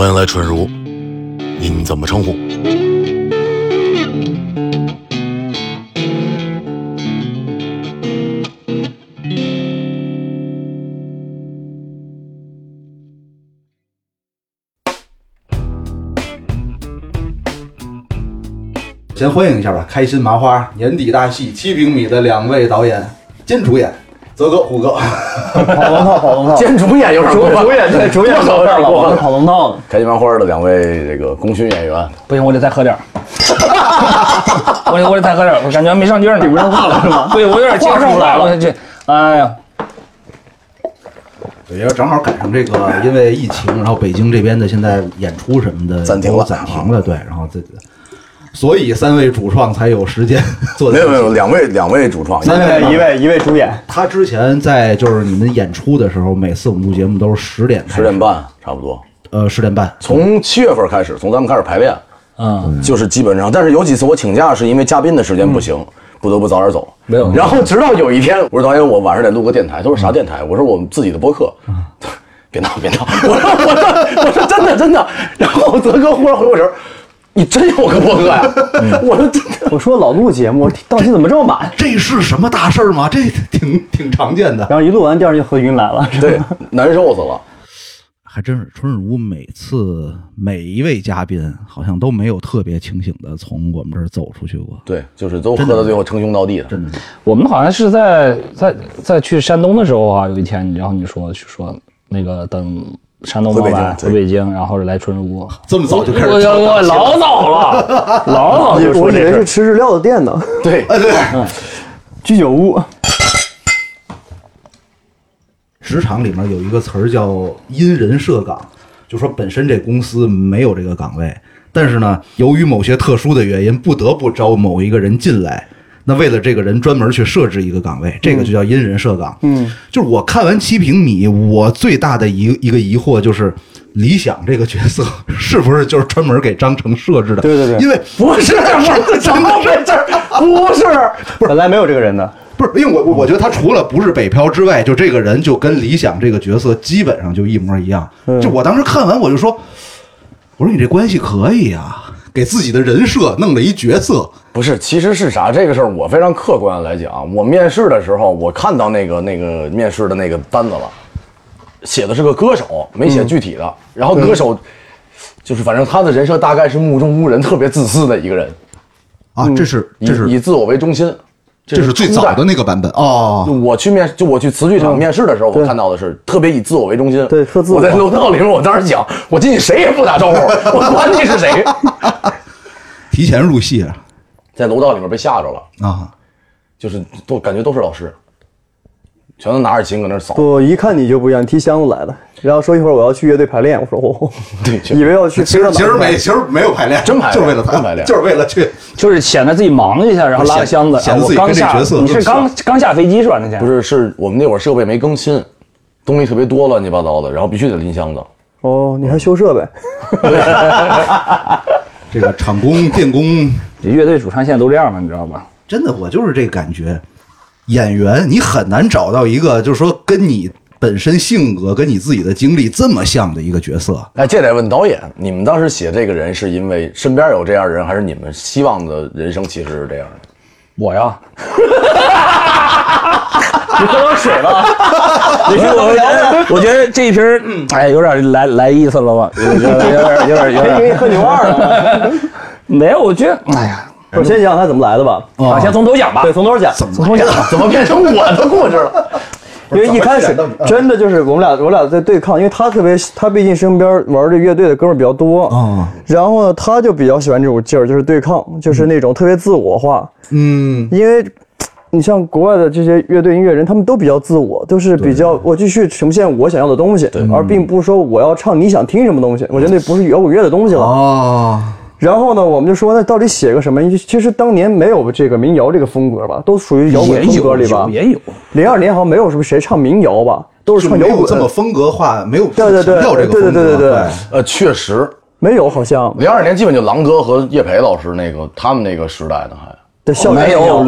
欢迎来春如，您怎么称呼？ 先欢迎一下吧，开心麻花年底大戏7平米的2位导演兼主演，泽哥、虎哥。 跑龙套， 兼主演有点过分， 主演对主演有点过分，跑龙套。 开心麻花的2位这个功勋演员， 不行，我得再喝点。我得再喝点，我感觉没上劲儿呢。你不让话了是吗？对，我有点接不上来了。这，哎呀。 对，也正好赶上这个，因为疫情，然后北京这边的现在演出什么的暂停了， 对，然后所以3位主创才有时间做。 没有两位主创一位主演。 他之前在就是你们演出的时候，每次我们录节目都是10点半差不多。 10点半， 从7月份开始，从咱们开始排练，就是基本上，但是有几次我请假是因为嘉宾的时间不行，不得不早点走。 没有。 然后直到有一天，我说导演，我晚上得录个电台。他说啥电台？我说我们自己的播客。别闹！我说真的。然后泽哥忽然回过神。你真有个播客呀？我说真的， 我说老录节目，档期怎么这么满？ 这是什么大事吗？这挺常见的。 然后一录完，第二天就喝晕来了。 对，难受死了。 还真是春如每一位嘉宾好像都没有特别清醒的从我们这儿走出去过。 对，就是都喝到最后称兄道弟的。 真的， 我们好像是在去山东的时候啊，有一天，然后你说那个等。山东老板回北京，然后来春如， 这么早就开始， 我老早了，老早就说这事。 我以为是吃日料的店呢。 对， 居酒屋。 职场里面有一个词儿叫因人设岗，就说本身这公司没有这个岗位，但是呢，由于某些特殊的原因，不得不招某一个人进来。那为了这个人专门去设置一个岗位，这个就叫因人设岗。就是我看完7平米，我最大的一个疑惑就是，李想这个角色是不是就是专门给张成设置的？ 对， 因为不是怎么回事？不是， 本来没有这个人的。 不是，因为我觉得他除了不是北漂之外，就这个人就跟李想这个角色基本上就一模一样。就我当时看完我就说，我说你这关系可以啊，给自己的人设弄了一角色。 不是，其实是啥？这个事儿我非常客观来讲，我面试的时候，我看到那个面试的那个单子了，写的是个歌手，没写具体的。然后歌手就是反正他的人设大概是目中无人、特别自私的一个人啊。这是以自我为中心。 这是最早的那个版本哦。 我去词剧场面试的时候，我看到的是特别以自我为中心。 对，特自我。 我在楼道里面，我当时讲，我进去谁也不打招呼，我管你是谁。 提前入戏啊。 在楼道里面被吓着了啊，就是都感觉都是老师，全都拿着琴搁那扫。 我一看你就不一样，提箱子来了，然后说一会儿我要去乐队排练，我说对， 以为要去， 其实没有排练， 真排练， 就是为了排练，就是为了去， 就是显得自己忙一下，然后拉个箱子， 显得自己跟这角色。 你是刚下飞机是吧？那天不是，是我们那会儿设备没更新，东西特别多，乱七八糟的，然后必须得拎箱子。 哦，你还修设备？ 这个厂工、电工， 乐队主唱现在都这样了，你知道吧？ 真的，我就是这感觉。演员你很难找到一个，就是说跟你本身性格、跟你自己的经历这么像的一个角色。 哎，这得问导演，你们当时写这个人是因为身边有这样的人，还是你们希望的人生其实是这样的？ 我呀。你喝点水了？我觉得这一瓶哎，有点来意思了吧？有点。 给你喝牛二了。 没有，我觉得，哎呀， 我先讲他怎么来的吧。 先从头讲吧。 对，从头讲。 从头讲， 怎么变成我的故事了？ 因为一开始真的就是我俩在对抗，因为他毕竟身边玩这乐队的哥们比较多然后呢，他就比较喜欢这种劲儿，就是对抗，就是那种特别自我化。因为。你像国外的这些乐队音乐人，他们都比较自我，都是比较我继续呈现我想要的东西，而并不是说我要唱你想听什么东西。我觉得那不是摇滚乐的东西了。然后呢，我们就说那到底写个什么？其实当年没有这个民谣这个风格吧，都属于摇滚风格里吧。 也有。 02年好像没有什么谁唱民谣吧，都是唱摇滚。 这么风格化，没有对这个风格。 对。 确实没有，好像 02年基本就郎哥和叶培老师他们那个时代的还。 对，校园没有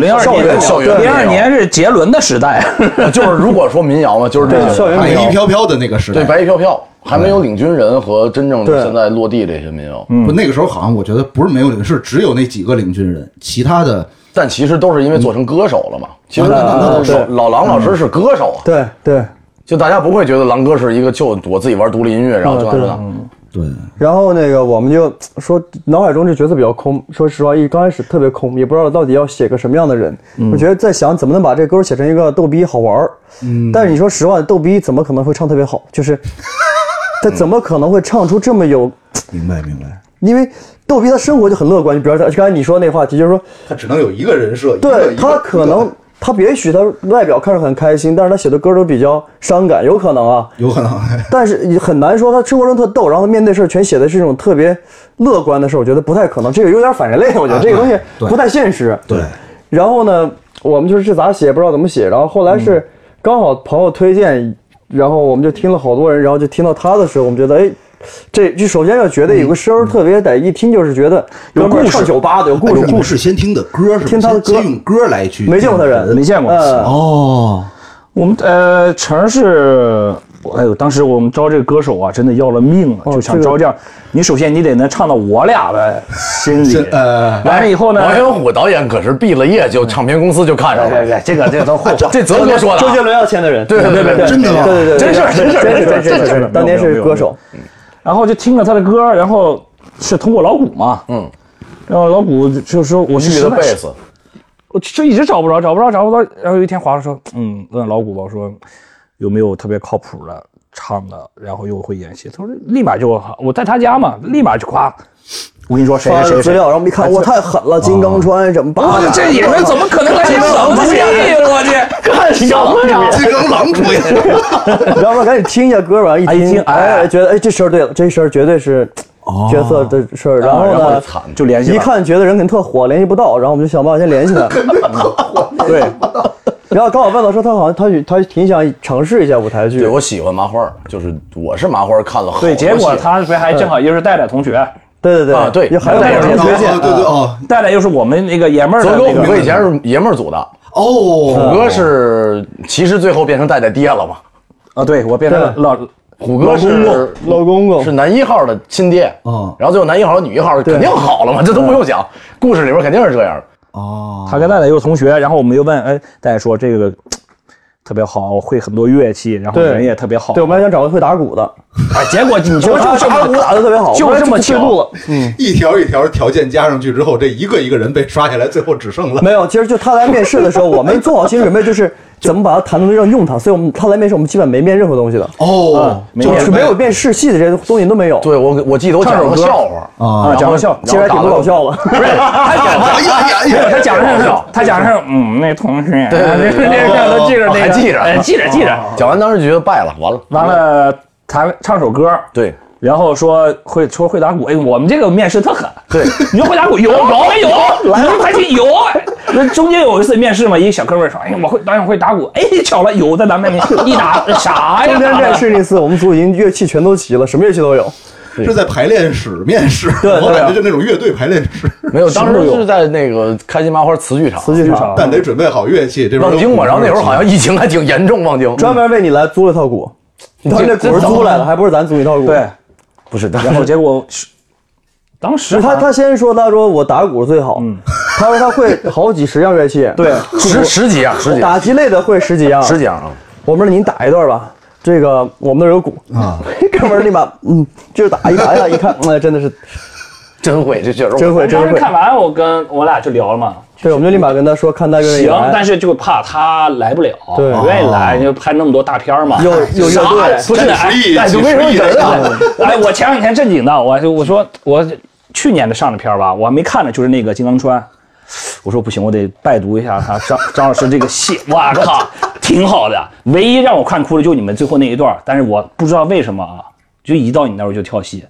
02年是杰伦的时代， 就是如果说民谣嘛，就是这校园白衣飘飘的那个时代， 对，白衣飘飘还没有领军人和真正的现在落地这些民谣。 不，那个时候好像我觉得不是没有领，是只有那几个领军人，其他的， 但其实都是因为做成歌手了嘛。其实老狼老师是歌手啊， 对对， 就大家不会觉得狼哥是一个就我自己玩独立音乐，然后就那对。 然后那个我们就说脑海中这角色比较空，说实话，刚开始特别空，也不知道到底要写个什么样的人。我觉得在想怎么能把这歌写成一个逗逼好玩。但是你说实话，逗逼怎么可能会唱特别好？就是他怎么可能会唱出这么有？ 明白。 因为逗逼他生活就很乐观，你比如说刚才你说那话题，就是说他只能有一个人设， 对他可能。他也许他外表看着很开心，但是他写的歌都比较伤感，有可能啊， 有可能。 但是很难说他生活中特逗，然后他面对事儿全写的是这种特别乐观的事儿，我觉得不太可能，这个有点反人类，我觉得这个东西不太现实。 对。然后呢，我们就是这咋写不知道怎么写，然后后来是刚好朋友推荐，然后我们就听了好多人，然后就听到他的时候，我们觉得哎。这就首先要觉得有个声特别得，一听就是觉得有故事，唱酒吧的有故事。 故事先听的歌是听他的歌， 先用歌来去。 没见过他人， 没见过。 哦， 我们城市，哎呦，当时我们招这个歌手啊，真的要了命了，就想招这样。你首先你得能唱到我俩的心里，完了以后呢， 王小虎导演可是毕了业就唱片公司就看上了， 这个都后话， 这泽哥说的， 周杰伦要签的人， 对， 真的吗？ 对， 真是， 当年是歌手。 然后就听了他的歌，然后是通过老谷嘛，然后老谷就说我是的贝斯， 我这一直找不着，然后有一天华说，问老谷吧，说有没有特别靠谱的唱的，然后又会演戏，他说立马就我在他家嘛，立马就夸。我跟你说，谁资料，然后我们一看，我太狠了，金刚川什么吧， 这演员怎么可能来演什么戏？我去，干什么呀？ 金刚狼出演， 然后赶紧听一下歌吧，一听，哎，觉得哎这事儿对了，这事儿绝对是角色的事儿。然后呢， 就联系， 一看觉得人肯定特火，联系不到，然后我们就想办法先联系他。 对。 然后刚好问到说他好像他挺想尝试一下舞台剧。 对，我喜欢麻花，就是我是麻花看了好多。 对，结果他不还正好又是戴戴同学。 对， 对， 还有戴同学见， 对哦， 戴戴又是我们那个爷们儿的那个。 泽哥虎哥以前是爷们儿组的哦， 虎哥是其实最后变成戴戴爹了嘛？ 啊，对我变成虎哥是老公公， 是男一号的亲爹，然后最后男一号和女一号肯定好了嘛，这都不用讲，故事里边肯定是这样的。 哦，他跟戴戴又是同学，然后我们又问，哎，戴戴说这个特别好，会很多乐器，然后人也特别好。 对，我们还想找个会打鼓的， 结果你就打鼓打得特别好， 就这么巧了。 一条一条条件加上去之后，这一个一个人被刷下来，最后只剩了没有。其实就他来面试的时候，我们做好心理准备，就是怎么把他谈成让用他，所以他来面试，我们基本没面任何东西的。就是没有面试戏的这些东西都没有。 对，我记得我讲了个笑话啊，讲个笑， 其实还挺不搞笑了。 不是，他讲的是他讲的是那同学，对，都记着那个。记着， 讲完当时就觉得败了， 完了，唱首歌， 对， 然后说会打鼓，哎，我们这个面试特狠， 对， 你说会打鼓有没有？来排戏有，那中间有一次面试嘛，一个小哥们说，哎，导演会打鼓，哎，巧了，有在咱们面一打啥呀？ 中间面试那次，我们组已经乐器全都齐了，什么乐器都有。 是在排练室面试，我感觉就那种乐队排练室。 没有，当时是在那个开心麻花词剧场， 但得准备好乐器。这望京嘛，然后那时候好像疫情还挺严重，望京专门为你来租了套鼓，当时那鼓是租来的，还不是咱租一套鼓。 对， 不是。 然后结果当时他先说，他说我打鼓最好，他说他会好几十样乐器， 对， 十几样， 打击类的会十几样。我们说您打一段吧。这个我们那有鼓啊，哥们儿立马就是打一打呀，一看，真的是真会，这确实真会。 当时看完，我俩就聊了嘛。 对，我们就立马跟他说，看他愿意行，但是就怕他来不了， 对， 不愿意来，就拍那么多大片嘛。 有乐队， 不是哎，就为什么人啊？哎，我前两天正经的，我说我去年的上的片吧，我还没看呢，就是那个金刚川。我说不行，我得拜读一下他张老师这个戏，哇靠，挺好的。唯一让我看哭的就你们最后那一段，但是我不知道为什么啊，就一到你那儿我就跳戏，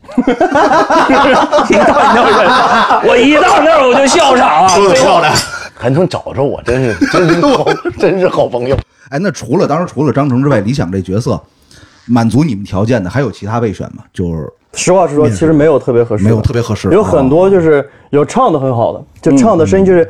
我一到那儿我就笑场啊， 漂亮， 还能找着我，真是好朋友。 哎，那除了张成之外，李想这角色满足你们条件的还有其他备选吗？就是实话实说，其实没有特别合适， 没有特别合适， 有很多就是有唱的很好的，就唱的声音就是，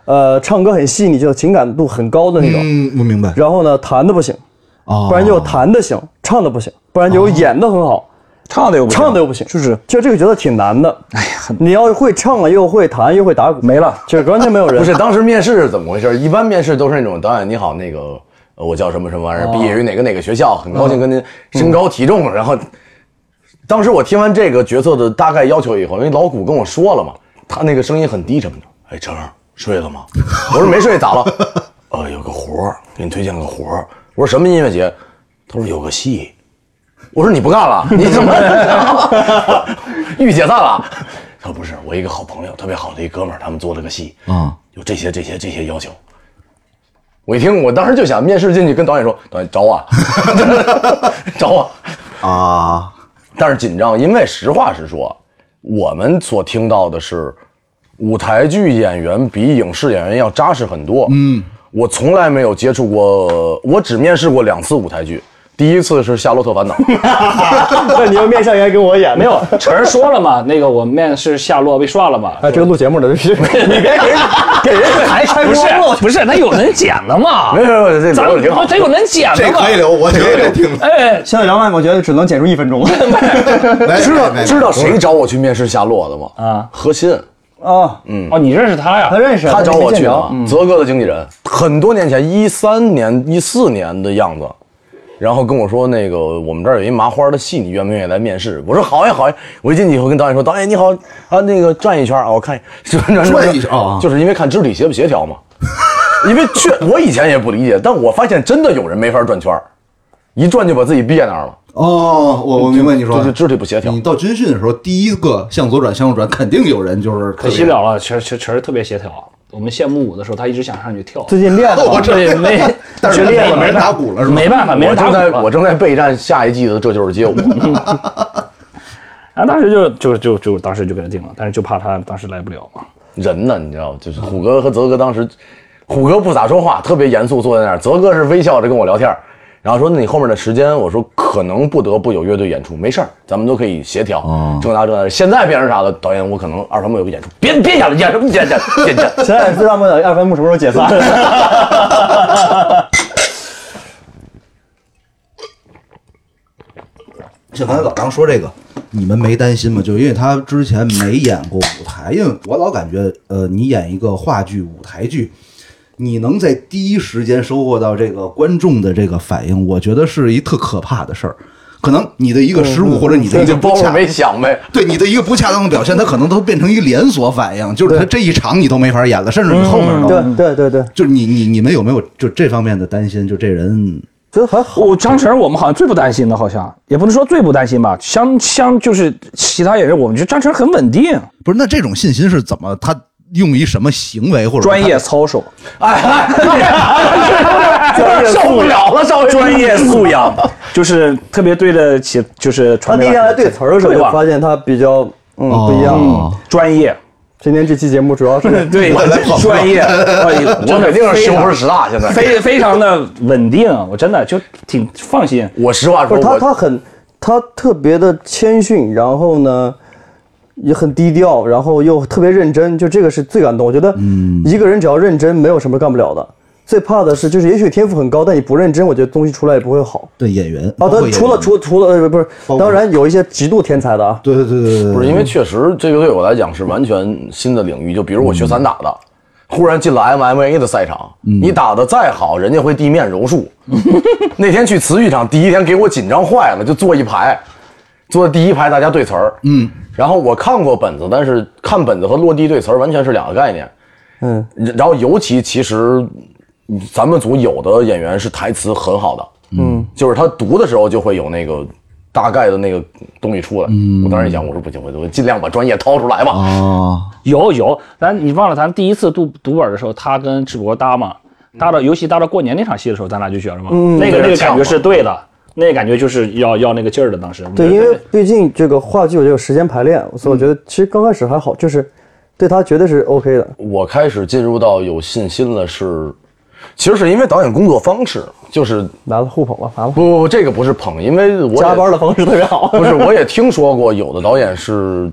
唱歌很细腻，就情感度很高的那种。 我明白。 然后呢，弹的不行，不然就弹的行，唱的不行，不然就演的很好， 唱的又不行，就这个角色挺难的。哎呀，你要会唱啊，又会弹，又会打鼓， 没了， 就是完全没有人。 不是，当时面试是怎么回事？一般面试都是那种导演你好，那个我叫什么什么玩意儿，毕业于哪个学校，很高兴跟您身高体重，然后。当时我听完这个角色的大概要求以后，因为老谷跟我说了嘛，他那个声音很低沉的。哎，成睡了吗？我说没睡，咋了？有个活儿，给你推荐个活儿。我说什么音乐节？他说有个戏。我说你不干了？你怎么预解散了？他说不是，我一个好朋友，特别好的一哥们儿，他们做了个戏有这些要求。我一听，我当时就想面试进去跟导演说，导演找我，找我啊。但是紧张，因为实话实说，我们所听到的是，舞台剧演员比影视演员要扎实很多。我从来没有接触过，我只面试过2次舞台剧。第一次是《夏洛特烦恼》， 那你要面上应该跟我演， 没有？晨儿说了嘛，那个我面试夏洛被刷了嘛。 哎，这个录节目的，你别给人还拆光了， 不是，他有能剪的嘛？ 没有，这咱们挺好， 他有能剪的这可以留，我觉得挺。 哎，现在2万，我觉得只能剪出1分钟。 知道谁找我去面试夏洛的吗？啊，何鑫。 你认识他呀？ 他认识， 他找我去的，泽哥的经纪人，很多年前，13年、14年的样子。然后跟我说，那个我们这儿有一麻花的戏，你愿不愿意来面试？我说好呀，好呀。我一进去以后跟导演说，导演你好啊，那个转一圈啊，我看转一圈啊， 就是因为看肢体协不协调嘛。因为我以前也不理解，但我发现真的有人没法转圈，一转就把自己憋那儿了。 我明白你说， 就是肢体不协调。 你到军训的时候，第一个向左转向右转，肯定有人就是可惜了，确实特别协调。我们谢幕舞的时候，他一直想上去跳。 最近练了， 我这也没，但是练了没人打鼓了是吧？ 没办法，没人打鼓了。 我正在备战下一季的《这就是街舞》。 然后当时就当时就给他定了，但是就怕他当时来不了嘛。 人呢，你知道，就是虎哥和泽哥当时，虎哥不咋说话，特别严肃坐在那儿，泽哥是微笑着跟我聊天。然后说那你后面的时间，我说可能不得不有乐队演出，没事儿，咱们都可以协调。正大。现在变成啥了？导演，我可能2番木有个演出，别演了，演什么演？ 现在最大梦想2番木什么时候解散？ 像刚才老张说这个，你们没担心吗？就因为他之前没演过舞台，因为我老感觉，你演一个话剧、舞台剧。你能在第一时间收获到这个观众的这个反应，我觉得是一特可怕的事儿。可能你的一个失误或者你的一个包袱没想呗， 对你的一个不恰当的表现，它可能都变成一个连锁反应，就是他这一场你都没法演了，甚至你后面都对， 就是你们有没有就这方面的担心？就这人觉得还好。 张晨我们好像最不担心的，好像也不能说最不担心吧，相就是其他演员，我们觉得张晨很稳定。 不是，那这种信心是怎么他？用一什么行为或者专业操守？ 受不了了，稍微专业素养，就是特别对得起，就是他第一天来对词儿的时候，就发现他比较不一样， 专业。 今天这期节目主要是对专业， 我肯定是西红柿十大，现在非常的稳定，我真的就挺放心。 我实话说， 他特别的谦逊，然后呢。也很低调，然后又特别认真，就这个是最感动。我觉得，一个人只要认真，没有什么干不了的。最怕的是，就是也许天赋很高，但你不认真，我觉得东西出来也不会好。 对演员啊，他除了不是，当然有一些极度天才的啊。 对， 不是因为确实这个对我来讲是完全新的领域。就比如我学散打的，忽然进了 MMA 的赛场，你打得再好，人家会地面柔术。那天去慈玉场，第一天给我紧张坏了，就坐一排。坐第一排，大家对词儿，然后我看过本子，但是看本子和落地对词儿完全是2个概念，然后尤其其实咱们组有的演员是台词很好的，就是他读的时候就会有那个大概的那个东西出来，我当时一想，我说不行，我尽量把专业掏出来吧。 有，你忘了咱第一次读本的时候，他跟智博搭嘛，尤其搭到过年那场戏的时候，咱俩就觉得嘛，那个感觉是对的。那感觉就是要那个劲儿的，当时对，因为毕竟这个话剧有这个时间排练，所以我觉得其实刚开始还好，就是对他绝对是 OK 的。 我开始进入到有信心了其实是因为导演工作方式，就是来了互捧了，完了。 不，这个不是捧，因为我加班的方式特别好。 不是，我也听说过有的导演是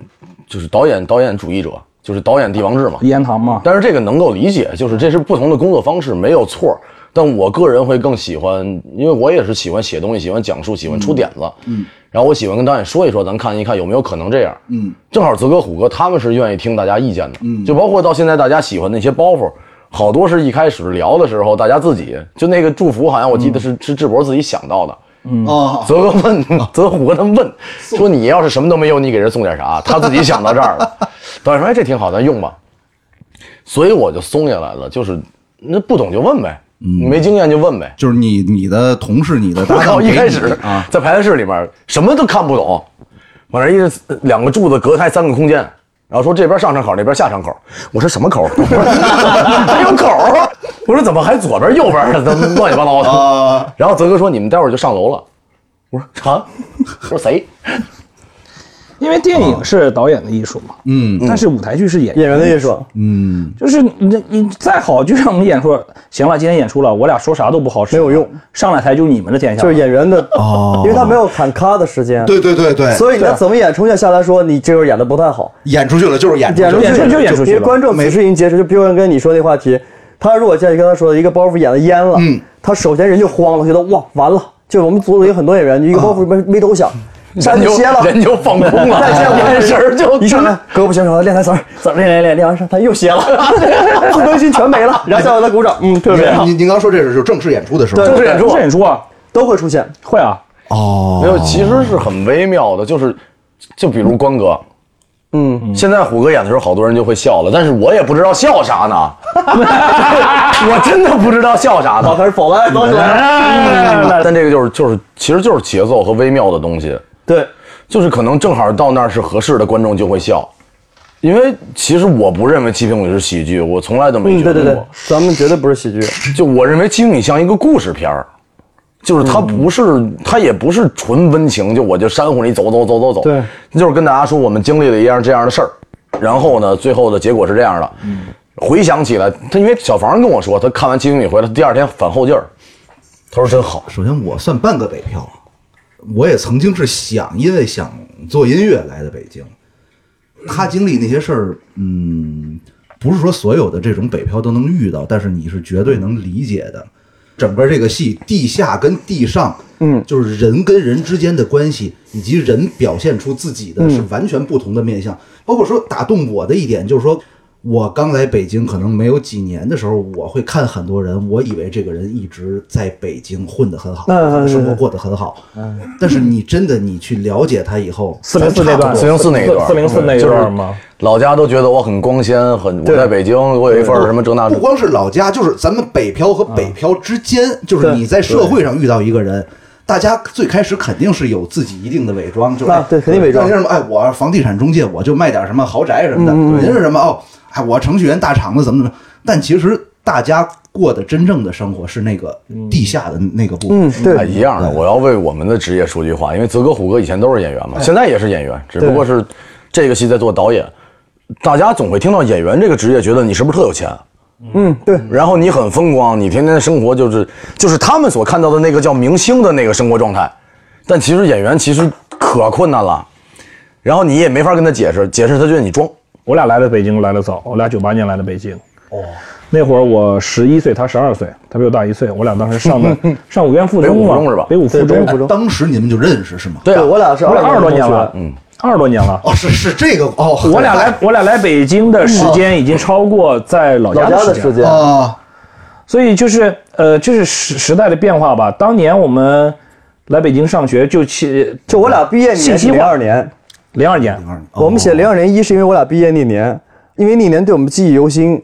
就是导演主义者，就是导演帝王制嘛， 一言堂嘛。 但是这个能够理解，就是这是不同的工作方式，没有错。但我个人会更喜欢，因为我也是喜欢写东西，喜欢讲述，喜欢出点子。然后我喜欢跟导演说一说，咱看一看有没有可能这样。正好泽哥、虎哥他们是愿意听大家意见的。就包括到现在大家喜欢那些包袱，好多是一开始聊的时候大家自己就那个祝福，好像我记得是智博自己想到的。泽哥问，泽虎哥他们问说你要是什么都没有，你给人送点啥？他自己想到这儿了。导演说：“哎，这挺好，咱用吧。”所以我就松下来了，就是那不懂就问呗，没经验就问呗。 就是你的同事，你的搭档， 一开始在排练室里面什么都看不懂，往那两个柱子隔开3个空间，然后说这边上口，那边下口。我说什么口？还有口？我说怎么还左边右边的，都乱七八糟的。然后泽哥说你们待会儿就上楼了。我说啊，我说谁？ 因为电影是导演的艺术嘛，但是舞台剧是演员的艺术， 就是你再好，就像我们演出，行了，今天演出了，我俩说啥都不好使， 没有用， 上来台就你们的天下， 就是演员的因为他没有砍咔的时间， 对， 所以你要怎么演出下来说你这个演的不太好， 演出去了就是演出去了， 因为观众每次已经结束，就比如跟你说那话题，他如果像你刚才说的一个包袱演的淹了，他首先人就慌了，觉得哇完了，就我们组里有很多演员，一个包袱没抖响。上去歇了， 人就放空了， 再歇眼神就一上来，胳膊行手练台词儿，怎么练完上他又歇了，自尊心全没了，然后下来他鼓掌，特别好。 您刚说这是就正式演出的时候， 正式演出啊都会出现， 会啊。 没有，其实是很微妙的，就比如关哥。现在虎哥演的时候，好多人就会笑了，但是我也不知道笑啥呢，我真的不知道笑啥呢。 开始否来， 但这个其实就是节奏和微妙的东西。 对， 就是可能正好到那儿是合适的，观众就会笑。因为其实我不认为《七平米》是喜剧，我从来都没觉得过。 对，咱们绝对不是喜剧。 就我认为《七平米》像一个故事片儿。就是它也不是纯温情，就我就煽乎你走， 对， 就是跟大家说我们经历了一样这样的事儿，然后呢，最后的结果是这样的。回想起来，他因为小房跟我说，他看完7平米回来，他第2天反后劲儿，他说真好。 首先我算半个北漂，我也曾经是因为想做音乐来的北京。他经历那些事儿，不是说所有的这种北漂都能遇到，但是你是绝对能理解的。整个这个戏，地下跟地上，就是人跟人之间的关系，以及人表现出自己的是完全不同的面相。包括说打动我的一点，就是说我刚来北京，可能没有几年的时候，我会看很多人，我以为这个人一直在北京混得很好，生活过得很好。但是你真的你去了解他以后 ，404那段 ，404那一段 ，404那一段吗？ 老家都觉得我很光鲜，我在北京，我有一份什么这那。 不光是老家，就是咱们北漂和北漂之间，就是你在社会上遇到一个人，大家最开始肯定是有自己一定的伪装，就是对，肯定伪装。 什么？哎，我房地产中介，我就卖点什么豪宅什么的。您是什么？哦，哎，我程序员大厂子怎么？但其实大家过的真正的生活是那个地下的那个部分。 对， 一样的。我要为我们的职业说句话，因为泽哥、虎哥以前都是演员嘛，现在也是演员，只不过是这个戏在做导演。大家总会听到演员这个职业，觉得你是不是特有钱？ 对。 然后你很风光，你天天生活就是他们所看到的那个叫明星的那个生活状态，但其实演员其实可困难了，然后你也没法跟他解释，他觉得你装。 我俩来的北京来的早，我俩98年来的北京。那会儿我11岁，他12岁，他比我大1岁。我俩当时上五院附中嘛， 是吧？ 北五附中。 当时你们就认识是吗？ 对，我俩是 20多年了，20多年了。 是这个哦。 我俩来北京的时间已经超过在老家的时间啊， 所以就是这是时代的变化吧。当年我们来北京上学就我俩毕业年是02年 ，02年， 我们写02年，1是因为我俩毕业那年。因为那年对我们记忆犹新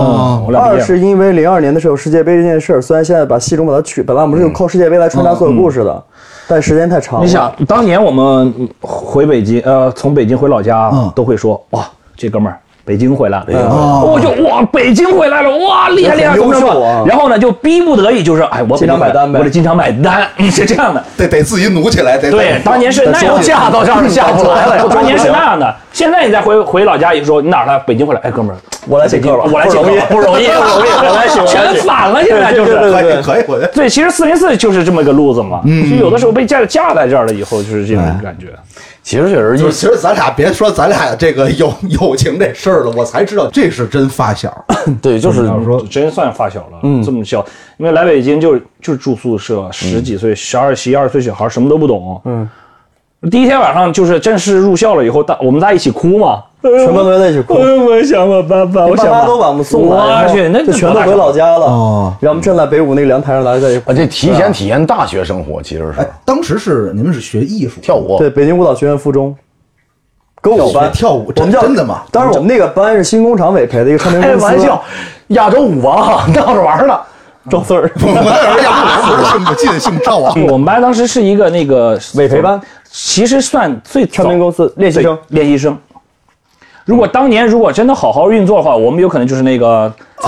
2是因为02年的时候世界杯这件事儿，虽然现在把戏中把它本来我们是靠世界杯来穿插所有故事的，但时间太长了。 你想，当年我们回北京，从北京回老家，都会说哇，这哥们儿北京回来了，我就哇，北京回来了，哇，厉害，怎么说？然后呢，就逼不得已，就是哎，我经常买单呗， 我得经常买单，是这样的， 得自己努起来， 对，当年是那样， 下到这儿下不来了， 当年是那样的。现在你再回老家，一说你哪儿来？北京回来，哎，哥们儿， 我来北京了， 我来北京，不容易，我来全反了，现在就是可以， 对，其实404就是这么一个路子嘛，就有的时候被架在这儿了以后，就是这种感觉。 其实确实， 其实咱俩别说咱俩这个友情这事儿了，我才知道这是真发小。 对，就是说真算发小了，这么小，因为来北京就是住宿舍，10几岁，11、12岁小孩什么都不懂，第一天晚上就是正式入校了以后，我们大家一起哭嘛， 全班都在一起哭。 我想我爸爸，我想爸妈都把我们送来， 我去，那就全都回老家了。哦，然后我们站在北五那个凉台上，大家在一块。 这提前体验大学生活，其实是。 当时你们是学艺术跳舞， 对，北京舞蹈学院附中。歌舞班跳舞， 我们叫真的吗？ 当时我们那个班是新工厂委培的一个唱片公司。 开玩笑，亚洲舞王闹着玩呢。 赵四儿， 我们我记得姓赵啊。 我们班当时是一个那个委培班， 其实算最唱片公司练习生。如果当年真的好好运作的话，我们有可能就是那个不，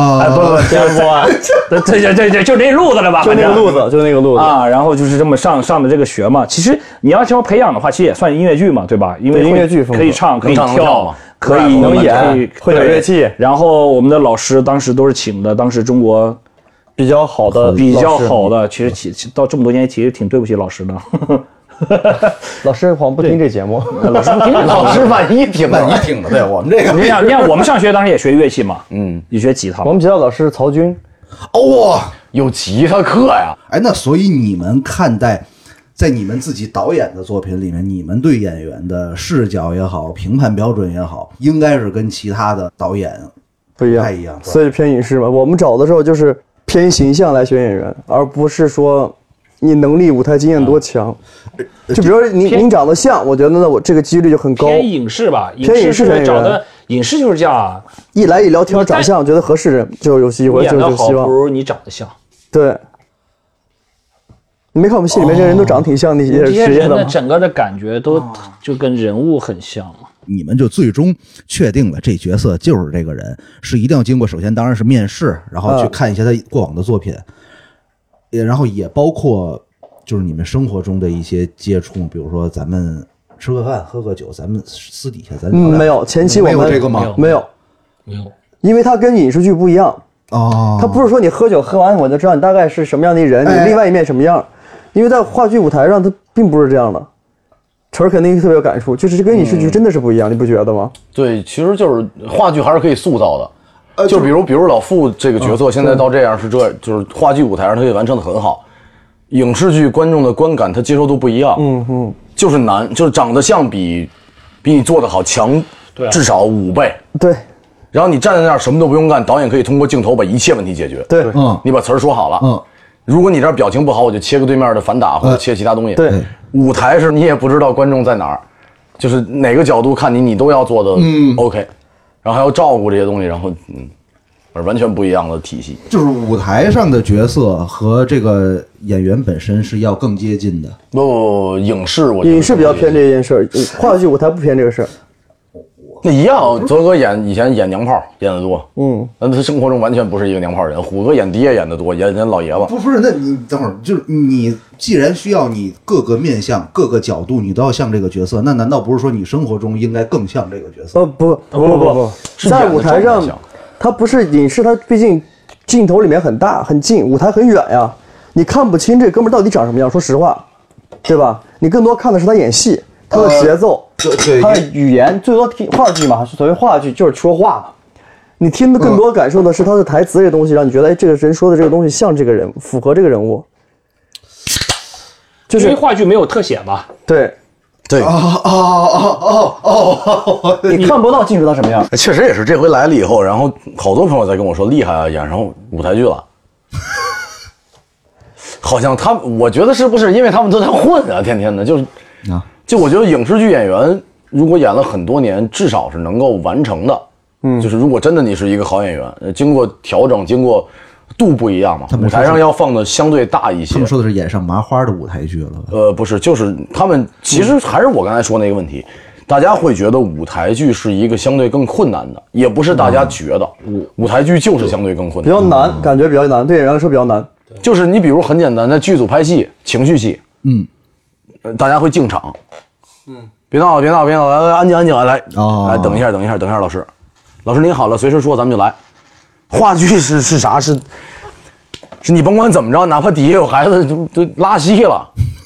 对，就那路子了吧，就那个路子啊。然后就是这么上的这个学嘛。其实你要这么培养的话，其实也算音乐剧嘛，对吧？因为音乐剧可以唱，可以跳，可以能演，会点乐器。 然后我们的老师当时都是请的，当时中国比较好的， 其实到这么多年，其实挺对不起老师的。 老师好像不听这节目， 老师不听， 老师万一听的， 对我们这个， 你看我们上学当时也学乐器嘛，也学吉他。 我们学校老师曹军， 有吉他课呀。 哎，那所以你们看待，在你们自己导演的作品里面，你们对演员的视角也好，评判标准也好，应该是跟其他的导演不一样，所以偏影视嘛。我们找的时候就是偏形象来选演员，而不是说你能力、舞台经验多强。就比如说您长得像，我觉得那我这个几率就很高。 偏影视吧， 偏影视找的影视就是这样啊。 一来一聊天，长相觉得合适人就有机会，就有希望。 不如你长得像。 对。你没看我们戏里面这些人都长得挺像那些这些人的整个的感觉都就跟人物很像嘛。 你们就最终确定了这角色就是这个人，是一定要经过首先当然是面试，然后去看一些他过往的作品，然后也包括就是你们生活中的一些接触，比如说咱们吃个饭喝个酒，咱们私底下咱没有，前期我们没有这个吗？ 没有，因为它跟影视剧不一样哦，它不是说你喝酒喝完我就知道你大概是什么样的人，你另外一面什么样，因为在话剧舞台上它并不是这样的。晨儿肯定特别有感触，就是跟影视剧真的是不一样，你不觉得吗？ 对，其实就是话剧还是可以塑造的，就比如老傅这个角色现在到这样是就是话剧舞台上他也完成的很好，影视剧观众的观感他接受度不一样，就是难，就是长得像比你做的好强至少5倍， 对。 然后你站在那儿什么都不用干，导演可以通过镜头把一切问题解决， 对， 你把词儿说好了，如果你这儿表情不好，我就切个对面的反打或者切其他东西， 对。 舞台是你也不知道观众在哪儿，就是哪个角度看你都要做的OK，然后还要照顾这些东西，然后完全不一样的体系。 就是舞台上的角色和这个演员本身是要更接近的。 不，影视影视比较偏这件事儿，话剧舞台不偏这个事儿。 那一样，泽哥以前演娘炮演得多，那他生活中完全不是一个娘炮人。虎哥演爹演得多，演老爷子。 不是，那你等会儿，就是你既然需要你各个面向、各个角度，你都要像这个角色，那难道不是说你生活中应该更像这个角色？ 不，在舞台上，它不是影视，它毕竟镜头里面很大很近，舞台很远呀，你看不清这哥们到底长什么样。说实话，对吧？你更多看的是他演戏。他的节奏，他的语言，最多听话剧嘛，所谓话剧就是说话嘛。你听的更多感受的是他的台词这东西，让你觉得，哎，这个人说的这个东西像这个人，符合这个人物。 就是因为话剧没有特写嘛。 对，你看不到镜头他什么样。 确实也是，这回来了以后，然后好多朋友在跟我说，厉害啊，演上舞台剧了。好像我觉得是不是因为他们都在混啊，天天的，就我觉得影视剧演员如果演了很多年，至少是能够完成的。就是如果真的你是一个好演员，经过调整，经过度不一样嘛，舞台上要放的相对大一些。 他们说的是演上麻花的舞台剧了。 不是，就是他们其实还是我刚才说那个问题，大家会觉得舞台剧是一个相对更困难的，也不是大家觉得舞台剧就是相对更困难， 比较难，感觉比较难，对演员来说比较难。 就是你比如很简单，在剧组拍戏，情绪戏，大家会进场，别闹了，来，安静，来，等一下，老师您好了，随时说，咱们就来。话剧是啥？是你甭管怎么着，哪怕底下有孩子都拉稀了，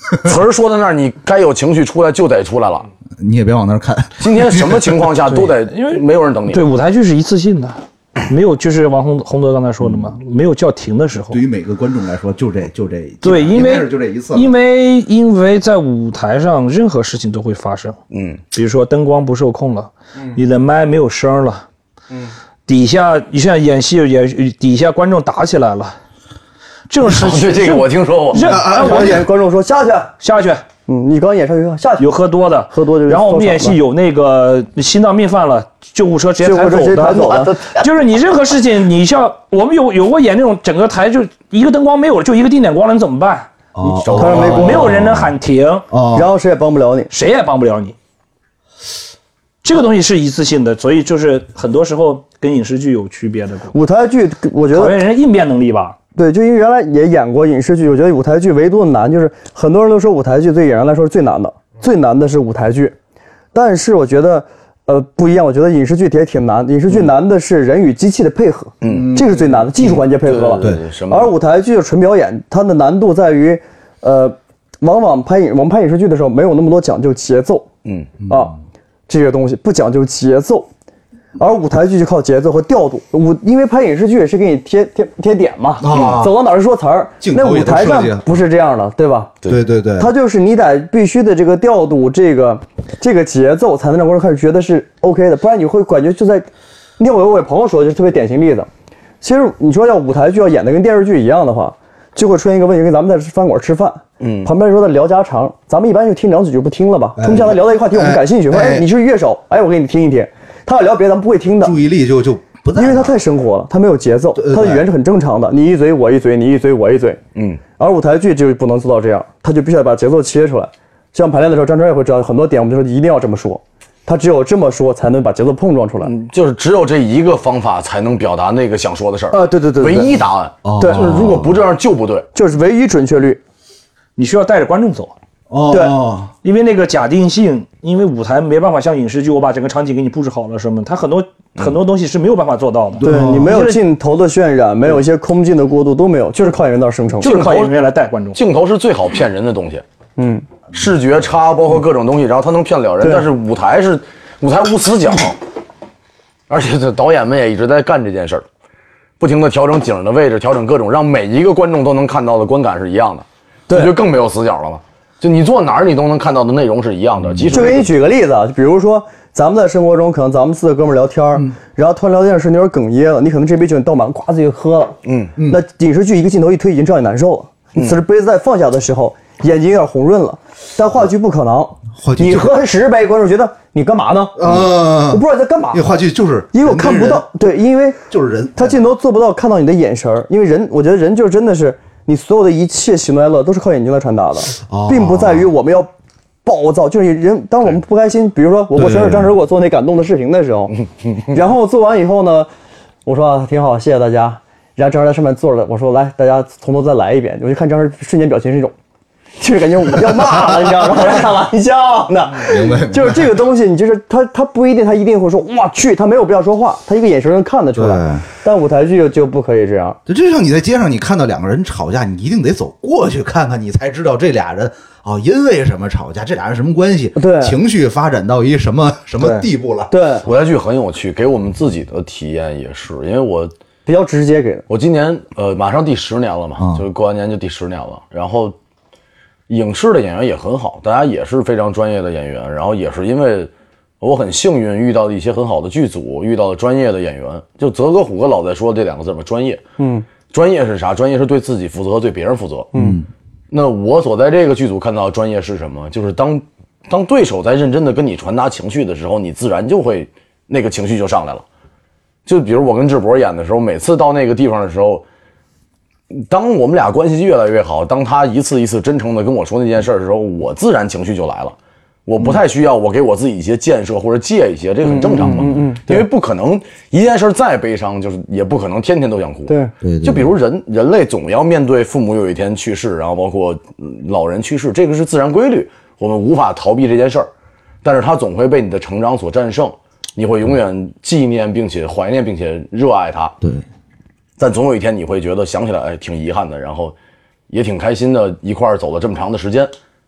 词儿说到那儿，你该有情绪出来就得出来了。 你也别往那儿看。 今天什么情况下都得，因为没有人等你。 对，舞台剧是一次性的，没有就是王洪德刚才说的嘛，没有叫停的时候。 对于每个观众来说，就这。 对，因为就这一次。 因为在舞台上任何事情都会发生。比如说灯光不受控了，你的麦没有声了，底下你像演戏底下观众打起来了。这种事情， 对这个我听说过。 我演观众说下去，你刚演上去下去， 有喝多的， 就然后我们演戏有那个心脏病犯了，救护车直接抬走的，就是你任何事情，你像我们有过演那种整个台就一个灯光没有了，就一个定点光了，你怎么办？没有人能喊停， 然后谁也帮不了你， 这个东西是一次性的，所以就是很多时候跟影视剧有区别的。 舞台剧我觉得考验人应变能力吧。对， 就因为原来也演过影视剧，我觉得舞台剧唯独的难就是很多人都说舞台剧对演员来说是最难的，最难的是舞台剧，但是我觉得不一样，我觉得影视剧也挺难，影视剧难的是人与机器的配合，这个是最难的，技术环节配合了。 对， 而舞台剧纯表演，它的难度在于往往我们拍影视剧的时候没有那么多讲究节奏，这个东西不讲究节奏。而舞台剧就靠节奏和调度，因为拍影视剧是给你贴点嘛，走到哪儿说词儿，那舞台上不是这样的，对吧？ 对， 它就是你得必须的这个调度，这个节奏才能让观众开始觉得是 OK 的，不然你会感觉就在。那天我朋友说的就是特别典型例子，其实你说要舞台剧要演的跟电视剧一样的话，就会出现一个问题，跟咱们在饭馆吃饭，旁边说的聊家常，咱们一般就听两嘴就不听了吧，中间他聊到一个话题我们感兴趣，说你是乐手，我给你听一听。他要聊别的，咱们不会听的， 注意力就不在， 因为他太生活了，他没有节奏，他的语言是很正常的，你一嘴我一嘴，你一嘴我一嘴，而舞台剧就不能做到这样，他就必须要把节奏切出来。像排练的时候，张专也会知道很多点，我们就说一定要这么说，他只有这么说才能把节奏碰撞出来， 就是只有这一个方法才能表达那个想说的事儿。 对， 唯一答案， 对， 就是如果不这样就不对， 就是唯一准确率， 你需要带着观众走。 对， 因为那个假定性，因为舞台没办法像影视剧，我把整个场景给你布置好了什么，它很多东西是没有办法做到的。 对，你没有镜头的渲染，没有一些空镜的过渡都没有，就是靠演员到生成， 就是靠演员来带观众。 镜头是最好骗人的东西，视觉差包括各种东西，然后它能骗了人，但是舞台无死角，而且这导演们也一直在干这件事儿，不停的调整景的位置，调整各种让每一个观众都能看到的观感是一样的，这就更没有死角了嘛。就你坐哪儿，你都能看到的内容是一样的。 就给你举个例子啊，就比如说咱们在生活中，可能咱们四个哥们儿聊天，然后突然聊天时你有点哽咽了，你可能这杯酒你倒满，呱自己喝了。那影视剧一个镜头一推，已经知道你难受了。你此时杯子再放下的时候，眼睛有点红润了。但话剧不可能，你喝10杯，观众觉得你干嘛呢？我不知道你在干嘛。 那话剧就是因为我看不到，对，因为就是人， 他镜头做不到看到你的眼神，因为人，我觉得人就真的是。你所有的一切喜怒哀乐都是靠眼睛来传达的，并不在于我们要暴躁。就是人，当我们不开心，比如说我过生日，张弛给我做那感动的视频的时候，然后做完以后呢，我说挺好，谢谢大家。然后张弛在上面坐着，我说来，大家从头再来一遍。我就看张弛瞬间表情是一种，就是感觉我要骂了，你知道吗？我在开玩笑呢。 明白。 就是这个东西，你就是他不一定，他一定会说我去，他没有必要说话，他一个眼神能看得出来。但舞台剧就不可以这样。 就像你在街上，你看到两个人吵架，你一定得走过去看看，你才知道这俩人因为什么吵架，这俩人什么关系？ 对， 情绪发展到一什么地步了？ 对， 舞台剧很有趣，给我们自己的体验也是，因为我比较直接给的。 我今年马上第10年了嘛，就是过完年就第10年了，然后。影视的演员也很好，大家也是非常专业的演员，然后也是因为我很幸运遇到了一些很好的剧组，遇到了专业的演员。就泽哥虎哥老在说这2个字嘛，专业。专业是啥？专业是对自己负责，对别人负责。那我所在这个剧组看到的专业是什么？就是当对手在认真的跟你传达情绪的时候，你自然就会那个情绪就上来了。就比如我跟智博演的时候，每次到那个地方的时候。当我们俩关系越来越好，当他一次一次真诚的跟我说那件事的时候，我自然情绪就来了。我不太需要我给我自己一些建设或者借一些，这个很正常嘛。因为不可能一件事再悲伤，就是也不可能天天都想哭。 对， 就比如人类总要面对父母有一天去世，然后包括老人去世，这个是自然规律，我们无法逃避这件事儿。但是它总会被你的成长所战胜，你会永远纪念并且怀念并且热爱它。 对。 但总有一天你会觉得想起来，挺遗憾的，然后也挺开心的，一块儿走了这么长的时间，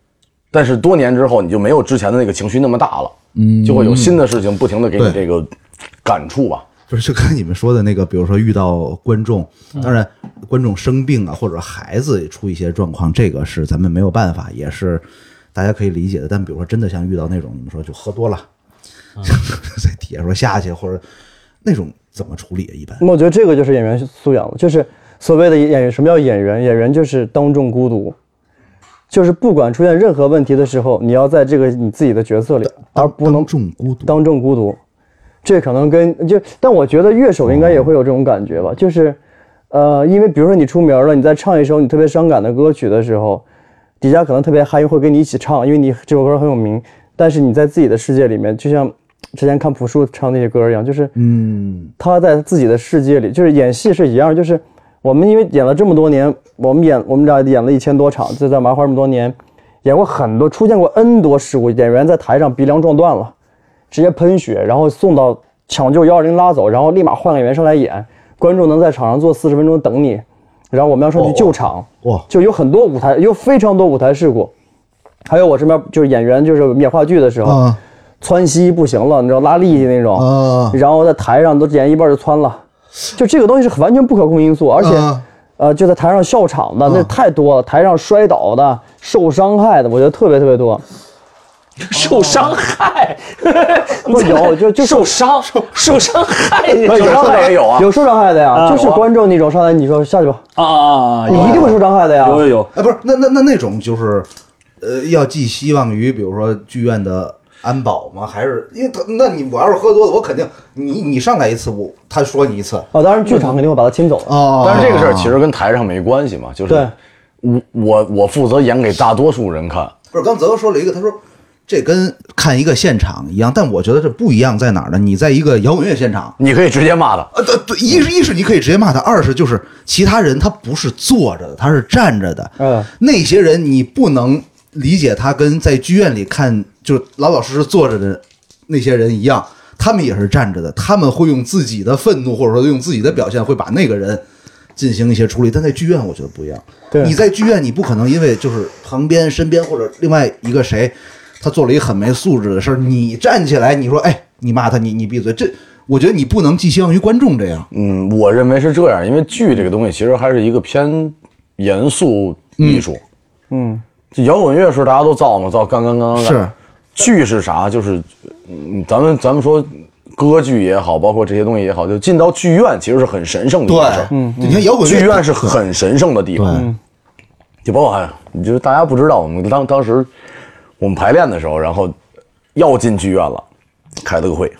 但是多年之后你就没有之前的那个情绪那么大了，就会有新的事情不停的给你这个感触吧。 就是就跟你们说的那个，比如说遇到观众，当然观众生病啊，或者孩子出一些状况，这个是咱们没有办法，也是大家可以理解的。但比如说真的像遇到那种你们说就喝多了，在底下说下去或者那种怎么处理啊？一般我觉得这个就是演员素养了，就是所谓的演员。什么叫演员？演员就是当众孤独，就是不管出现任何问题的时候，你要在这个你自己的角色里，而不能当众孤独。这可能但我觉得乐手应该也会有这种感觉吧，就是，因为比如说你出名了，你在唱一首你特别伤感的歌曲的时候，底下可能特别嗨，会跟你一起唱，因为你这首歌很有名。但是你在自己的世界里面，就像之前看朴树唱那些歌一样，就是他在自己的世界里，就是演戏是一样，就是我们因为演了这么多年，我们俩演了1000多场，就在麻花这么多年，演过很多，出现过 N 多事故，演员在台上鼻梁撞断了，直接喷血，然后送到抢救120拉走，然后立马换个演员上来演，观众能在场上坐40分钟等你，然后我们要上去救场，就有很多有非常多舞台事故。还有我这边就是演员，就是演话剧的时候，窜稀不行了，你知道拉力气那种，然后在台上都演一半就窜了，就这个东西是完全不可控因素，而且就在台上笑场的那太多了，台上摔倒的、受伤害的，我觉得特别特别多。 受伤害， 有就受伤害， 受伤害也有啊， 有受伤害的呀，就是观众那种上来你说下去吧你一定会受伤害的呀。 有， 不是那种就是，要寄希望于比如说剧院的安保吗？还是因为我要是喝多了，我肯定你上来一次，他说你一次当然剧场肯定会把他亲走但是这个事儿其实跟台上没关系嘛，就是我负责演给大多数人看。 不是，刚泽哥说了一个，他说。这跟看一个现场一样，但我觉得这不一样在哪儿呢？你在一个摇滚乐现场， 你可以直接骂他。 对，一是你可以直接骂他，二是就是其他人他不是坐着的，他是站着的。那些人你不能理解他跟在剧院里看就老老实实坐着的那些人一样，他们也是站着的，他们会用自己的愤怒或者说用自己的表现会把那个人进行一些处理，但在剧院我觉得不一样。你在剧院你不可能因为就是旁边身边或者另外一个谁。他做了一个很没素质的事儿，你站起来，你说，你骂他，你闭嘴，这我觉得你不能寄希望于观众这样。 我认为是这样，因为剧这个东西其实还是一个偏严肃艺术。就摇滚乐时大家都造嘛，造干。 是， 剧是啥？就是咱们说歌剧也好，包括这些东西也好，就进到剧院其实是很神圣的一件事。 你看摇滚乐， 剧院是很神圣的地方。就包括你就是大家不知道，我们当时。我们排练的时候，然后要进剧院了，开了个会，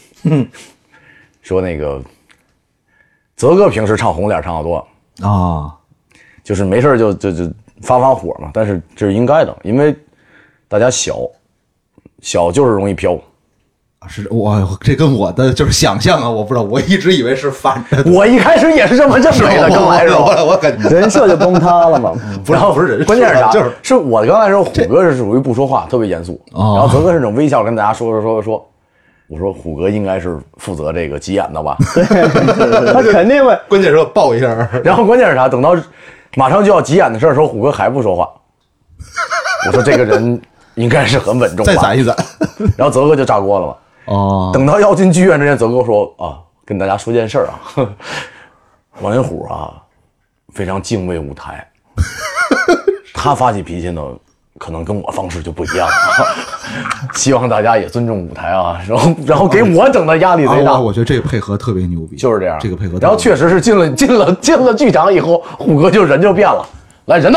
说那个泽哥平时唱红脸唱得多就是没事就发火嘛，但是这是应该的，因为大家小就是容易飘。 是这跟我的就是想象啊，我不知道，我一直以为是反着的。 我一开始也是这么认为的，刚来时候我感觉人设就崩塌了嘛。 不是人设， 关键是啥？就是我刚来时候，虎哥是属于不说话，特别严肃，然后泽哥是那种微笑跟大家说。我说虎哥应该是负责这个急眼的吧？ 他肯定会。 关键是抱一下， 然后关键是啥？等到马上就要急眼的事的时候，虎哥还不说话。我说这个人应该是很稳重吧？ 再攒一攒， 然后泽哥就炸锅了嘛。等到要进剧院之前，泽哥说跟大家说件事儿啊，王云虎非常敬畏舞台，他发起脾气呢，可能跟我方式就不一样了，希望大家也尊重舞台啊，然后给我整的压力贼大。 我觉得这个配合特别牛逼， 就是这样， 这个配合。 然后确实是进了剧场以后，虎哥人就变了，来人呢？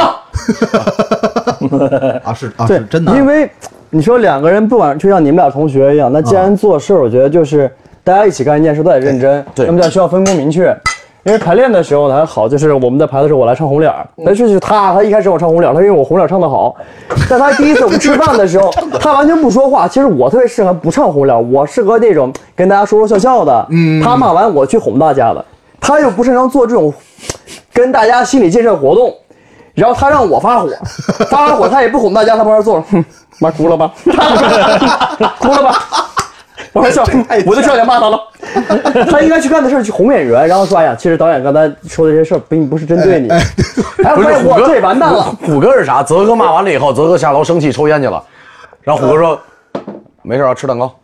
是真的， 因为。你说两个人不管就像你们俩同学一样，那既然做事，我觉得就是大家一起干一件事都得认真，那么需要分工明确。因为排练的时候呢还好，就是我们在排的时候我来唱红脸，但是他一开始我唱红脸，他因为我红脸唱得好，但他第一次我们吃饭的时候，他完全不说话。其实我特别适合不唱红脸，我适合那种跟大家说说笑笑的。他骂完我去哄大家的，他又不擅长做这种跟大家心理建设活动。然后他让我发火，发完火他也不哄大家，他旁边坐着，妈哭了吧，哭了吧，我说笑，我就笑点骂他了， 他应该去干的是去哄演员，然后说哎呀，其实导演刚才说的这些事儿并不是针对你。哎， 不是我这完蛋了。 虎哥是啥？泽哥骂完了以后，泽哥下楼生气抽烟去了，然后虎哥说：“没事啊，吃蛋糕。”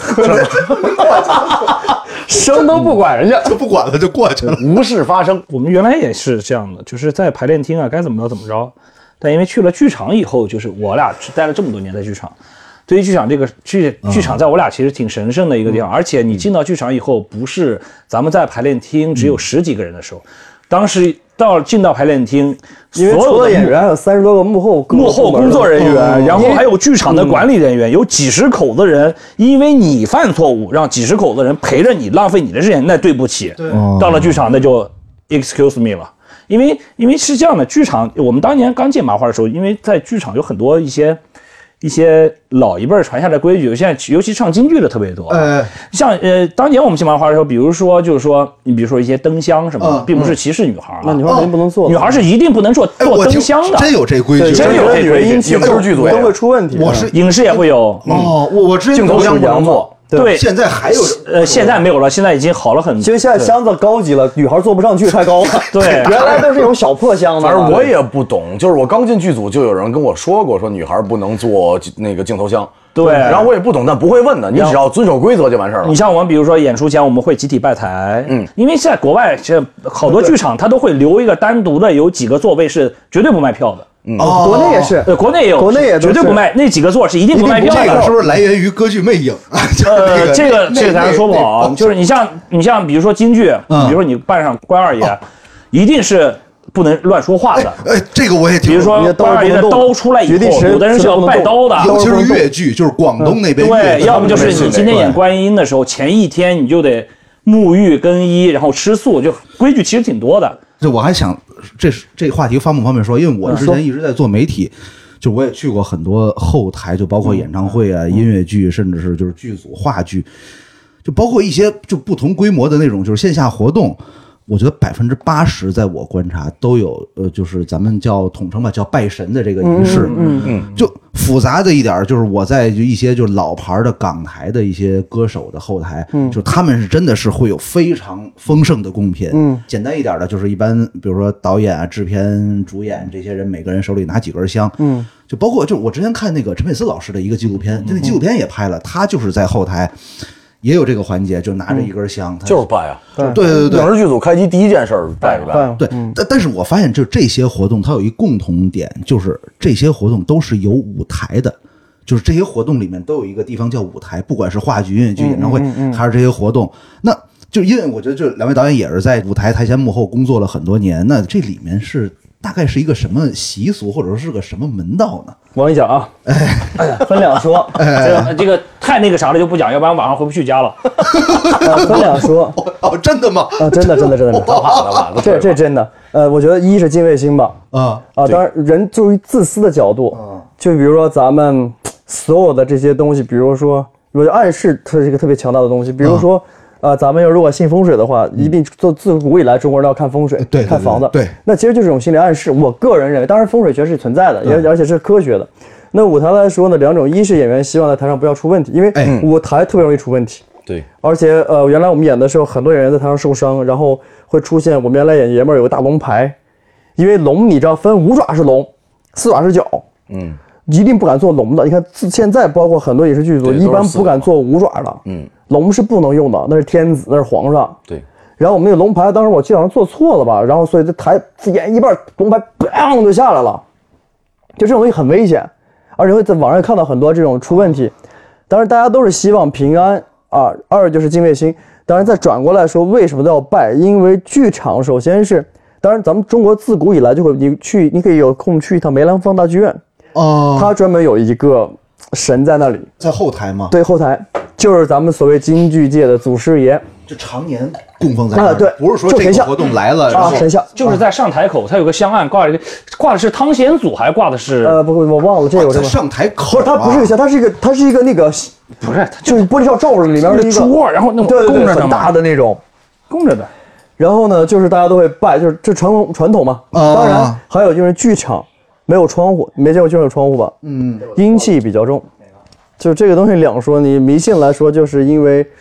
生都不管人家， 就不管了，就过去了， 无事发生。 我们原来也是这样的，就是在排练厅啊，该怎么着怎么着。但因为去了剧场以后，就是我俩待了这么多年在剧场，对于剧场这个剧场，在我俩其实挺神圣的一个地方。而且你进到剧场以后，不是咱们在排练厅只有10几个人的时候，当时进到排练厅， 因为除了演员，还有30多个幕后工作人员，然后还有剧场的管理人员，有几十口子人，因为你犯错误，让几十口子人陪着你，浪费你的时间，那对不起。到了剧场，那就 excuse me 了。因为是这样的，剧场我们当年刚进麻花的时候，因为在剧场有很多一些老一辈传下来规矩，现在尤其唱京剧的特别多。像当年我们进麻花的时候，比如说就是说，你比如说一些灯箱什么的，并不是歧视女孩啊， 那女孩肯定不能做， 女孩是一定不能做灯箱的， 真有这规矩， 真有这规矩， 影视剧组都会出问题。 影视也会有我之前镜头箱不能做。 对， 现在还有现在没有了，现在已经好了很多。 其实现在箱子高级了，女孩坐不上去，太高了。 对， 原来都是那种小破箱子。 反正我也不懂，就是我刚进剧组就有人跟我说过，说女孩不能做那个镜头箱。 对， 然后我也不懂，但不会问的，你只要遵守规则就完事儿了。 你像我们比如说演出前我们会集体拜台，因为在国外这好多剧场它都会留一个单独的有几个座位是绝对不卖票的。 国内也是， 国内也有， 国内也绝对不卖，那几个座是一定不卖票的。 这个是不是来源于歌剧魅影啊？ 这个咱说不好，就是你像比如说京剧，比如说你扮上关二爷，一定是不能乱说话的。 这个我也听。 比如说关二爷的刀出来以后，有的人是要拜刀的， 尤其是粤剧，就是广东那边。 对，要不就是你今天演观音的时候，前一天你就得沐浴更衣，然后吃素，就规矩其实挺多的。 就我还想，这话题方不方便说？因为我之前一直在做媒体，就我也去过很多后台，就包括演唱会啊、音乐剧，甚至是就是剧组话剧，就包括一些就不同规模的那种就是线下活动。我觉得80%在我观察都有就是咱们叫统称吧，叫拜神的这个仪式。就复杂的一点就是我在就一些就是老牌的港台的一些歌手的后台，就他们是真的是会有非常丰盛的贡品。简单一点的就是一般比如说导演啊、制片、主演这些人每个人手里拿几根香。就包括就我之前看那个陈佩斯老师的一个纪录片，那纪录片也拍了，他就是在后台。也有这个环节，就拿着一根香， 就是拜啊。 对。 影视剧组开机第一件事拜。 对，但是我发现就这些活动，它有一共同点，就是这些活动都是有舞台的，就是这些活动里面都有一个地方叫舞台，不管是话剧、音乐剧、演唱会，还是这些活动，那就因为我觉得这两位导演也是在舞台台前幕后工作了很多年，那这里面是大概是一个什么习俗，或者说是个什么门道呢？ 我跟你讲啊，分两说， 这个太那个啥了就不讲，要不然晚上回不去家了。 分两说。 真的吗？ 真的。这真的。我觉得一是敬畏心吧。当然人作为自私的角度，就比如说咱们所有的这些东西，比如说我就暗示它是一个特别强大的东西，比如说。咱们如果信风水的话，一定自古以来中国人都要看风水， 对， 看房子， 对， 那其实就是一种心理暗示。我个人认为，当然风水学是存在的，而且是科学的。那舞台来说呢，两种，一是演员希望在台上不要出问题，因为舞台特别容易出问题。 对， 而且原来我们演的时候，很多演员在台上受伤，然后会出现我们原来演爷们儿有个大龙牌，因为龙你知道分5爪是龙，4爪是角，一定不敢做龙的。你看现在包括很多影视剧组一般不敢做5爪的，龙是不能用的，那是天子，那是皇上。 对。 然后我们那个龙牌，当时我记得好像做错了吧，然后所以这台演一半，龙牌砰就下来了，就这种东西很危险，而且会在网上看到很多这种出问题。当然大家都是希望平安啊，二就是敬畏心。当然再转过来说，为什么都要拜？因为剧场首先是，当然咱们中国自古以来就会，你可以有空去一趟梅兰芳大剧院，它专门有一个神在那里， 在后台吗？ 对，后台。就是咱们所谓京剧界的祖师爷， 就常年供奉在那儿。 对， 不是说这个活动来了啊，神像就是在上台口，它有个香案挂的是汤显祖，还挂的是不，我忘了这有什么上台口。 不是，它不是个香，它是一个那个， 不是， 就是玻璃罩罩着里面的一个桌，然后那种供着很大的那种， 供着的。 然后呢，就是大家都会拜，就是这传统嘛。当然还有就是剧场没有窗户，你没见过剧场有窗户吧？阴气比较重。就这个东西两说，你迷信来说，就是因为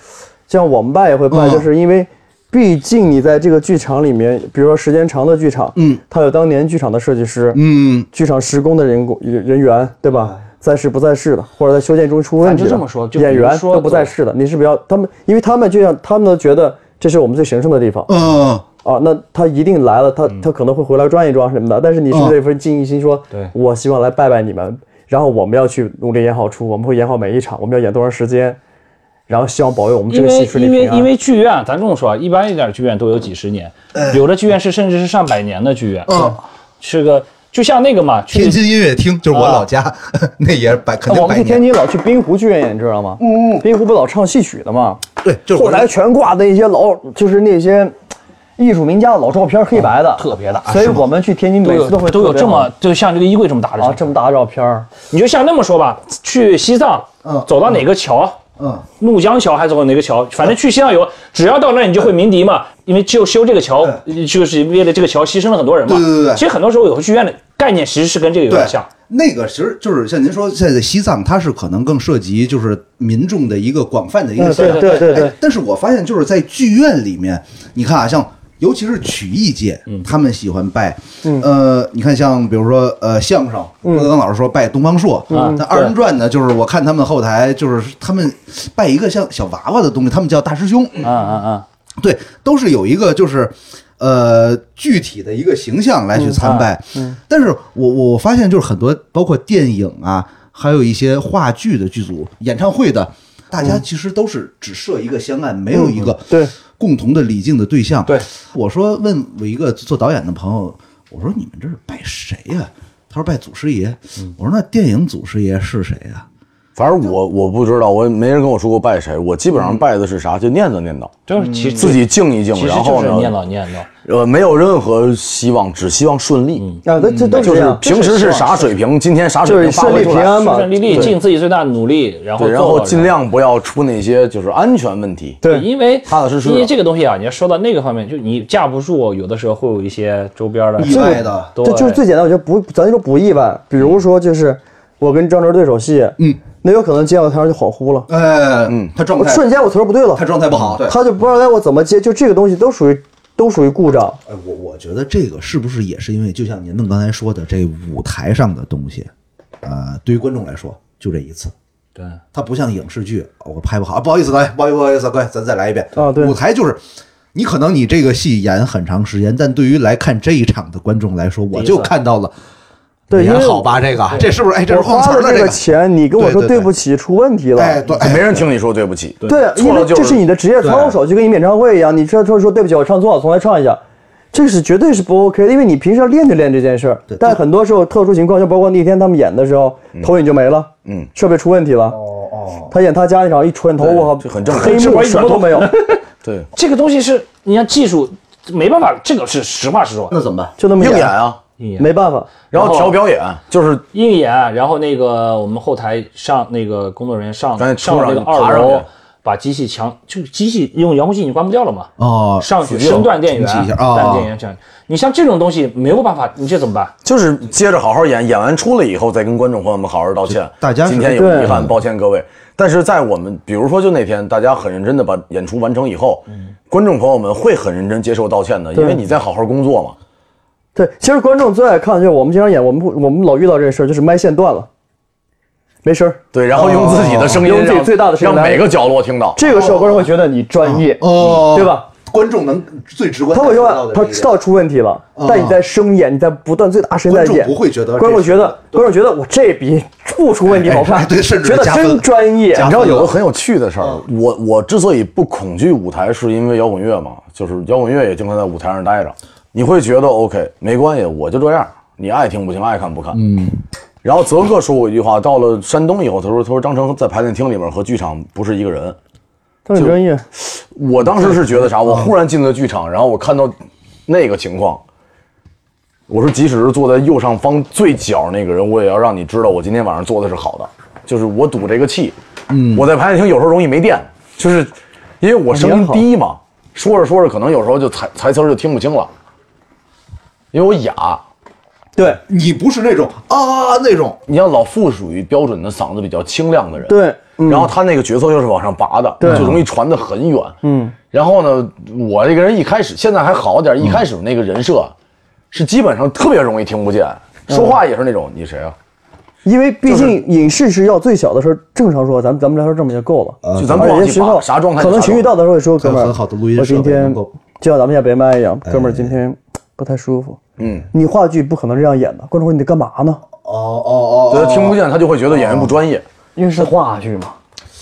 像我们拜也会拜，就是因为毕竟你在这个剧场里面，比如说时间长的剧场，它有当年剧场的设计师，剧场施工的人员，对吧？在世不在世的，或者在修建中出问题的， 就这么说， 演员都不在世的，你是不要他们，因为他们就像他们都觉得这是我们最神圣的地方，那他一定来了，他可能会回来装一装什么的，但是你是不是这份尽一心说，我希望来拜拜你们，然后我们要去努力演好出，我们会演好每一场，我们要演多长时间，然后希望保佑我们这个戏顺利平安。 因为剧院，咱这么说，一般一点剧院都有几十年，有的剧院是甚至是上百年的剧院，是个。就像那个嘛， 天津音乐厅就是我老家，那也是肯定我们去天津老去滨湖剧院演，你知道吗？滨湖不老唱戏曲的嘛？ 对，就是后来全挂那些就是那些艺术名家的老照片，黑白的， 特别大。 所以我们去天津每次都有这么，就像这个衣柜这么大的这么大的照片。 你就像那么说吧，去西藏，走到哪个桥？怒江桥还走到哪个桥？反正去西藏有，只要到那你就会鸣笛嘛，因为就修这个桥，就是为了这个桥牺牲了很多人嘛。 对。 其实很多时候有个剧院的概念其实是跟这个有点像。 那个其实就是像您说，现在西藏它是可能更涉及就是民众的一个广泛的一个信仰。 对。 但是我发现就是在剧院里面，你看啊，像。尤其是曲艺界，他们喜欢拜，你看像比如说相声，郭德纲老师说拜东方朔，那二人转呢，就是我看他们后台就是他们拜一个像小娃娃的东西，他们叫大师兄，对，都是有一个就是具体的一个形象来去参拜，但是我发现就是很多包括电影啊，还有一些话剧的剧组、演唱会的，大家其实都是只设一个香案，没有一个共同的礼敬的对象。 对， 我说问我一个做导演的朋友，我说你们这是拜谁呀？他说拜祖师爷。我说那电影祖师爷是谁呀？ 反正我不知道，我没人跟我说过拜谁。我基本上拜的是啥，就念叨念叨， 就是其实自己静一静，然后呢念叨， 没有任何希望，只希望顺利。 这都就是平时是啥水平，今天啥水平， 顺利平安嘛， 顺顺利利，尽自己最大的努力，然后尽量不要出那些就是安全问题。 对，因为踏踏实实。 因为这个东西啊，你要说到那个方面，就你架不住，有的时候会有一些周边的意外的。 这就是最简单，我觉得咱就说不意外。比如说，就是我跟张哲对手戏，那有可能接到台上就恍惚了， 他状态瞬间我词儿不对了， 他状态不好， 他就不知道该我怎么接，就这个东西都属于故障。 我觉得这个是不是也是因为，就像您们刚才说的，这舞台上的东西，对于观众来说就这一次， 对， 它不像影视剧，我拍不好，不好意思，不好意思，各位，咱再来一遍啊。对， 舞台就是。你可能你这个戏演很长时间，但对于来看这一场的观众来说，我就看到了。 对， 演好吧，这个这是不是？这是花了这个钱，你跟我说对不起，出问题了， 没人听你说对不起。 对，因为这是你的职业操守，就跟你演唱会一样，你说对不起，我唱错了，重来唱一下，这是绝对是不 OK 的，因为你平时要练就练这件事儿。但很多时候特殊情况，就包括那天他们演的时候，投影就没了，设备出问题了。他演他家那场一出头，我靠， 很正常， 黑幕什么都没有。 对， 这个东西是你看技术没办法，这个是实话实说。 那怎么办？ 就那么硬演啊， 没办法。 然后调表演，就是硬演，然后那个我们后台上那个工作人员上那个 2 楼，把机器就机器用遥控器你关不掉了嘛？上去身段电源，断电源这样。你像这种东西没有办法，你这怎么办？ 就是接着好好演，演完出来以后再跟观众朋友们好好道歉。 大家今天有遗憾，抱歉各位。但是在我们比如说就那天大家很认真的把演出完成以后，观众朋友们会很认真接受道歉的，因为你在好好工作嘛。 对，其实观众最爱看的就是我们经常演，我们老遇到这事儿，就是麦线断了，没声儿。 对，然后用自己的声音， 用自己最大的声音让每个角落听到。 这个时候观众会觉得你专业，对吧？ 观众能最直观， 他会说他知道出问题了，但你在生演，你在不断最大声在演， 观众不会觉得， 观众觉得我这比不出问题好看， 对，甚至觉得真专业。 你知道有个很有趣的事儿，我之所以不恐惧舞台，是因为摇滚乐嘛，就是摇滚乐也经常在舞台上待着，你会觉得 OK 没关系，我就这样，你爱听不听，爱看不看。然后泽克说过一句话，到了山东以后，他说张成在排练厅里面和剧场不是一个人。 他很专业。 我当时是觉得啥？我忽然进了剧场，然后我看到那个情况，我说即使是坐在右上方最角那个人，我也要让你知道我今天晚上做的是好的，就是我赌这个气。我在排练厅有时候容易没电，就是因为我声音低嘛，说着说着可能有时候就台词就听不清了，因为我哑。 对，你不是那种那种， 你像老傅属于标准的嗓子比较清亮的人。 对， 然后他那个角色又是往上拔的，就容易传得很远。然后呢，我这个人一开始现在还好点，一开始那个人设是基本上特别容易听不见，说话也是那种你谁啊？ 因为毕竟影视是要最小的时候，正常说，咱们聊这么就够了。 就咱不往起拔，啥状态？ 可能情绪到的时候会说，哥们儿， 很好的录音我今天就像咱们家别麦一样，哥们儿今天不太舒服。你话剧不可能这样演的，观众说你得干嘛呢？ 觉得听不见，他就会觉得演员不专业， 因为是话剧嘛。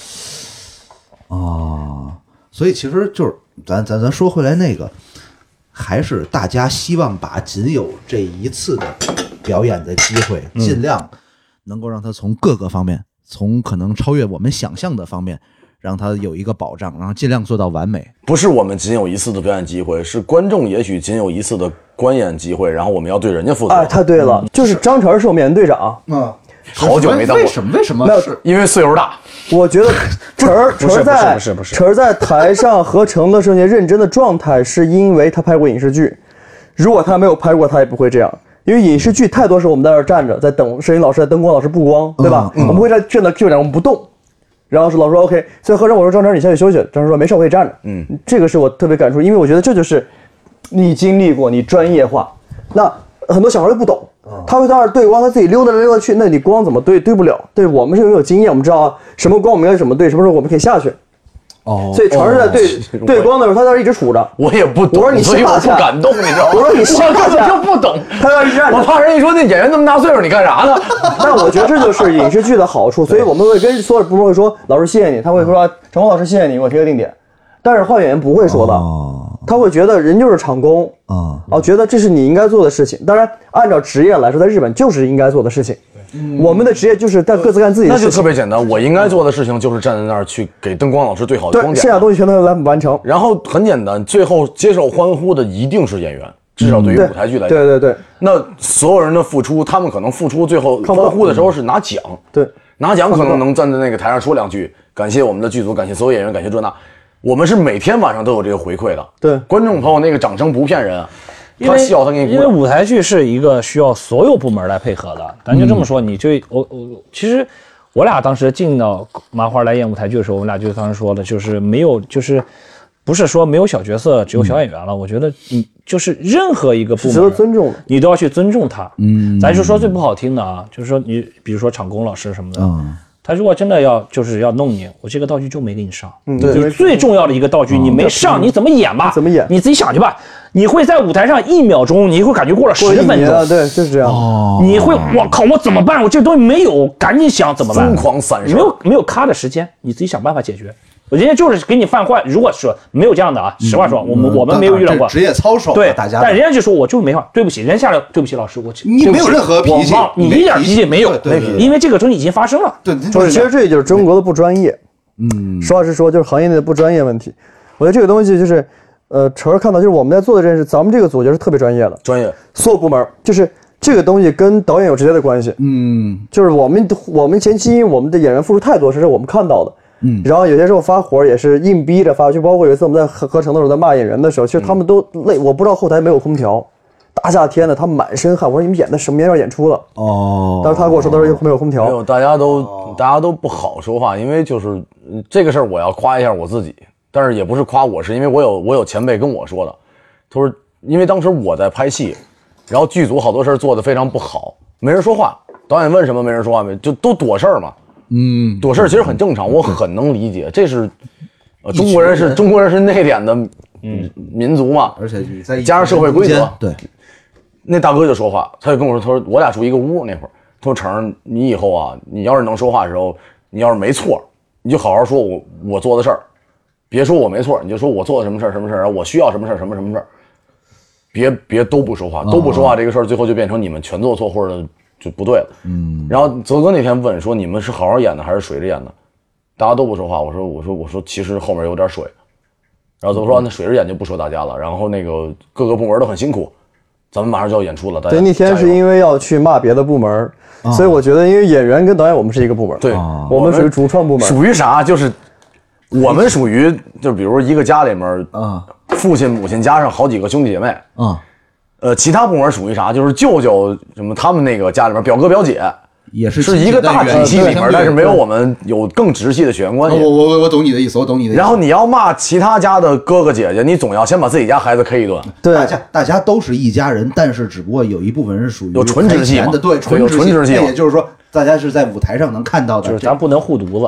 所以其实就是咱说回来那个，还是大家希望把仅有这一次的表演的机会，尽量能够让他从各个方面，从可能超越我们想象的方面，让他有一个保障，然后尽量做到完美。 不是我们仅有一次的表演机会，是观众也许仅有一次的观演机会，然后我们要对人家负责。 太对了，就是张晨是我们演员队长。 好久没当过。 为什么？ 没有， 因为岁数大。 我觉得晨儿在台上合成的时候，认真的状态是因为他拍过影视剧，如果他没有拍过，他也不会这样。因为影视剧太多时候我们在那儿站着，在等摄影老师、灯光老师布光，对吧？我们会在站到就点我们不动，然后是老师说 OK， 所以合成我说张晨你下去休息，张晨说没事我可以站着。这个是我特别感触，因为我觉得这就是你经历过，你专业化。那很多小孩都不懂。他会在那儿对光，他自己溜达来溜达去，那你光怎么对不了？对我们是有经验，我们知道什么光我们要怎么对，什么时候我们可以下去。所以常是在对光的时候，他在那儿一直杵着。 我也不懂， 我说你所以我不敢动，你知道吗？ 我说你我根本就不懂， 他要一直站着。 我怕人一说那演员那么大岁数，你干啥呢？ 但我觉得这就是影视剧的好处，所以我们会跟所有部门会说，老师谢谢你，他会说陈红老师谢谢你，我提个定点。但是话演员不会说的。他会觉得人就是场工觉得这是你应该做的事情。当然，按照职业来说，在日本就是应该做的事情。我们的职业就是各自干自己的事情。 那就特别简单，我应该做的事情就是站在那儿去给灯光老师最好的光点， 剩下东西全都来完成。 然后很简单，最后接受欢呼的一定是演员，至少对于舞台剧来讲。 对。 那所有人的付出，他们可能付出最后欢呼的时候是拿奖。 对， 拿奖可能能站在那个台上说两句，感谢我们的剧组，感谢所有演员，感谢这那。我们是每天晚上都有这个回馈的， 对观众朋友那个掌声不骗人啊，他笑他给你鼓掌。 因为舞台剧是一个需要所有部门来配合的，咱就这么说，你就其实我俩当时进到麻花来演舞台剧的时候，我们俩就当时说的就是没有，就是不是说没有小角色只有小演员了，我觉得你就是任何一个部门值得尊重的， 你都要去尊重他。咱就说最不好听的啊，就是说你比如说场工老师什么的。他如果真的要弄你，我这个道具就没给你上。对，最重要的一个道具你没上，你怎么演吧？ 怎么演？ 你自己想去吧。你会在舞台上1秒钟，你会感觉过了10分钟。 对，就是这样。 你会，我靠，我怎么办？我这东西没有，赶紧想怎么办？ 疯狂散射。 没有咔的时间，你自己想办法解决。我今天就是给你犯坏，如果说没有这样的啊，实话说，我们没有遇到过职业操守， 对大家。 但人家就说我就是没法，对不起，人下来，对不起老师， 你没有任何脾气， 你一点脾气没有，因为这个东西已经发生了。 对， 其实这就是中国的不专业。实话实说，就是行业内的不专业问题。我觉得这个东西就是，晨儿看到就是我们在做的这件事，咱们这个组就是特别专业的， 专业， 所有部门就是这个东西跟导演有直接的关系。就是我们前期我们的演员付出太多，是我们看到的。然后有些时候发火也是硬逼着发，就包括有一次我们在合成的时候在骂演员的时候，其实他们都累，我不知道后台没有空调，大夏天的他们满身汗，我说你们演的什么样演出了？但是他跟我说他说没有空调， 没有，大家都不好说话，因为就是这个事儿我要夸一下我自己，但是也不是夸我，是因为我有前辈跟我说的，他说因为当时我在拍戏，然后剧组好多事儿做得非常不好，没人说话，导演问什么没人说话，就都躲事儿嘛。躲事儿其实很正常，我很能理解，这是中国人是内敛的民族嘛， 而且你在加上社会规则。 对， 那大哥就说话，他就跟我说，他说我俩住一个屋那会儿，他说成，你以后啊，你要是能说话的时候，你要是没错，你就好好说我做的事儿，别说我没错，你就说我做的什么事儿，然后我需要什么事儿，什么事儿，别都不说话，都不说话，这个事儿最后就变成你们全做错或者就不对了。然后泽哥那天问说你们是好好演的还是水着演的？大家都不说话，我说其实后面有点水。然后泽哥说那水着演就不说大家了，然后那个各个部门都很辛苦，咱们马上就要演出了。大家对，那天是因为要去骂别的部门，所以我觉得因为演员跟导演我们是一个部门， 对， 我们属于主创部门。 属于啥？就是我们属于就比如一个家里面父亲母亲加上好几个兄弟姐妹其他部门属于啥？就是舅舅什么他们那个家里面表哥表姐也是是一个大体系里面，但是没有我们有更直系的血缘关系。 我懂你的意思，我懂你的意思。 然后你要骂其他家的哥哥姐姐，你总要先把自己家孩子 K 一顿。 对， 大家都是一家人，但是只不过有一部分人是属于有纯直系的，对， 有纯直系。 也就是说，大家是在舞台上能看到的， 就是咱不能护犊子。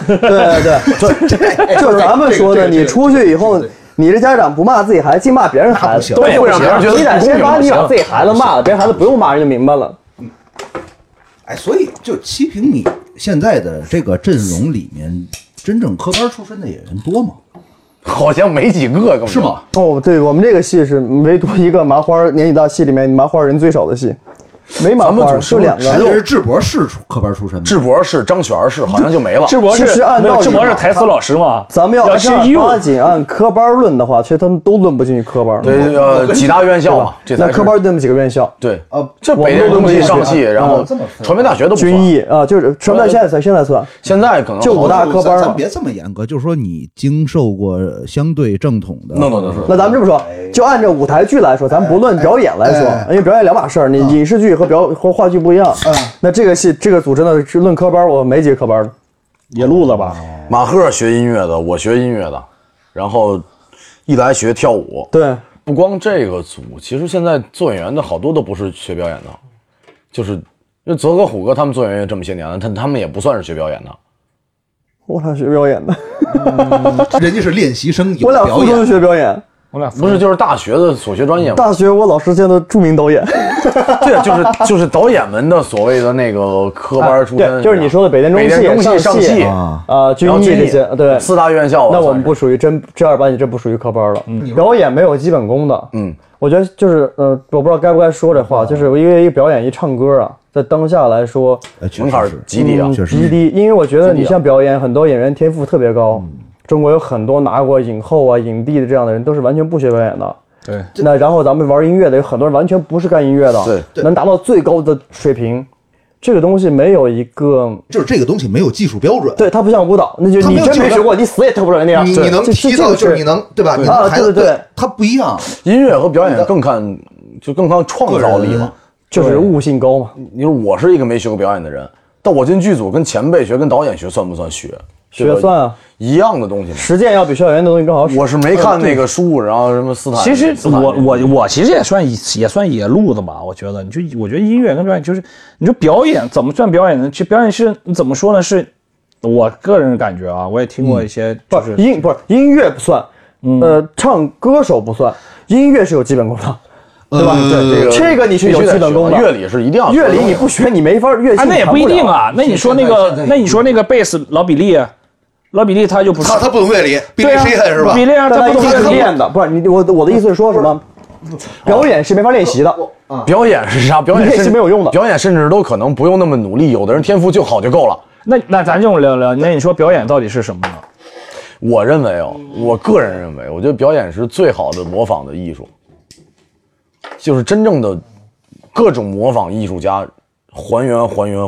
对，就是咱们说的，你出去以后。你这家长不骂自己孩子，净骂别人孩子， 对，会让别人觉得你得先把你把自己孩子骂了，别人孩子不用骂人就明白了。 哎，所以就齐平，你现在的这个阵容里面，真正科班出身的演员多吗？ 好像没几个， 是吗？ 哦，对，我们这个戏是唯独一个麻花年纪大戏里面麻花人最少的戏。没麻花，就2个。 是智博是科班出身吗？ 智博是，张璇是，好像就没了。 智博是按道理， 智博是台词老师嘛？ 咱们要八仅按科班论的话，其实他们都论不进去科班。 对，几大院校嘛， 那科班论几个院校？ 对，这北电中戏、上戏，然后传媒大学都不算。 军艺啊，就是传媒现在算， 现在可能就5大科班了。 咱别这么严格，就是说你经受过相对正统的。 那咱们这么说，就按照舞台剧来说，咱不论表演来说，因为表演两码事儿，你影视剧和话剧不一样。那这个戏这个组真的是论科班，我没几个科班的， 野路子吧。 马赫学音乐的，我学音乐的，然后一来学跳舞。 对， 不光这个组，其实现在做演员的好多都不是学表演的，就是因为泽哥、虎哥他们做演员这么些年了，他们也不算是学表演的。 我俩学表演的， 人家是练习生， 我俩附中学表演。 我俩不是就是大学的所学专业吗？ 大学我老师现在著名导演。 对啊，就是导演们的所谓的那个科班出身。 对，就是你说的北电中戏、 上戏军艺这些，对 ，4大院校。 那我们不属于正儿八经，这不属于科班了。表演没有基本功的。我觉得就是我不知道该不该说这话，就是因为一表演一唱歌啊，在当下来说门槛极低啊， 极低。因为我觉得你像表演，很多演员天赋特别高。中国有很多拿过影后啊、影帝的这样的人，都是完全不学表演的。 对。 那然后咱们玩音乐的有很多人完全不是干音乐的， 对， 能达到最高的水平。这个东西没有一个， 就是这个东西没有技术标准。 对，它不像舞蹈，那就你真没学过，你死也跳不出来那样。 你能踢到，就是你能对吧？对，它不一样。 音乐和表演更看创造力嘛， 就是悟性高嘛。 你说我是一个没学过表演的人，但我进剧组跟前辈学、跟导演学算不算学？ 学算啊， 一样的东西嘛。 实践要比校园的东西更好使。 我是没看那个书，然后什么斯坦。 其实我其实也算野路子吧，我觉得。我觉得音乐跟表演就是，你说表演怎么算表演呢？其实表演是怎么说呢？是我个人感觉啊，我也听过一些，就是音乐不算，唱歌手不算，音乐是有基本功的。对吧？对，这个你是有基本功的。 乐理是一定要， 乐理你不学你没法乐器。 那也不一定啊。那你说那个贝斯老比利他就不是他不懂乐理，比利谁狠是吧？ 比利他不懂练的，不是你我的意思是说什么？表演是没法练习的。 表演是啥？表演是没有用的。 表演甚至都可能不用那么努力，有的人天赋就好就够了。 那咱就聊聊，那你说表演到底是什么呢？ 我认为我个人认为，我觉得表演是最好的模仿的艺术。就是真正的各种模仿艺术家还原。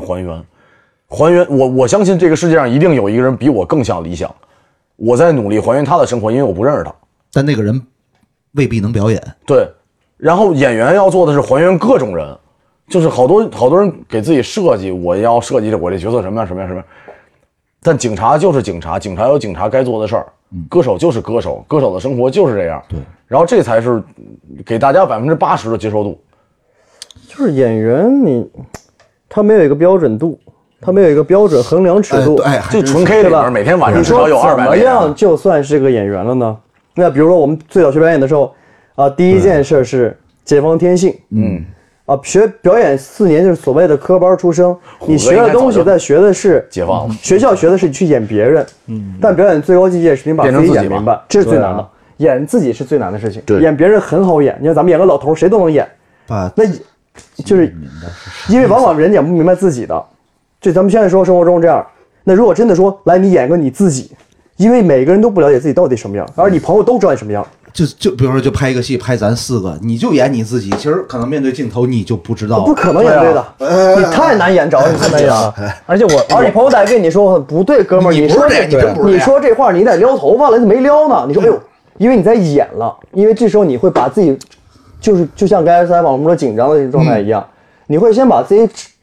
我相信这个世界上一定有一个人比我更像理想，我在努力还原他的生活，因为我不认识他， 但那个人未必能表演。 对，然后演员要做的是还原各种人，就是好多人给自己设计，我要设计我这角色什么样，但警察就是警察有警察该做的事儿，歌手就是歌手的生活就是这样。对。然后这才是给大家80%的接受度。 就是演员他没有一个标准度，他没有一个标准衡量尺度。 就纯 K 里边每天晚上至少有200。怎么样就算是个演员了呢？那比如说我们最早学表演的时候啊，第一件事是解放天性。学表演4年就是所谓的科班出生，你学的东西在学的是解放， 学校学的是你去演别人。但表演最高境界是你把自己演明白，这是最难的。演自己是最难的事情，演别人很好演。你看咱们演个老头，谁都能演，那就是因为往往人演不明白自己的。就咱们现在说生活中这样，那如果真的说来你演个你自己，因为每个人都不了解自己到底什么样，而你朋友都知道你什么样。 就比如说就拍一个戏，拍咱4个，你就演你自己，其实可能面对镜头你就不知道， 不可能演对的，你太难演着，你太难演了。而你朋友在跟你说不对，哥们儿，你说这话你得撩头发了，你没撩呢？你说哎呦。因为你在演了，因为这时候你会把自己，就像刚才采访我们说紧张的状态一样，你会先把自己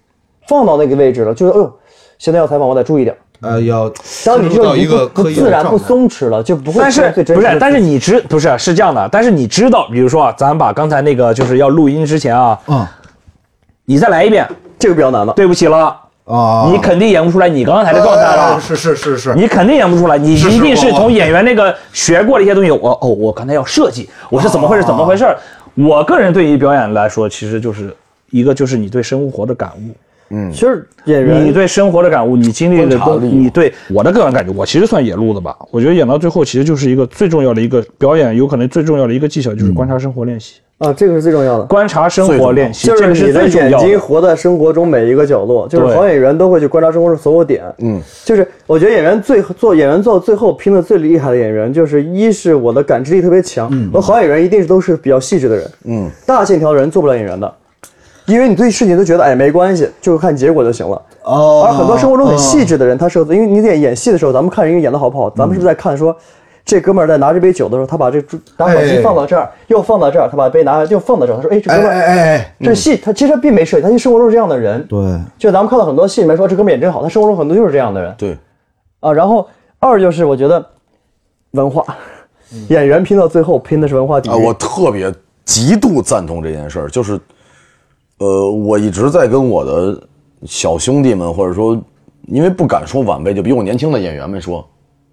放到那个位置了，就是哎呦，现在要采访我得注意点。 要当你就一个不自然不松弛了，就不会。 但是不是？但是你是这样的，但是你知道，比如说啊，咱把刚才那个就是要录音之前啊，你再来一遍， 这个比较难的。 对不起了。你肯定演不出来你刚才的状态了。 是， 你肯定演不出来，你一定是从演员那个学过的一些东西。我刚才要设计，我是怎么回事？我个人对于表演来说，其实就是一个就是你对生活的感悟。 其实演员， 你对生活的感悟，你经历的东西，你对我的个人感觉，我其实算野路子吧。我觉得演到最后，其实就是一个最重要的一个表演，有可能最重要的一个技巧就是观察生活练习。 这个是最重要的。 观察生活练习， 就是你的眼睛的活在生活中每一个角落。就是好演员都会去观察生活中所有点。就是我觉得做演员做到最后拼的最厉害的演员，就是一是我的感知力特别强，和好演员一定都是比较细致的人。大线条的人做不了演员的。因为你对事情都觉得没关系，就看结果就行了。而很多生活中很细致的人，他是因为你在演戏的时候，咱们看人演的好不好，咱们是不是在看说，这哥们儿在拿这杯酒的时候，他把这打火机放到这儿，又放到这儿，他把杯拿又放到这儿，他说，这哥们儿，这戏他其实并没设计，他生活中是这样的人。 对， 就咱们看到很多戏里面说这哥们儿演真好，他生活中很多就是这样的人。 对， 然后二就是我觉得文化，演员拼到最后拼的是文化底蕴。 我特别极度赞同这件事儿，就是。我一直在跟我的小兄弟们，或者说，因为不敢说晚辈，就比我年轻的演员们说，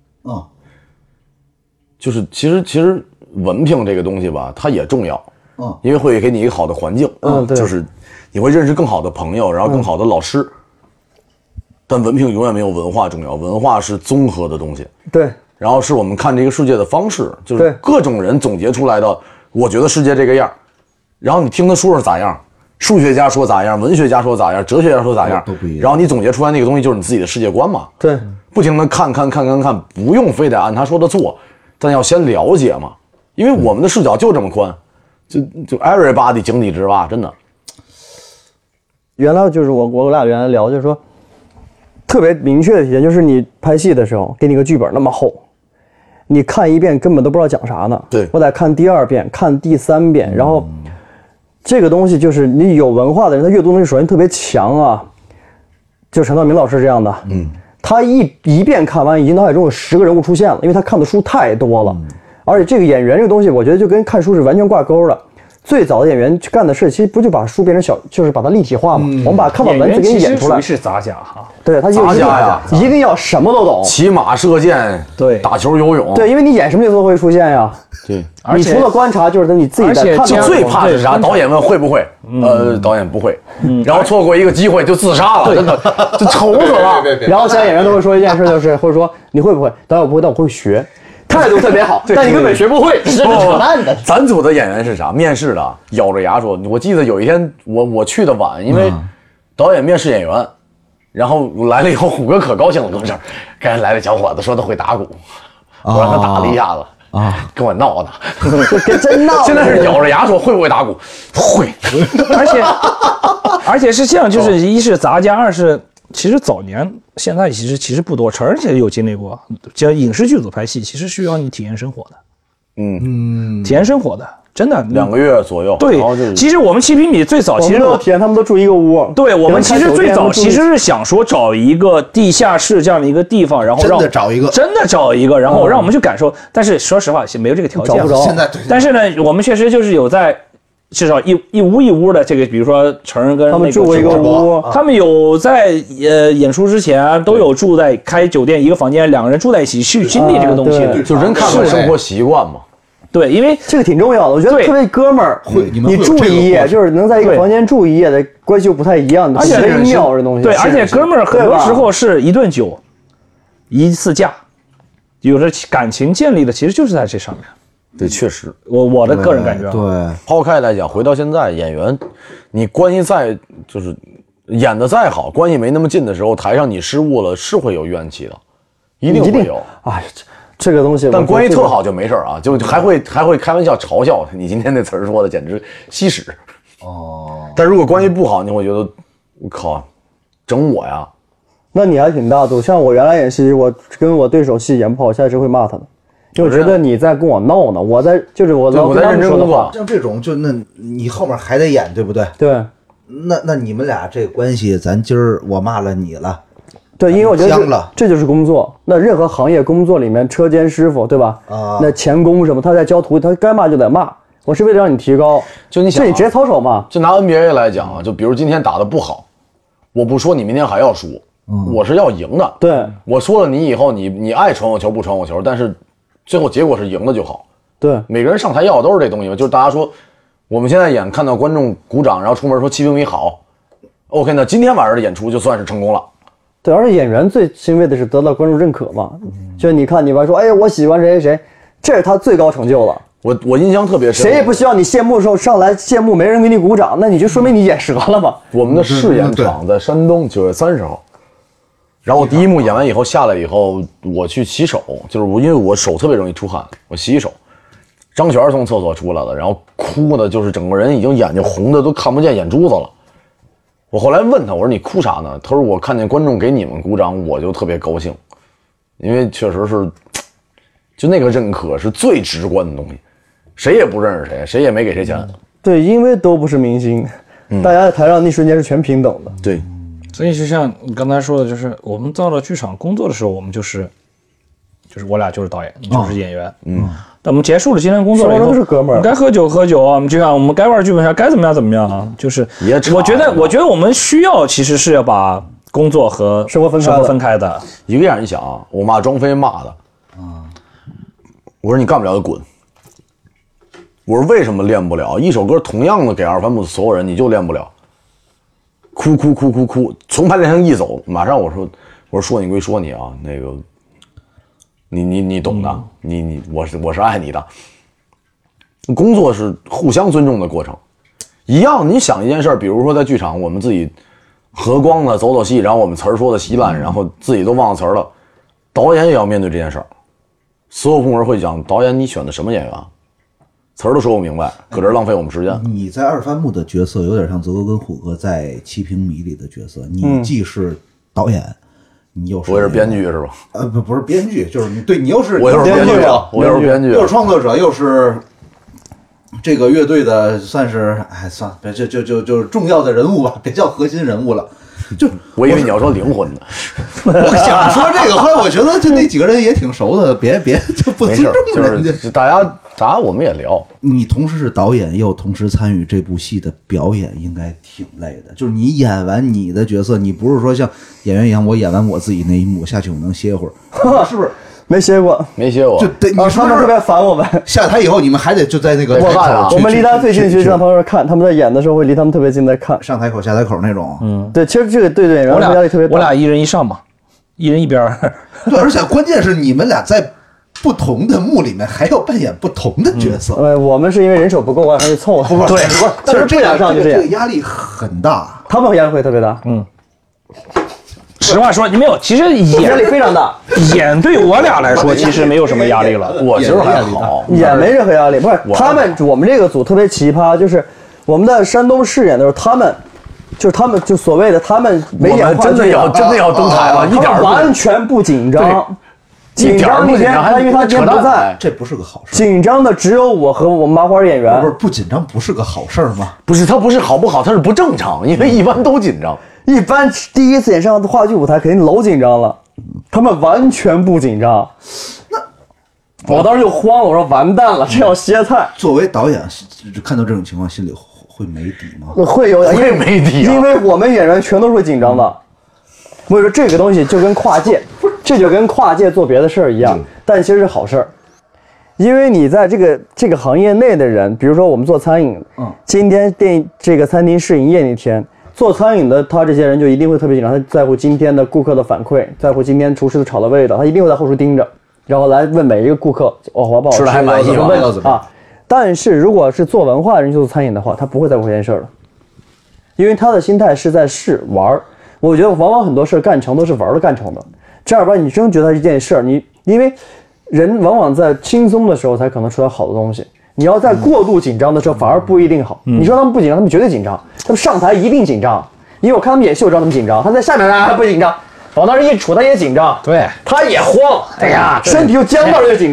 就是其实文凭这个东西吧，它也重要，因为会给你一个好的环境， 对， 就是你会认识更好的朋友，然后更好的老师，但文凭永远没有文化重要，文化是综合的东西， 对， 然后是我们看这个世界的方式，就是各种人总结出来的，我觉得世界这个样，然后你听他说是咋样。数学家说咋样，文学家说咋样，哲学家说咋样， 都不一样。 然后你总结出来那个东西就是你自己的世界观嘛。 对， 不停的看，不用非得按他说的做，但要先了解嘛，因为我们的视角就这么宽，就 everybody 井底之蛙，真的。 原来就是我俩原来聊，就是说特别明确的体现，就是你拍戏的时候，给你个剧本那么厚，你看一遍根本都不知道讲啥呢。 对， 我得看第二遍，看第三遍，然后。这个东西就是你有文化的人，他阅读能力首先特别强啊，就陈道明老师这样的，他一遍看完，已经脑海中有10个人物出现了，因为他看的书太多了，而且这个演员这个东西，我觉得就跟看书是完全挂钩的。最早的演员干的事，其实不就把书变成就是把它立体化嘛？我们把看到文字给你演出来。 是杂家哈， 对他杂家呀， 一定要什么都懂， 骑马、射箭， 对， 打球、游泳， 对，因为你演什么角色都会出现呀。 对， 你除了观察，就是你自己在看。 最怕是啥？导演问会不会？导演不会，然后错过一个机会就自杀了，真的就愁死了。 然后现在演员都会说一件事，就是或者说你会不会？导演我不会，但我会学。态度特别好，但你根本学不会，是扯淡的。 咱组的演员是啥？面试的，咬着牙说。我记得有一天我去的晚，因为导演面试演员，然后来了以后，虎哥可高兴了，跟我这儿，刚才来了小伙子说他会打鼓，我让他打了一下子跟我闹呢， 跟真闹。 现在是咬着牙说会不会打鼓？会， 而且是这样，就是一是杂家，二是。其实早年现在其实不多，陈儿也有经历过，叫影视剧组拍戏，其实需要你体验生活的，体验生活的，真的 2个月左右。 对，其实我们7平米最早其实体验，他们都住一个屋。 对，我们其实最早其实是想说找一个地下室这样的一个地方，然后真的找一个， 然后让我们去感受。但是说实话，没有这个条件， 找不着。 现在， 但是呢，我们确实就是有在。至少一屋的这个，比如说成人跟他们住过一个屋， 他们有在演出之前都有住在开酒店一个房间，2个人住在一起去经历这个东西的， 就人看看生活习惯嘛。 对，因为这个挺重要的，我觉得特别哥们儿，你住一夜，就是能在一个房间住一夜的关系就不太一样， 而且微妙这东西。 对，而且哥们儿很多时候是1顿酒，1次假，有的感情建立的其实就是在这上面。 对，确实， 我的个人感觉， 对， 抛开来讲，回到现在，演员，你关系就是演的再好，关系没那么近的时候，台上你失误了，是会有怨气的，一定会有。 哎，这个东西， 但关系特好就没事啊，就还会开玩笑嘲笑你今天那词儿说的简直稀屎。但如果关系不好，你会觉得我靠，整我呀。 那你还挺大度，像我原来演戏，我跟我对手戏演不好，下一次会骂他的。就觉得你在跟我闹呢，我在认真工作。 像这种，就那你后面还得演，对不对？ 对， 那你们俩这关系，咱今儿我骂了你了。 对，因为我觉僵得这就是工作。那任何行业工作里面，车间师傅对吧？那钳工什么，他在教徒弟，他该骂就得骂。我是为了让你提高， 就你想， 这你直接操守嘛。 就拿 NBA 来讲啊，就比如今天打得不好，我不说你明天还要输，我是要赢的。 对， 我说了你以后你爱传我球不传我球，但是最后结果是赢的就好。 对， 每个人上台要的都是这东西嘛，就是大家说我们现在演看到观众鼓掌，然后出门说7平米好 ，OK， 那今天晚上的演出就算是成功了。 对，而且演员最欣慰的是得到观众认可嘛。就是你看，你吧说，哎呀，我喜欢谁谁谁，这是他最高成就了。 我印象特别深， 谁也不希望你谢幕的时候上来谢幕没人给你鼓掌，那你就说明你演折了嘛。 我们的试演场在山东9月30号，然后我第一幕演完以后下来以后，我去洗手，就是因为我手特别容易出汗，我洗手。张璇从厕所出来了，然后哭的就是整个人已经眼睛红的都看不见眼珠子了。我后来问他，我说你哭啥呢？他说我看见观众给你们鼓掌，我就特别高兴，因为确实是，就那个认可是最直观的东西，谁也不认识谁，谁也没给谁钱。 对，因为都不是明星，大家在台上那瞬间是全平等的。 对， 所以就像你刚才说的，就是我们到了剧场工作的时候，我们就是我俩就是导演，你就是演员，但我们结束了今天工作了以后， 都是哥们儿， 该喝酒喝酒啊，我们就像我们该玩剧本杀，该怎么样怎么样啊，就是我觉得我们需要其实是要把工作和生活分开的。 一个样，你想啊，我骂庄飞骂的，我说你干不了就滚。我说为什么练不了？一首歌同样的给二番部的所有人，你就练不了。哭，从排练场一走，马上我说你归说你啊，那个。你懂的，我是爱你的。工作是互相尊重的过程，一样。你想一件事，比如说在剧场，我们自己和光的走戏，然后我们词儿说的稀烂，然后自己都忘了词儿了，导演也要面对这件事儿。所有部门会讲，导演你选的什么演员？词儿都说不明白，搁这浪费我们时间。 你在二番木的角色有点像泽哥跟虎哥在7平米里的角色，你既是导演。你又是我也是编剧是吧？ 不是编剧，就是你又是我又是编剧，我又是编剧， 又是创作者，又是这个乐队的，算是算了，别就是重要的人物吧，别叫核心人物了。就我以为你要说灵魂呢， 我想说这个，后来我觉得就那几个人也挺熟的，别就不尊重人家。 就是大家我们也聊。 你同时是导演，又同时参与这部戏的表演，应该挺累的。就是你演完你的角色，你不是说像演员一样，我演完我自己那一幕下去我能歇会儿，是不是？ 没歇过， 就得你他们特别烦我们。 下台以后，你们还得就在那个我看我们离他最近去上旁边看，他们在演的时候会离他们特别近在看上台口下台口那种。 对，其实这个对演员压力特别大。 我俩一人一上嘛，一人一边。 对，而且关键是你们俩在不同的幕里面还要扮演不同的角色。 我们是因为人手不够，还是凑合。 对， 但是这俩上就这样， 这个压力很大。 他们压力会特别大。 实话说，你没有，其实压力非常大。 演对我俩来说，其实没有什么压力了。 我其实还好， 演没任何压力。不是我们这个组特别奇葩，就是我们在山东试演的时候，他们就所谓的他们没演话剧， 真的要登台了，一点完全不紧张。紧张那天，因为他今天不在， 这不是个好事。 紧张的只有我和我们麻花演员。 不紧张不是个好事吗？ 不是，他不是好不好，他是不正常，因为一般都紧张。 一般第一次演上话剧舞台肯定老紧张了，他们完全不紧张。那我当时就慌了，我说完蛋了，这要歇菜。 作为导演，看到这种情况心里会没底吗？ 会有点， 会没底因为我们演员全都是会紧张的。我说这个东西就跟跨界，这就跟跨界做别的事儿一样，但其实是好事儿。因为你在这个行业内的人，比如说我们做餐饮，今天这个餐厅试营业那天。做餐饮的他这些人就一定会特别紧张，他在乎今天的顾客的反馈，在乎今天厨师的炒的味道，他一定会在后厨盯着，然后来问每一个顾客好不好吃， 吃的还满意啊。但是如果是做文化的人去做餐饮的话，他不会在乎这件事了，因为他的心态是在试玩。我觉得往往很多事干成都是玩的干成的，正儿八经你真觉得它是一件事儿，因为人往往在轻松的时候才可能出来好的东西。你要在过度紧张的时候，反而不一定好。你说他们不紧张，他们绝对紧张。他们上台一定紧张，因为我看他们演戏，我知道他们紧张。他在下面还不紧张，往那儿一杵，他也紧张， 对， 他也慌。哎呀，身体又僵到了就紧张。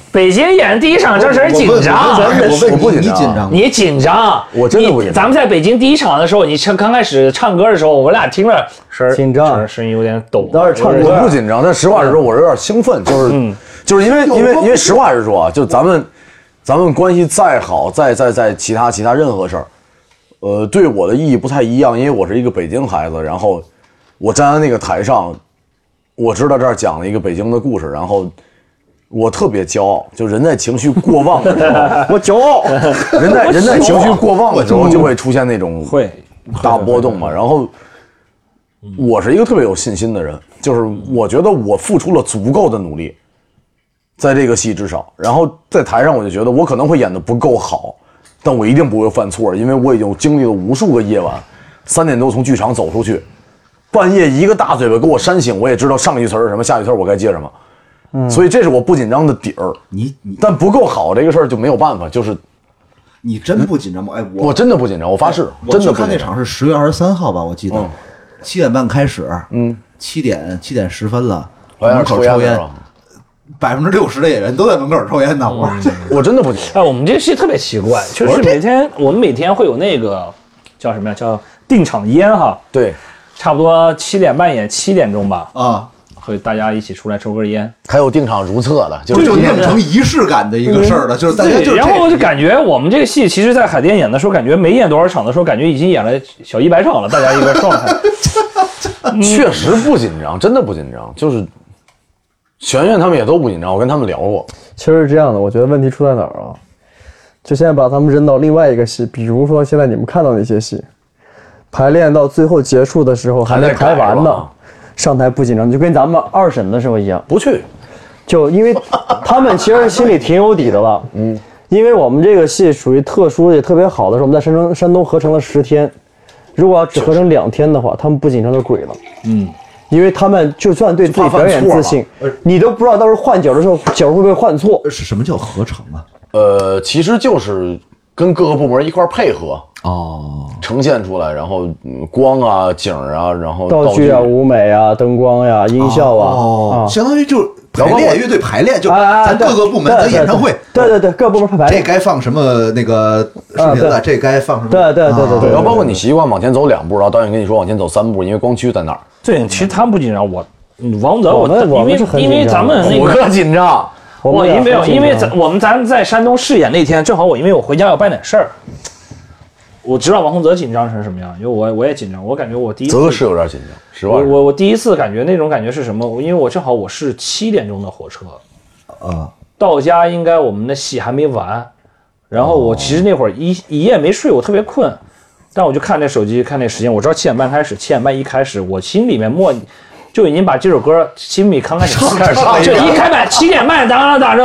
北京演第一场张晨紧张， 我不紧张， 你紧张， 你紧张， 我真的不紧张。 咱们在北京第一场的时候，你刚开始唱歌的时候，我俩听了紧张， 声音有点抖。 当时唱歌我不紧张，但实话实说，我有点兴奋，就是因为实话实说啊，就咱们关系再好，在其他任何事儿，对我的意义不太一样，因为我是一个北京孩子，然后我站在那个台上，我知道这儿讲了一个北京的故事，然后我特别骄傲，就人在情绪过旺的时候， 我骄傲， 人在情绪过旺的时候就会出现那种会大波动嘛，然后我是一个特别有信心的人，就是我觉得我付出了足够的努力。在这个戏至少，然后在台上我就觉得我可能会演得不够好，但我一定不会犯错，因为我已经经历了无数个夜晚，3点多从剧场走出去，半夜一个大嘴巴给我扇醒，我也知道上一句词是什么，下一句词我该接什么，所以这是我不紧张的底儿。但不够好这个事儿就没有办法，就是你真不紧张吗？哎， 我真的不紧张，我发誓，真的不紧张。 看那场是10月23号吧，我记得7点半开始，7点10分了，门口抽烟。60%的演员都在门口抽烟呢， 我真的不紧张。哎，我们这戏特别奇怪，就是我们每天会有那个叫什么呀？叫定场烟哈。 对， 差不多7点半演7点钟吧。 啊， 会大家一起出来抽根烟。 还有定场如厕的， 就弄成仪式感的一个事儿了，就是大家就。 然后我就感觉我们这个戏，其实，在海淀演的时候，感觉没演多少场的时候，感觉已经演了小100场了，大家一个状态。 确实不紧张，真的不紧张，就是。玄玄他们也都不紧张，我跟他们聊过。 其实是这样的，我觉得问题出在哪儿啊？就现在把他们扔到另外一个戏，比如说现在你们看到那些戏，排练到最后结束的时候还没排完呢，上台不紧张，就跟咱们2审的时候一样。 不去， 就因为他们其实心里挺有底的了。因为我们这个戏属于特殊也特别好的是，我们在山东合成了10天，如果要只合成2天的话，他们不紧张就鬼了。因为他们就算对自己表演自信，你都不知道到时候换角的时候角会不会换错。 是什么叫合成啊？ 其实就是跟各个部门一块配合呈现出来，然后光啊、景啊，然后道具啊、舞美啊、灯光呀、音效啊， 相当于就排练乐队排练，就咱各个部门的演唱会， 对，各个部门排练， 这该放什么那个视频了，这该放什么？ 对， 然后包括你习惯往前走2步，然后导演跟你说往前走3步，因为光驱在那儿。 对，其实他们不紧张，王泽因为咱们虎哥紧张， 因为咱在山东试演那天，正好因为我回家要办点事儿，我知道王洪泽紧张成什么样，因为我也紧张，我感觉我第一次泽是有点紧张，实话我第一次感觉那种感觉是什么？因为我正好我是7点钟的火车，到家应该我们的戏还没完，然后我其实那会儿一夜没睡，我特别困。但我就看那手机，看那时间，我知道7点半开始，7点半一开始，我心里面就已经把这首歌心里刚开始唱，就一开麦7点半，当当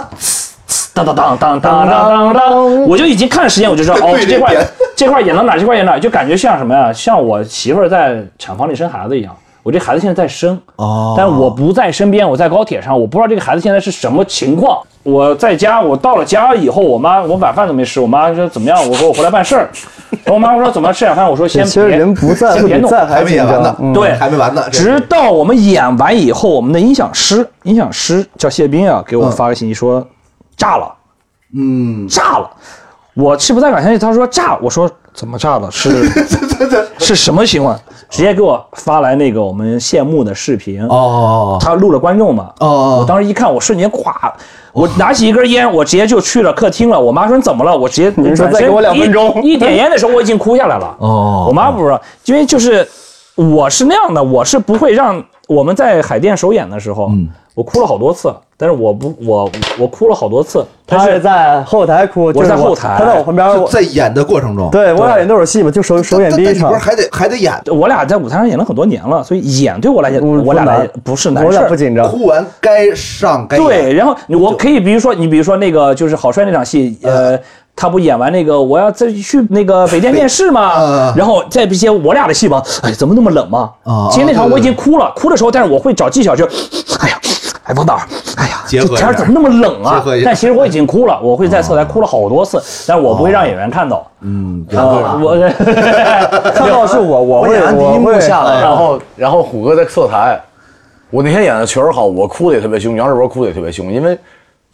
当，我就已经看时间，我就知道这块演到哪，这块演哪，就感觉像什么呀？像我媳妇儿在产房里生孩子一样。我这孩子现在在生，但我不在身边，我在高铁上，我不知道这个孩子现在是什么情况。我在家，我到了家以后，我晚饭都没吃，我妈说怎么样？我说我回来办事儿。我妈说怎么吃点饭？我说先别。 其实人不在， 别弄， 还没演完呢， 对， 还没完呢。 直到我们演完以后，我们的音响师叫谢斌啊，给我发个信息说炸了，炸了。我是不太敢相信，他说炸，我说怎么炸了？是什么情况？直接给我发来那个我们谢幕的视频他录了观众嘛我当时一看，我瞬间咵，我拿起一根烟，我直接就去了客厅了。我妈说你怎么了？我直接你说再给我2分钟， 一点烟的时候我已经哭下来了。我妈不知道，因为就是我是那样的，我是不会让我们在海淀首演的时候，我哭了好多次，但是我哭了好多次。 他是在后台哭， 我在后台， 他在我旁边， 在演的过程中， 对我俩演多少戏嘛，就首演第一场， 不是还得演。 我俩在舞台上演了很多年了，所以演对我来讲，我俩来不是难事， 我俩不紧张。 哭完该上该演。 对，然后我可以比如说那个就是郝帅那场戏，他不演完那个我要再去那个北电面试嘛，然后再接我俩的戏嘛，哎，怎么那么冷嘛？其实那场我已经哭了，哭的时候，但是我会找技巧，就哎呀。哎，王导，哎呀，这天怎么那么冷啊？但其实我已经哭了，我会在侧台哭了好多次，但是我不会让演员看到。我看到是我会演完第一幕下来，然后虎哥在侧台，我那天演的确实好，我哭的也特别凶，杨世博哭的也特别凶，因为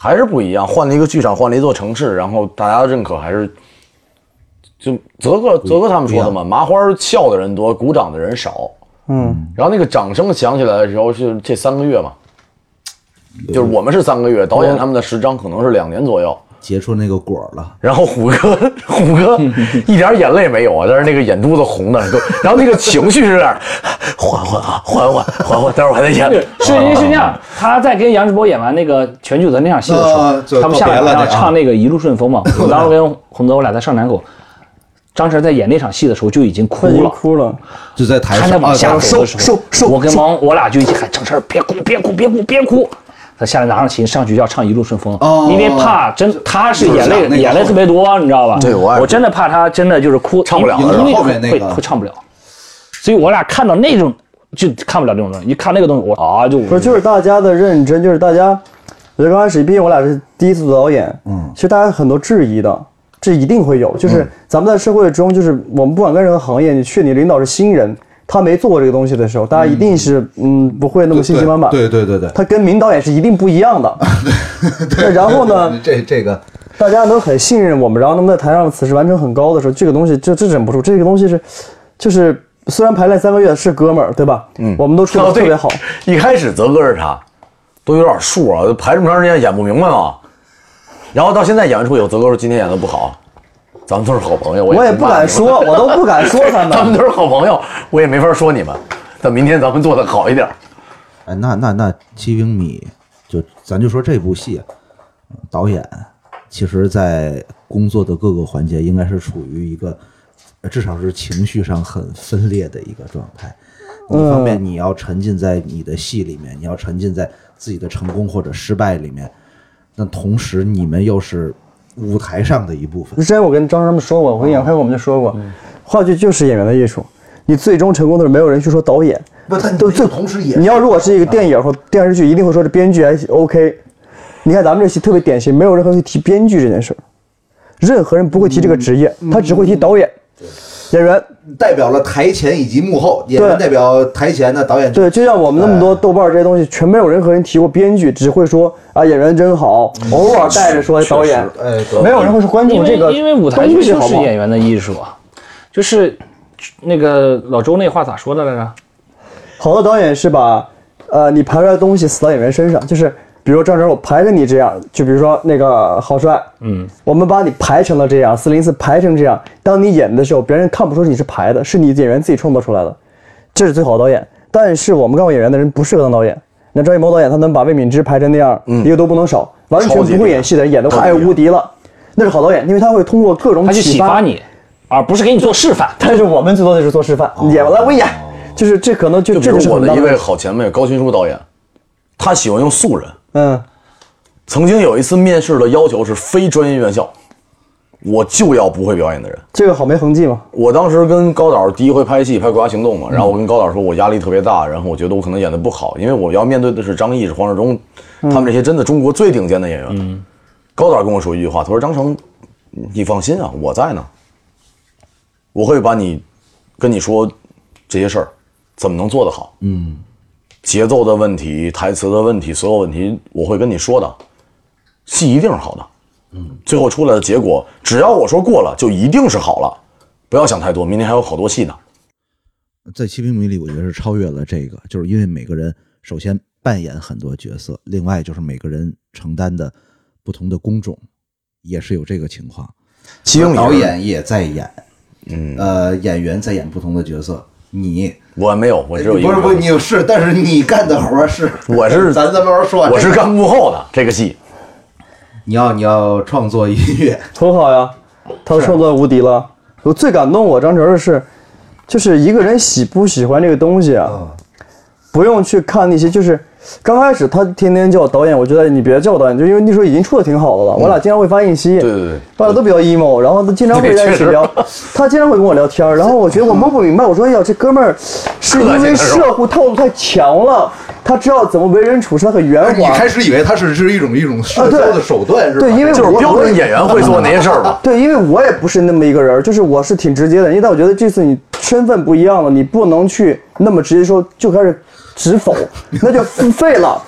还是不一样，换了一个剧场，换了一座城市，然后大家的认可还是，就泽哥他们说的嘛，麻花笑的人多，鼓掌的人少。然后那个掌声响起来的时候是这3个月嘛，就是我们是3个月，导演他们的时长可能是2年左右。 结出那个果了， 然后虎哥一点眼泪没有啊，但是那个眼珠子红的，然后那个情绪是有点缓缓，待会儿还得演。 是这样，他在跟杨志博演完那个全聚德那场戏的时候，他们下来要唱那个一路顺风嘛。我当时跟洪泽我俩在上南口，张晨在演那场戏的时候就已经哭了， 就在台上， 他在往下走的时候，我跟我俩就一起喊张晨别哭。他下来拿上琴上去要唱一路顺风，因为怕他是眼泪特别多，你知道吧？ 对， 我真的怕他真的就是哭唱不了， 因为后面那个会唱不了，所以我俩看到那种就看不了这种东西，一看那个东西就是大家的认真，就是大家，我觉得刚开始毕竟我俩是第一次做导演，其实大家很多质疑的，这一定会有，就是咱们在社会中，就是我们不管跟任何行业，你去你领导是新人。他没做过这个东西的时候，大家一定是不会那么信心满满。 对， 他跟名导演是一定不一样的。对，然后呢， 这个大家都很信任我们，然后他们在台上此时完成很高的时候，这个东西这忍不住。这个东西就是虽然排练3个月是哥们儿，对吧？我们都处得特别好。 一开始泽哥是他，都有点数啊，排这么长时间演不明白嘛。然后到现在演完出以后，泽哥说今天演的不好。咱们都是好朋友， 我也不敢说，我都不敢说他们。 咱们都是好朋友，我也没法说你们。等明天咱们做的好一点。 哎，那7平米，咱就说这部戏，导演其实在工作的各个环节应该是处于一个，至少是情绪上很分裂的一个状态。一方面你要沉浸在你的戏里面，你要沉浸在自己的成功或者失败里面，那同时你们又是舞台上的一部分。 之前我跟张他们说过，我跟杨开我们就说过，话剧就是演员的艺术，你最终成功的是没有人去说导演， 都同时演。 你要如果是一个电影或电视剧，一定会说这编剧还 OK。你看咱们这戏特别典型，没有任何人提编剧这件事儿，任何人不会提这个职业，他只会提导演。演员代表了台前以及幕后，演员代表台前的导演。 对，就像我们那么多豆瓣这些东西，全没有任何人提过编剧，只会说啊演员真好，偶尔带着说导演，没有人会说观众这个。 因为舞台剧就是演员的艺术啊，就是那个老周那话咋说的来着？ 好的导演是把你排出来的东西死到演员身上，就是比如张哲我排成你这样，就比如说那个郝帅，我们把你排成了这样，404排成这样，当你演的时候，别人看不出你是排的，是你演员自己创造出来的，这是最好的导演。但是我们干过演员的人不适合当导演。那张艺谋导演他能把魏敏芝排成那样，一个都不能少，完全不会演戏的人演得太无敌了，那是好导演，因为他会通过各种启发你，而不是给你做示范。 但是我们最多的是做示范，演完了我演，就是这可能这就是我的一位好前辈高群书导演，他喜欢用素人。曾经有一次面试的要求是非专业院校，我就要不会表演的人。 这个好没痕迹吗？ 我当时跟高导第一回拍戏拍《国家行动》嘛，然后我跟高导说我压力特别大，然后我觉得我可能演得不好，因为我要面对的是张译、是黄志忠，他们这些真的中国最顶尖的演员。高导跟我说一句话，他说张成，你放心啊，我在呢，我会把你跟你说这些事儿怎么能做得好。节奏的问题、台词的问题，所有问题我会跟你说的，戏一定是好的。最后出来的结果，只要我说过了，就一定是好了，不要想太多，明天还有好多戏呢。 在7平米里，我觉得是超越了这个，就是因为每个人首先扮演很多角色，另外就是每个人承担的不同的工种，也是有这个情况。7平米导演也在演，演员在演不同的角色。 我没有，我只有一个。 不是，你是，但是你干的活是， 我是咱慢慢说。 我是干幕后的这个戏。 你要创作音乐， 多好呀！他创作无敌了。我最感动我张哲的是，就是一个人喜不喜欢这个东西啊，不用去看那些，就是刚开始他天天叫我导演，我觉得你别叫我导演，就因为那时候已经出的挺好的了。我俩经常会发信息， 对， 大家都比较 emo， 然后他经常会在一起聊，他经常会跟我聊天，然后我觉得我摸不明白，我说哎呀，这哥们儿是因为社会套路太强了，他知道怎么为人处事，他很圆滑。 你开始以为他是一种社交的手段，是吧？ 对，因为就是标准演员会做那些事儿吧。 对，因为我也不是那么一个人，就是我是挺直接的，因为我觉得这次你身份不一样了，你不能去那么直接说就开始指否，那就付费了。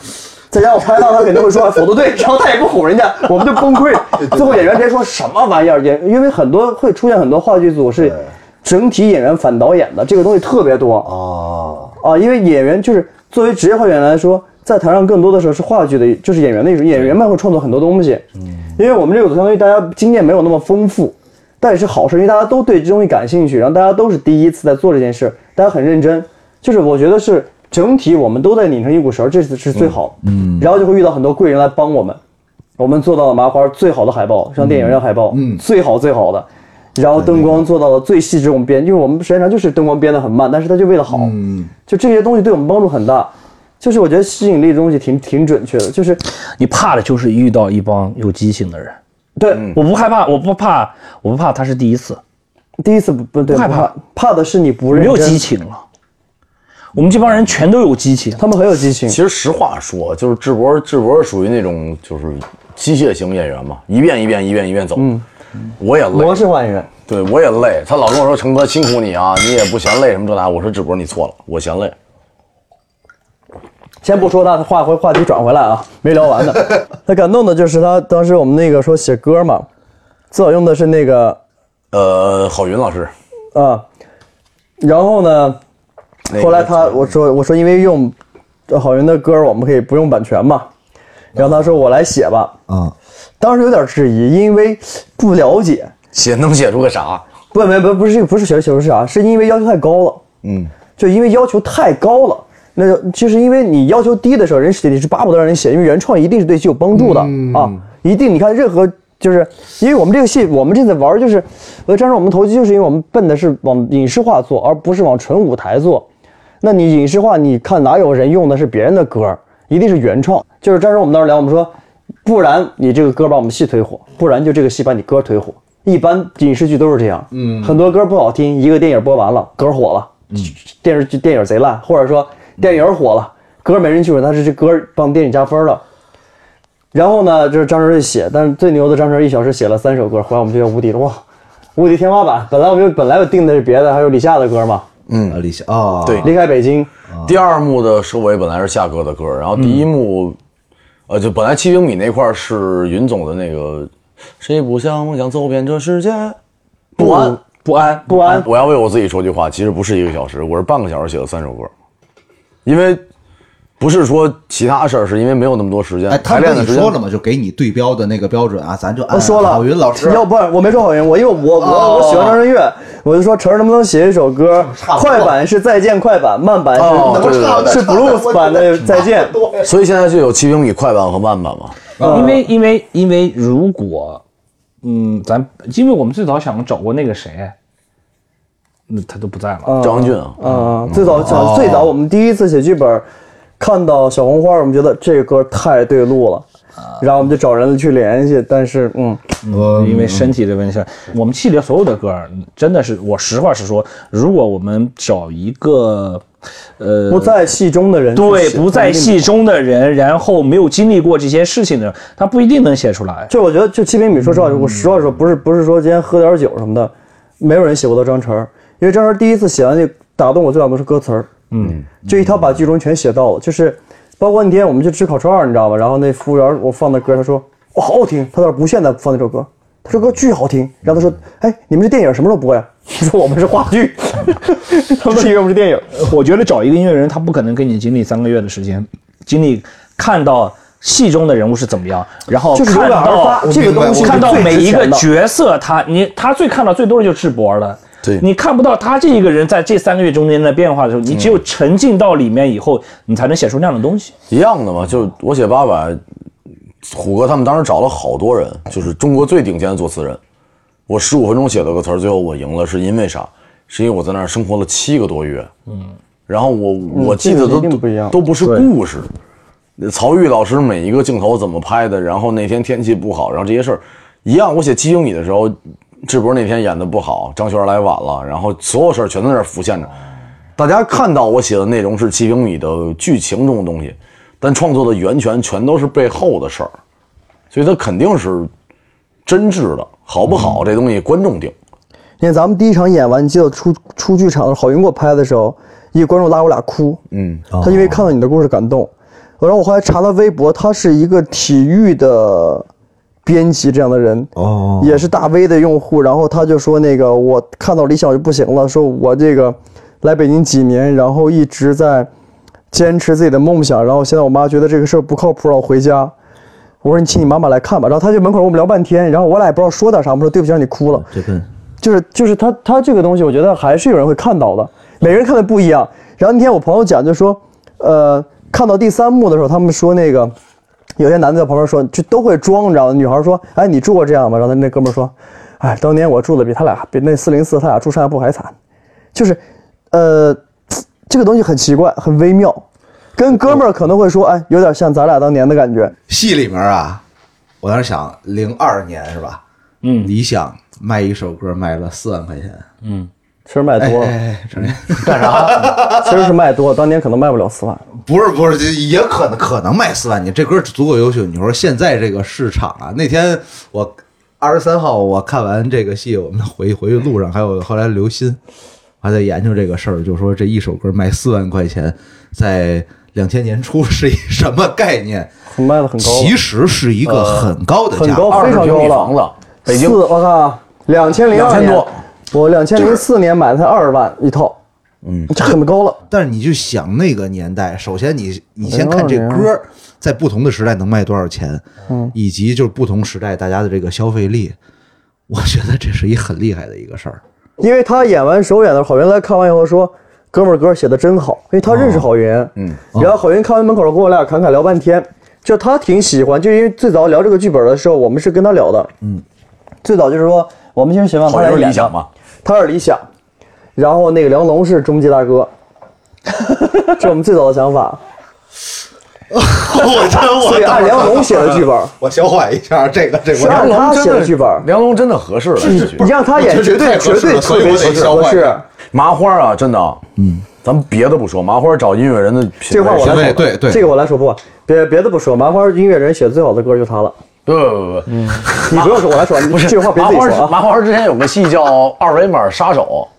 再加上我拍到他肯定会说否都对，然后他也不唬人家，我们就崩溃。最后演员直接说什么玩意儿，因为很多会出现很多话剧组是整体演员反导演的，这个东西特别多因为演员就是作为职业话剧演员来说，在台上更多的时候是话剧的，就是演员的艺术，演员们会创作很多东西。因为我们这个组相当于大家经验没有那么丰富，但也是好事，因为大家都对这东西感兴趣，然后大家都是第一次在做这件事，大家很认真，就是我觉得是整体我们都在拧成一股绳，这是最好的。然后就会遇到很多贵人来帮我们，我们做到了麻花最好的海报，像电影院海报，最好的。然后灯光做到了最细致，我们编，因为我们时间长就是灯光编得很慢，但是它就为了好，就这些东西对我们帮助很大。就是我觉得吸引力的东西挺准确的，就是你怕的就是遇到一帮有激情的人。 对， 我不害怕，我不怕他是第一次不对，不害怕，怕的是你不认真， 没有激情了。我们这帮人全都有激情， 他们很有激情。 其实实话说，就是智博属于那种就是机械型演员嘛，一遍走。我也累， 模式化演员。 对，我也累。他老跟我说：“成哥辛苦你啊，你也不嫌累什么这那。”我说：“智博你错了，我嫌累。” 先不说他话题转回来啊，没聊完呢。他感动的就是他当时我们那个说写歌嘛，最好用的是那个郝云老师然后呢，后来我说因为用郝云的歌我们可以不用版权嘛，然后他说我来写吧，当时有点质疑，因为不了解能写出个啥？ 不是写出啥，是因为要求太高了，就因为要求太高了。那就是因为你要求低的时候，人写你是巴不得让人写，因为原创一定是对戏有帮助的一定。你看任何就是因为我们这个戏，我们这次玩就是，张时我们投机就是因为我们奔的是往影视化做，而不是往纯舞台做。那你影视化，你看哪有人用的是别人的歌，一定是原创。就是张时我们当时聊，我们说，不然你这个歌把我们戏推火，不然就这个戏把你歌推火。一般影视剧都是这样，很多歌不好听，一个电影播完了，歌火了，电影贼烂，或者说。电影火了，歌没人去了，但是这歌帮电影加分了。然后呢，就是张晨写，但是最牛的张晨1小时写了3首歌，后来我们就叫无敌了，哇，无敌天花板。本来我定的是别的，还有李夏的歌嘛， 李夏对， 离开北京。 第二幕的收尾本来是夏哥的歌，然后第一幕，就本来7平米那块是云总的那个，谁不想走遍这世界，不安。我要为我自己说句话，其实不是1个小时，我是半个小时写了3首歌。因为不是说其他事儿，是因为没有那么多时间。 他跟你说了吗？就给你对标的那个标准啊，咱就按说了。 郝云老师， 要不然我没说郝云，因为我喜欢张震岳，我就说晨儿能不能写一首歌，快版是再见快版，慢版是 blues 版的再见。 所以现在就有7平米快版和慢版嘛。 因为如果因为我们最早想找过那个谁。他都不在了， 张俊最早我们第一次写剧本，看到小红花，我们觉得这个歌太对路了，然后我们就找人去联系，但是因为身体的问题，我们系列所有的歌真的是，我实话实说，如果我们找一个不在戏中的人， 对，不在戏中的人，然后没有经历过这些事情的人，他不一定能写出来。 就我觉得，就7平米，说实话，我实话说，不是说今天喝点酒什么的，没有人写过到张晨。因为张晨第一次写完那打动我最大的是歌词儿，这一套把剧中全写到了，就是包括那天我们去吃烤串，你知道吗？然后那服务员我放的歌，他说哇好好听，他在无限的放那首歌，他说歌巨好听，然后他说哎你们这电影什么时候播呀？说我们是话剧，他们以为我们是电影。 我觉得找一个音乐人，他不可能跟你经历3个月的时间，经历看到戏中的人物是怎么样，然后看到这个东西， 看到每一个角色，他最看到最多的就是智博了。你看不到他这一个人在这3个月中间的变化的时候，你只有沉浸到里面以后，你才能写出那样的东西。 一样的嘛，就我写800，虎哥他们当时找了好多人，就是中国最顶尖的作词人。我15分钟写了个词儿，最后我赢了，是因为啥？是因为我在那儿生活了7个多月。然后我记得都不是故事。曹郁老师每一个镜头怎么拍的，然后那天天气不好，然后这些事儿一样。我写7平米的时候。智博那天演的不好，张学来晚了，然后所有事儿全在那儿浮现着。大家看到我写的内容是7平米的剧情中的东西，但创作的源泉全都是背后的事儿，所以它肯定是真挚的。好不好这东西观众定。 因为咱们第一场演完，你记得出剧场，郝云给我拍的时候，一个观众拉我俩哭，他因为看到你的故事感动。 然后我后来查了微博，他是一个体育的编辑这样的人，也是大 V 的用户。然后他就说那个我看到理想就不行了，说我这个来北京几年，然后一直在坚持自己的梦想，然后现在我妈觉得这个事儿不靠谱，让我回家。我说你请你妈妈来看吧。然后他就门口跟我们聊半天，然后我俩也不知道说点啥，我们说对不起让你哭了。就是他这个东西，我觉得还是有人会看到的，每个人看的不一样。然后那天我朋友讲就说，看到第3幕的时候，他们说那个有些男的在旁边说，就都会装，你知道吗？女孩说，哎，你住过这样吗？然后那哥们说，哎，当年我住的比那404他俩住上下铺还惨。就是这个东西很奇怪，很微妙，跟哥们儿可能会说，哎，有点像咱俩当年的感觉。 戏里面啊，我当时想02年是吧？理想卖一首歌卖了4万块钱。 其实卖多了， 干啥？ 其实是卖多，当年可能卖不了4万。 不是，也可能卖4万。你这歌足够优秀。你说现在这个市场啊，那天我23号我看完这个戏，我们回去路上还有后来刘鑫还在研究这个事儿，就说这一首歌卖4万块钱，在2000年初是一什么概念？ 卖的很高， 其实是一个很高的价， 很高，非常高了。 房子，北京， 我看2002年多。我2004年买的才20万一套，这很高了。 但是你就想那个年代，首先你先看这歌在不同的时代能卖多少钱，以及就是不同时代大家的这个消费力，我觉得这是一很厉害的一个事儿。 因为他演完首演的郝云来看完以后说，哥们儿歌写的真好，因为他认识郝云，然后郝云看完门口跟我俩侃侃聊半天，就他挺喜欢，就因为最早聊这个剧本的时候，我们是跟他聊的，最早就是说我们其实希望他来演理想嘛。他是理想，然后那个梁龙是中基大哥，这是我们最早的想法。所以按梁龙写的剧本， 我消化一下这个是按他写的剧本， 梁龙真的合适了。 你让他演绝对特别合适。 麻花啊，真的，咱们别的不说，麻花找音乐人的这话我来说， 对， 这个我来说不，别的不说，麻花音乐人写的最好的歌就是他了。 不， 你不用说，我来说，不是这话别自己说啊。 麻花之前有个戏叫《二维码杀手》，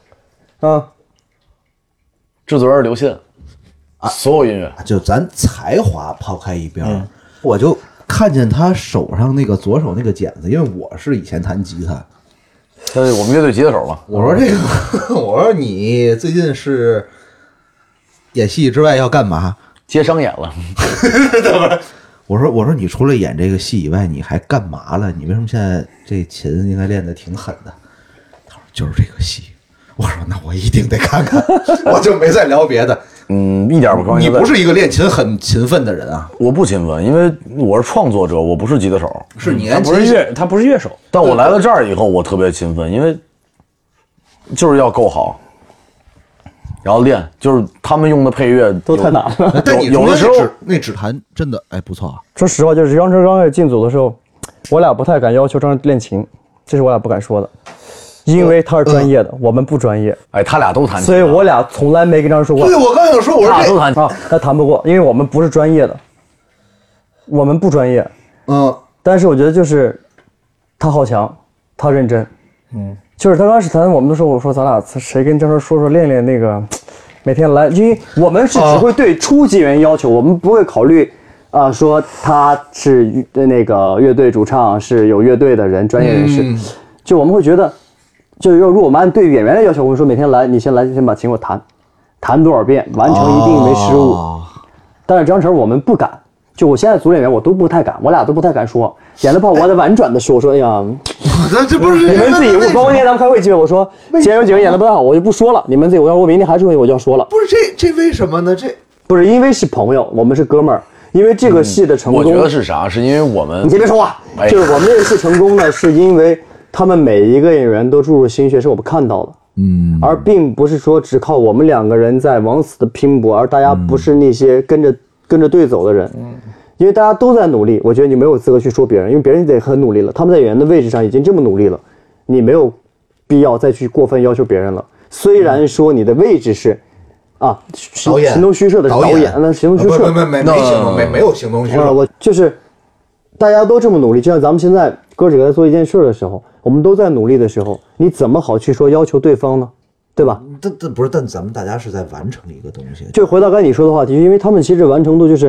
制作人刘信，所有音乐就咱才华抛开一边，我就看见他手上那个左手那个茧子，因为我是以前弹吉他， 我们乐队吉他手嘛。 我说这个，我说你最近是演戏之外要干嘛？ 接商演了。 我说你除了演这个戏以外，你还干嘛了？你为什么现在这琴应该练得挺狠的？他说就是这个戏。我说那我一定得看看，我就没再聊别的。 一点不高兴。 你不是一个练琴很勤奋的人啊？ 我不勤奋，因为我是创作者，我不是吉他手。 是你他不是乐手。 但我来了这儿以后，我特别勤奋，因为就是要够好。然后练，就是他们用的配乐都太难了。 但有的时候那指弹真的不错。 说实话，就是张成刚进组的时候，我俩不太敢要求张练琴，这是我俩不敢说的，因为他是专业的，我们不专业。 他俩都弹琴， 所以我俩从来没跟张说过。 对，我刚想说，我说他俩都弹琴， 他弹不过，因为我们不是专业的，我们不专业。但是我觉得就是他好强，他认真。就是他刚开始弹，我们都说，我说咱俩谁跟张成说练练那个，每天来，因为我们是只会对初级人要求，我们不会考虑说他是那个乐队主唱，是有乐队的人，专业人士，就我们会觉得，就是如果我们按对演员的要求，我们说每天来，你先把琴给我弹多少遍，完成一定没失误。但是张成我们不敢。就我现在组演员，我都不太敢，我俩都不太敢说，演的不好，我还得婉转的说，我说，哎呀， 这不是你们自己。包括那天咱们开会机会，我说，既然有几个演的不太好，我就不说了，你们自己。我明天还是会，我就要说了。 不是这为什么呢？这不是因为是朋友，我们是哥们儿。因为这个戏的成功， 我觉得是啥？是因为我们你先别说话，就是我们这个戏成功呢，是因为他们每一个演员都注入心血，是我们看到的。而并不是说只靠我们两个人在往死的拼搏，而大家不是那些跟着队走的人。因为大家都在努力，我觉得你没有资格去说别人，因为别人得很努力了，他们在演员的位置上已经这么努力了，你没有必要再去过分要求别人了。虽然说你的位置是导演， 形同虚设的是导演，那形同虚设， 没有形同虚设。 我就是大家都这么努力，就像咱们现在哥几个在做一件事的时候，我们都在努力的时候，你怎么好去说要求对方呢？对吧？ 但不是，但咱们大家是在完成一个东西。 就回到刚才你说的话题，因为他们其实完成度就是。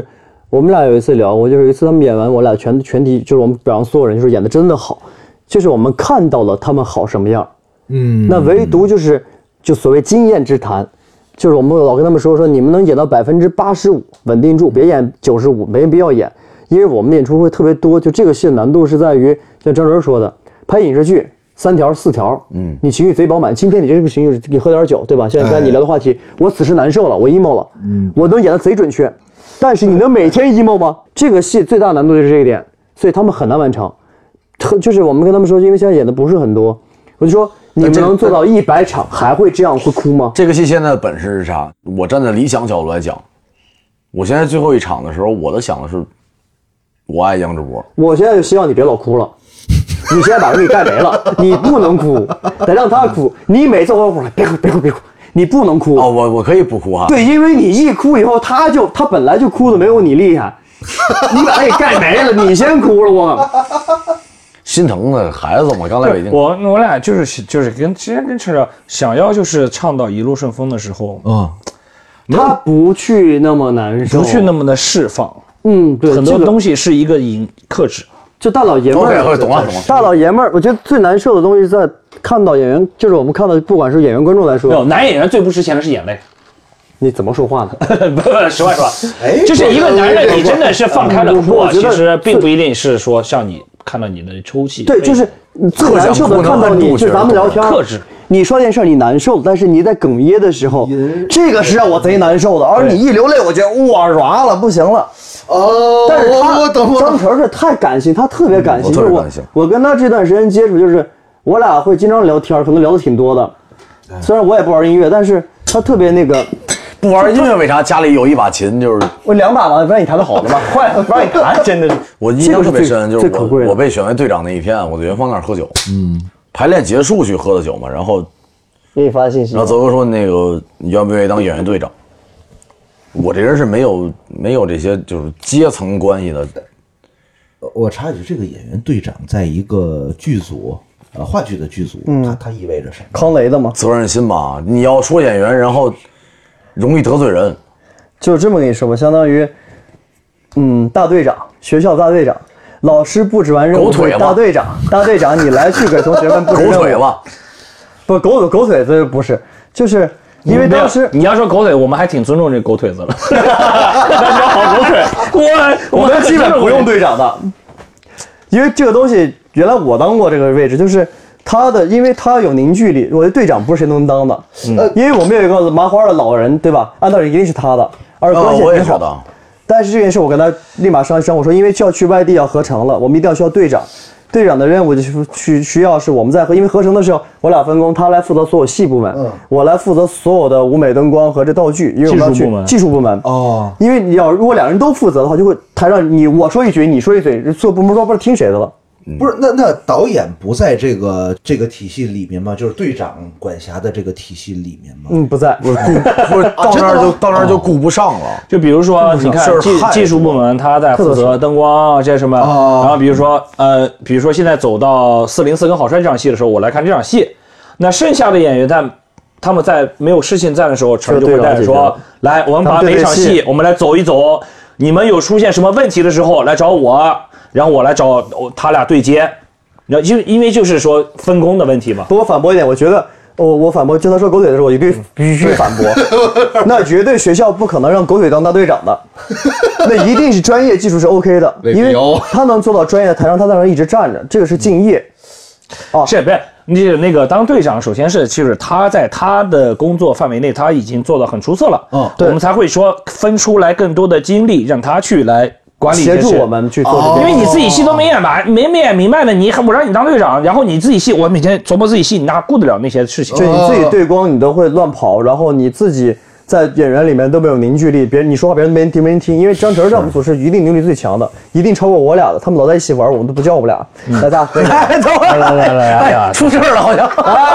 我们俩有一次聊过，就是有一次他们演完，我俩全体就是我们表扬所有人，就是演的真的好，就是我们看到了他们好什么样。那唯独就所谓经验之谈，就是我们老跟他们说你们能演到85%稳定住，别演95%，没必要演，因为我们演出会特别多。就这个戏的难度是在于，像张哲说的，拍影视剧3条4条，你情绪贼饱满。今天你这个情绪，你喝点酒，对吧？像刚才你聊的话题，我此时难受了，我 emo 了，我能演得贼准确。但是你能每天 emo 吗？这个戏最大难度就是这一点，所以他们很难完成。就是我们跟他们说，因为现在演的不是很多，我就说你们能做到100场还会这样会哭吗？ 这个戏现在的本事是啥？我站在理想角度来讲，我现在最后一场的时候，我的想的是，我爱杨志博。 我现在就希望你别老哭了。你现在把人给盖没了，你不能哭，得让他哭。你每次我别哭，你不能哭。 我可以不哭哈。 对，因为你一哭以后，他本来就哭的没有你厉害，你把他给盖没了，你先哭了我。 心疼的孩子嘛，刚来北京。 我俩就是之前跟陈少想要就是唱到一路顺风的时候， 他不去那么难受， 不去那么的释放。 对， 很多东西是一个克制。 就大老爷们儿， 懂了。 大老爷们儿，我觉得最难受的东西是在看到演员，就是我们看到，不管是演员观众来说， 没有男演员最不值钱的是眼泪。 你怎么说话呢？ 不，实话说，就是一个男人，你真的是放开了哭，其实并不一定是说像你看到你的抽泣。 对，就是最难受的看到你，就是咱们聊天， 克制。 你说件事你难受，但是你在哽咽的时候，这个是让我贼难受的。而你一流泪，我觉得哇软了，不行了。但是张晨是太感性，他特别感性。就是我跟他这段时间接触，就是我俩会经常聊天，可能聊的挺多的。虽然我也不玩音乐，但是他特别那个。 不玩音乐为啥？家里有一把琴，就是我2把嘛，不让你弹得好的嘛，坏了不让你弹，真的是。 我印象特别深，就是我被选为队长那一天，我在元芳那儿喝酒，排练结束去喝的酒嘛，然后给你发信息， 然后泽哥说那个你愿不愿意当演员队长？我这人是没有这些就是阶层关系的。 我插一句，这个演员队长在一个剧组，话剧的剧组，它意味着什么？ 康雷的吗？ 责任心吧，你要说演员，然后容易得罪人， 就这么跟你说吧，相当于，大队长，学校大队长，老师布置完任务，大队长，你来去给同学们布置任务。 狗腿吧？ 不，狗腿子不是，就是因为当时你要说狗腿，我们还挺尊重这狗腿子了。那叫好狗腿， 我们基本不用队长的，因为这个东西原来我当过这个位置，就是因为他有凝聚力，我的队长不是谁都能当的。因为我们有一个麻花的老人，对吧？按道理一定是他的，而关系挺好。但是这件事我跟他立马商，我说因为要去外地要合成了，我们一定要需要队长。队长的任务就是需要是我们在因为合成的时候，我俩分工，他来负责所有戏部门，我来负责所有的舞美灯光和这道具，因为我们要去技术部门。因为如果2人都负责的话，就会台上我说一嘴，你说一嘴，所有部门说不知道听谁的了。 不是，那导演不在这个体系里面吗？就是队长管辖的这个体系里面吗？ 不在， 不是到那儿就顾不上了。 就比如说，你看技术部门他在负责灯光这些什么，然后比如说现在走到404跟郝帅这场戏的时候，我来看这场戏，那剩下的演员他们在没有事情在的时候，陈就会带着说，来，我们把每场戏我们来走一走，你们有出现什么问题的时候来找我。然后我来找他俩对接，因为就是说分工的问题嘛。 不过反驳一点，我觉得我反驳，就他说狗腿的时候，我必须反驳。那绝对学校不可能让狗腿当大队长的，那一定是专业技术是 OK 的，因为他能做到专业的台上，他在那一直站着，这个是敬业。 是不是？你那个当队长，首先就是他在他的工作范围内，他已经做得很出色了。我们才会说分出来更多的精力，让他去来。管理协助我们去做， 因为你自己戏都没演完，没演明白的，我让你当队长，然后你自己戏，我每天琢磨自己戏，你哪顾得了那些事情？ 就你自己对光，你都会乱跑，然后你自己在演员里面都没有凝聚力，你说话别人没人听，因为张晨丈夫组是一定凝聚力最强的，一定超过我俩的，他们老在一起玩，我们都不叫我们俩。大家来， 出事了好像，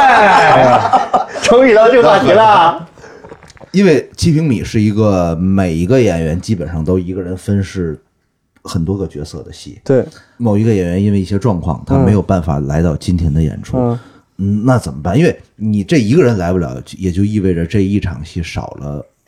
终于到这个话题了。 因为《七平米》是一个每一个演员基本上都一个人分饰很多个角色的戏， 对， 某一个演员因为一些状况，他没有办法来到今天的演出，那怎么办？因为你这一个人来不了，也就意味着这一场戏少了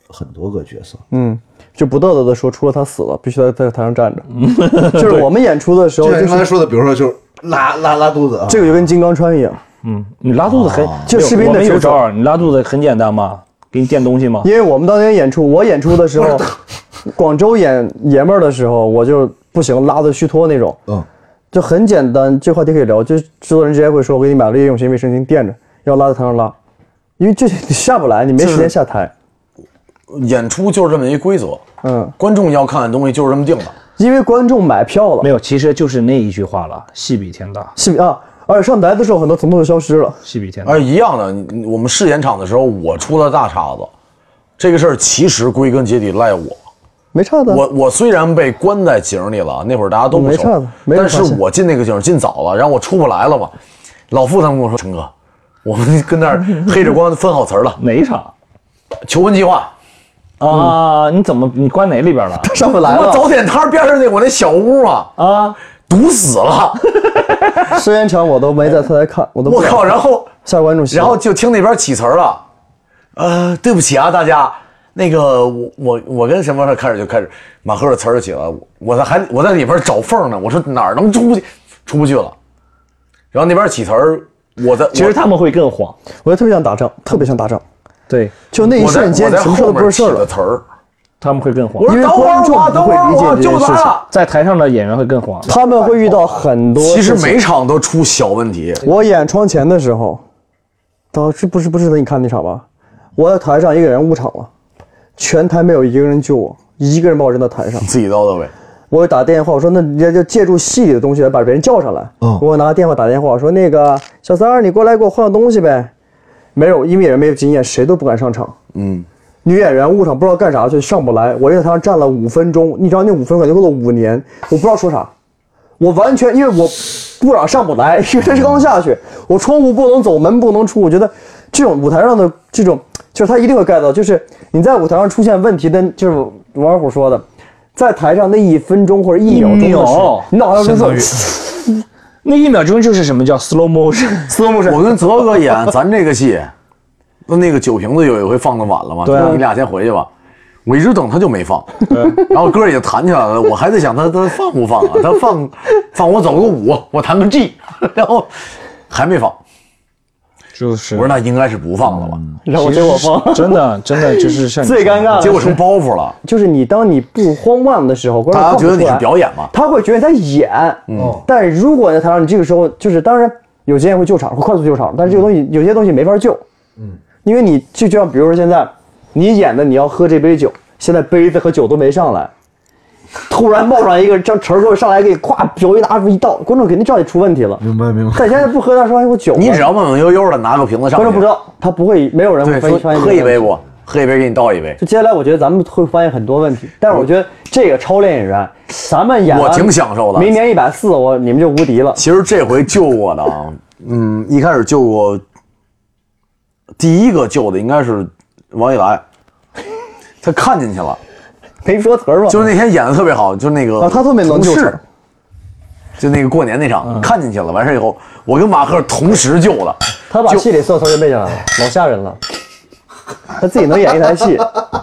很多个角色。 就不道德的说，除了他死了，必须在台上站着。就是我们演出的时候， 就像刚才说的，比如说就是拉肚子， 这个就跟金刚川一样。 你拉肚子就士兵的有招，你拉肚子很简单吗？给你垫东西吗？ 因为我们当年演出，我演出的时候，广州演爷们儿的时候，我就不行，拉的虚脱那种。就很简单，这话题可以聊。就制作人直接会说，我给你买了夜用型卫生巾垫着，要拉在台上拉，因为这你下不来，你没时间下台。 演出就是这么一规则，观众要看的东西就是这么定的。 因为观众买票了， 没有，其实就是那一句话了，戏比天大。 戏比啊，而且上台的时候很多层次就消失了， 戏比天大。 一样的，我们试演场的时候，我出了大岔子，这个事儿其实归根结底赖我。 没岔子。 我虽然被关在井里了，那会儿大家都不熟， 没岔子， 但是我进那个井进早了，然后我出不来了嘛。老傅他们跟我说，陈哥，我们跟那儿黑着光分好词了。 哪一场？ 求婚计划。 你怎么你关哪里边了？ 上不来了。 我早点摊边上我那小屋堵死了。 试演场我都没在台看，我靠！然后下观众席， 然后就听那边起词了。对不起啊，大家，那个我跟什么开始马赫的词就起了，我在里边找缝呢，我说哪儿能出不去了。然后那边起词儿， 其实他们会更慌， 我就特别想打仗，特别想打仗。对，就那一瞬间，什么事都不是事儿了。 词儿， 他们会更慌， 因为观众不会理解这件事情， 在台上的演员会更慌， 他们会遇到很多。 其实每场都出小问题。 我演窗前的时候，不是你看那场吧？我在台上一个人误场了，全台没有一个人救我，一个人把我扔到台上， 自己叨叨呗。 我打电话，我说那你就借助戏里的东西来把别人叫上来。我拿电话打电话，我说那个小三儿，你过来给我换个东西呗。没有，因为人没有经验，谁都不敢上场。女演员误场不知道干啥去，上不来。我在台上站了5分钟，你知道那5分钟感觉过了5年，我不知道说啥。我完全因为我部长上不来，因为他是刚下去，我窗户不能走，门不能出。我觉得这种舞台上的这种，就是他一定会 get 到，就是你在舞台上出现问题的，就是王二虎说的，在台上那1分钟或者1秒钟的时候，你脑袋就走。 那1秒钟就是什么叫 slow motion。slow motion。 我跟泽哥演咱这个戏，那个酒瓶子有一回放的晚了嘛， 对， 你俩先回去吧。我一直等他就没放，然后歌已经弹起来了，我还在想他放不放啊？他放我走个舞，我弹个 G， 然后还没放。 就是， 我说那应该是不放了吧？ 让我给我放， 真的就是像最尴尬的， 结果成包袱了。 就是当你不慌乱的时候， 大家觉得你是表演嘛？ 他会觉得他演，但是如果在台上你这个时候就是，当然有经验会救场，会快速救场，但是这个东西有些东西没法救，因为你就像比如说现在你演的你要喝这杯酒，现在杯子和酒都没上来。突然冒上一个张陈哥上来给你咵酒一拿出一倒，观众肯定知道你出问题了。 明白。 但现在不喝，他说还有酒， 你只要慢慢悠悠的拿个瓶子上去， 观众不知道，他不会，没有人会发现。 喝一杯不？喝一杯给你倒一杯。 就接下来我觉得咱们会发现很多问题，但是我觉得这个超练演员，咱们演我挺享受的。 明年140，你们就无敌了。 其实这回救我的啊，一开始救我，第一个救的应该是王一来，他看进去了。 没说词儿吗？ 就是那天演的特别好，就是那个他特别能救事， 就那个过年那场，看进去了。完事以后，我跟马赫同时救的。 他把戏里所有词儿都背下来了，老吓人了。他自己能演一台戏。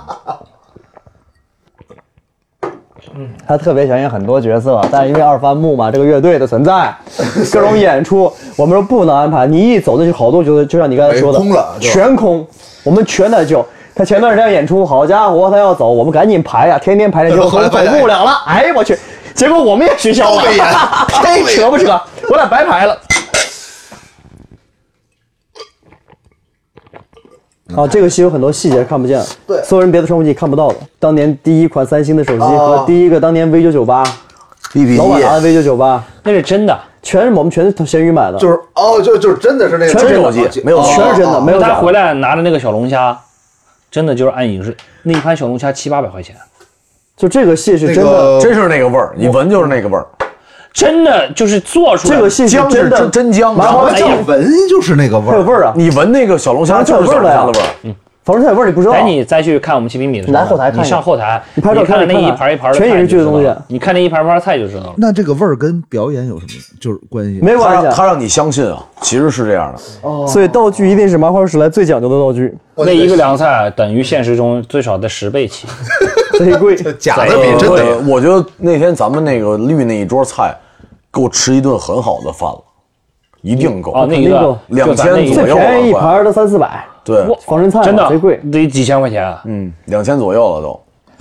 他特别想演很多角色，但是因为二番木嘛，这个乐队的存在，各种演出，我们说不能安排。你一走就好多角色，就像你刚才说的， 空了， 全空，我们全在救。他前段时间演出，好家伙，他要走，我们赶紧排呀，天天排练，结果走不了了。哎呀，我去！结果我们也取消了，扯不扯？我俩白排了。这个戏有很多细节看不见，对，所有人别的窗户机看不到的。当年第一款3星的手机和第一个当年 V998，老板拿的 V998， 那是真的， 我们全是闲鱼买的， 就是真的是那个全是手机，没有全是真的，没有。 他回来拿着那个小龙虾。真的就是按影视那一盘小龙虾700-800块钱， 就这个戏是真的， 真是那个味儿，你闻就是那个味儿， 真的就是做出来。 这个戏是真的真姜， 闻就是那个味儿， 有味儿啊！ 你闻那个小龙虾就是小龙虾的味儿。 防晒味儿你不知道。 等你再去看我们7平米的时候， 来后台看， 你上后台， 你拍照看那一盘一盘的全影视剧的东西， 你看那一盘盘菜就知道了。 那这个味儿跟表演有什么就是关系？ 没关系， 他让你相信啊，其实是这样的。 哦，所以道具一定是麻花时来最讲究的道具。 那一个凉菜等于现实中最少的10倍起， 贼贵， 假的比真的。 我觉得那天咱们那个绿那一桌菜，够吃一顿很好的饭了，一定够。 哦，那个 2000左右， 最便宜一盘的300-400。 对， 防身菜真的贼贵， 得几千块钱啊。 2000左右了都。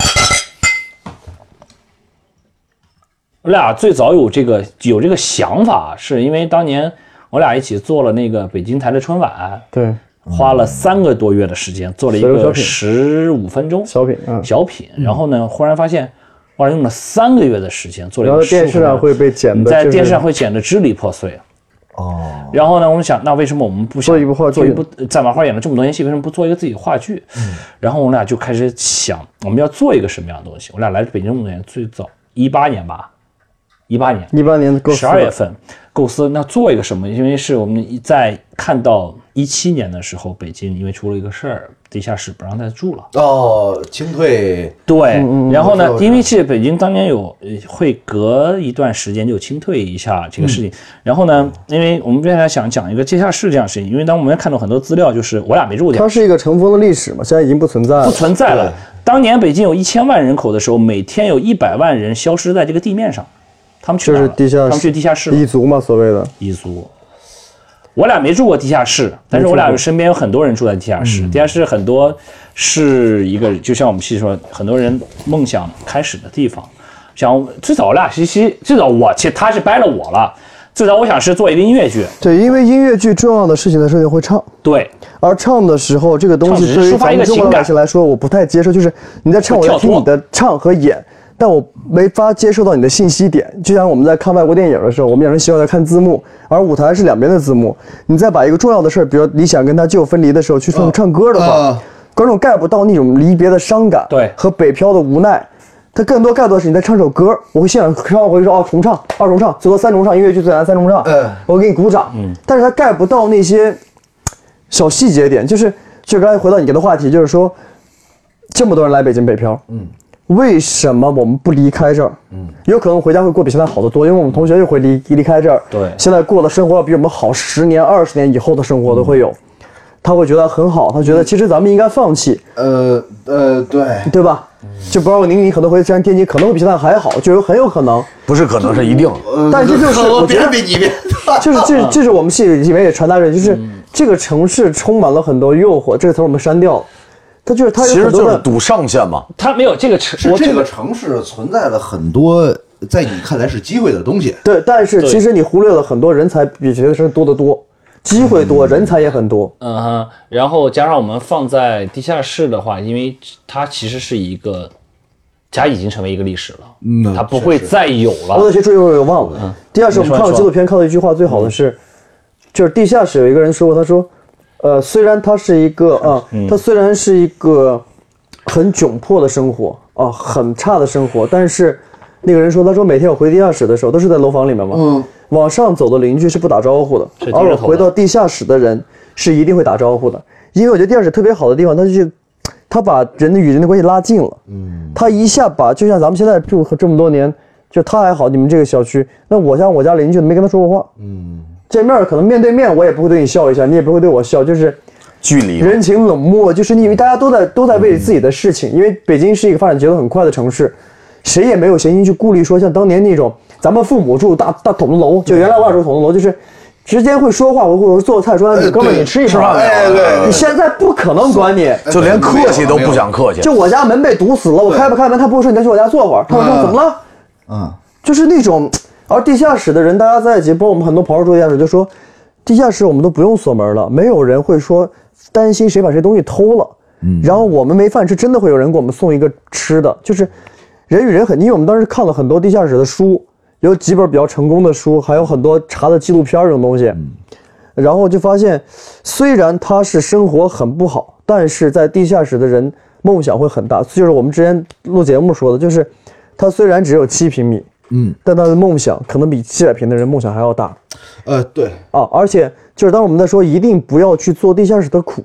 我俩最早有这个想法，是因为当年我俩一起做了那个北京台的春晚， 对， 花了3个多月的时间做了一个15分钟小品，然后呢，忽然发现，哇，用了3个月的时间做了一个， 然后电视上会被剪的， 在电视上会剪得支离破碎。哦，然后呢，我们想，那为什么我们不做一部话剧？ 做一部在麻花演了这么多年戏，为什么不做一个自己的话剧？然后我们俩就开始想，我们要做一个什么样的东西？我俩来北京这么多年，最早18年吧。18年12月份构思，那做一个什么？因为是我们在看到17年的时候，北京因为出了一个事儿，地下室不让再住了。 哦，清退。 对，然后呢，因为是北京当年会隔一段时间就清退一下这个事情。然后呢，因为我们接下来想讲一个地下室这样的事情，因为当我们看到很多资料，就是我俩没住过。 它是一个尘封的历史嘛，现在已经不存在了。当年北京有1000万人口的时候，每天有100万人消失在这个地面上。他们去哪儿了？他们去地下室了。 彝族嘛，所谓的彝族。我俩没住过地下室，但是我俩身边有很多人住在地下室。地下室很多是一个，就像我们戏说，很多人梦想开始的地方。像最早我俩其实他是掰了我了。最早我想是做一个音乐剧。 对，因为音乐剧重要的事情的时候你会唱。对。而唱的时候，这个东西对于咱们中国老百姓来说，我不太接受。就是你在唱，我要听你的唱和演。但我没法接受到你的信息点，就像我们在看外国电影的时候，我们有人希望在看字幕，而舞台是两边的字幕。你再把一个重要的事，比如你想跟他舅分离的时候去唱歌的话，观众 get 不到那种离别的伤感，对，和北漂的无奈。他更多 get 到的是你在唱首歌，我会现场唱，我会说哦重唱、2重唱，最多3重唱，音乐剧最难3重唱，我给你鼓掌。但是他 get 不到那些小细节点，就刚才回到你的话题，就是说这么多人来北京北漂，为什么我们不离开这儿？有可能回家会过比现在好得多，因为我们同学就会离开这儿。对，现在过的生活要比我们好10年、20年以后的生活都会有。他会觉得很好，他觉得其实咱们应该放弃。对吧？就包括你可能回山天津，可能会比现在还好，就很有可能。 不是可能是一定。 但这就是我觉得比你别， 这是我们戏里面也传达着，就是这个城市充满了很多诱惑。这个词我们删掉了。它有很多的， 其实就是赌上限嘛。 它没有这个这个城市存在了很多在你看来是机会的东西。 对，但是其实你忽略了很多人才比学生多得多，机会多，人才也很多。 然后加上我们放在地下室的话，因为它其实是一个，它已经成为一个历史了，它不会再有了。 我有些注意我忘了。地下室我们看了纪录片，看到一句话，最好的是，就是地下室有一个人说过，他说。虽然它是一个它虽然是一个很窘迫的生活很差的生活，但是那个人说，他说每天我回地下室的时候都是在楼房里面嘛，往上走的邻居是不打招呼的，而我回到地下室的人是一定会打招呼的，因为我觉得地下室特别好的地方，他把人与人的关系拉近了，他一下把就像咱们现在住这么多年，就他还好，你们这个小区，那我像我家邻居没跟他说过话，见面可能面对面，我也不会对你笑一下，你也不会对我笑，就是距离人情冷漠，就是因为大家都在为自己的事情，因为北京是一个发展节奏很快的城市，谁也没有闲心去顾虑说像当年那种咱们父母住大筒子楼，就原来我俩住筒子楼，就是直接会说话，我做菜说哥们儿你吃一盘，对，你现在不可能管你， 就连客气都不想客气， 就我家门被堵死了，我开不开门，他不会说你再去我家坐会儿，他会说怎么了？就是那种。而地下室的人，大家在一起，包括我们很多朋友住地下室，就说，地下室我们都不用锁门了，没有人会说担心谁把这东西偷了。然后我们没饭吃，真的会有人给我们送一个吃的，就是人与人因为我们当时看了很多地下室的书，有几本比较成功的书，还有很多查的纪录片这种东西，然后就发现，虽然他是生活很不好，但是在地下室的人梦想会很大，就是我们之前录节目说的，就是他虽然只有7平米。但他的梦想可能比700平的人梦想还要大。 对而且就是当我们在说一定不要去做地下室的苦，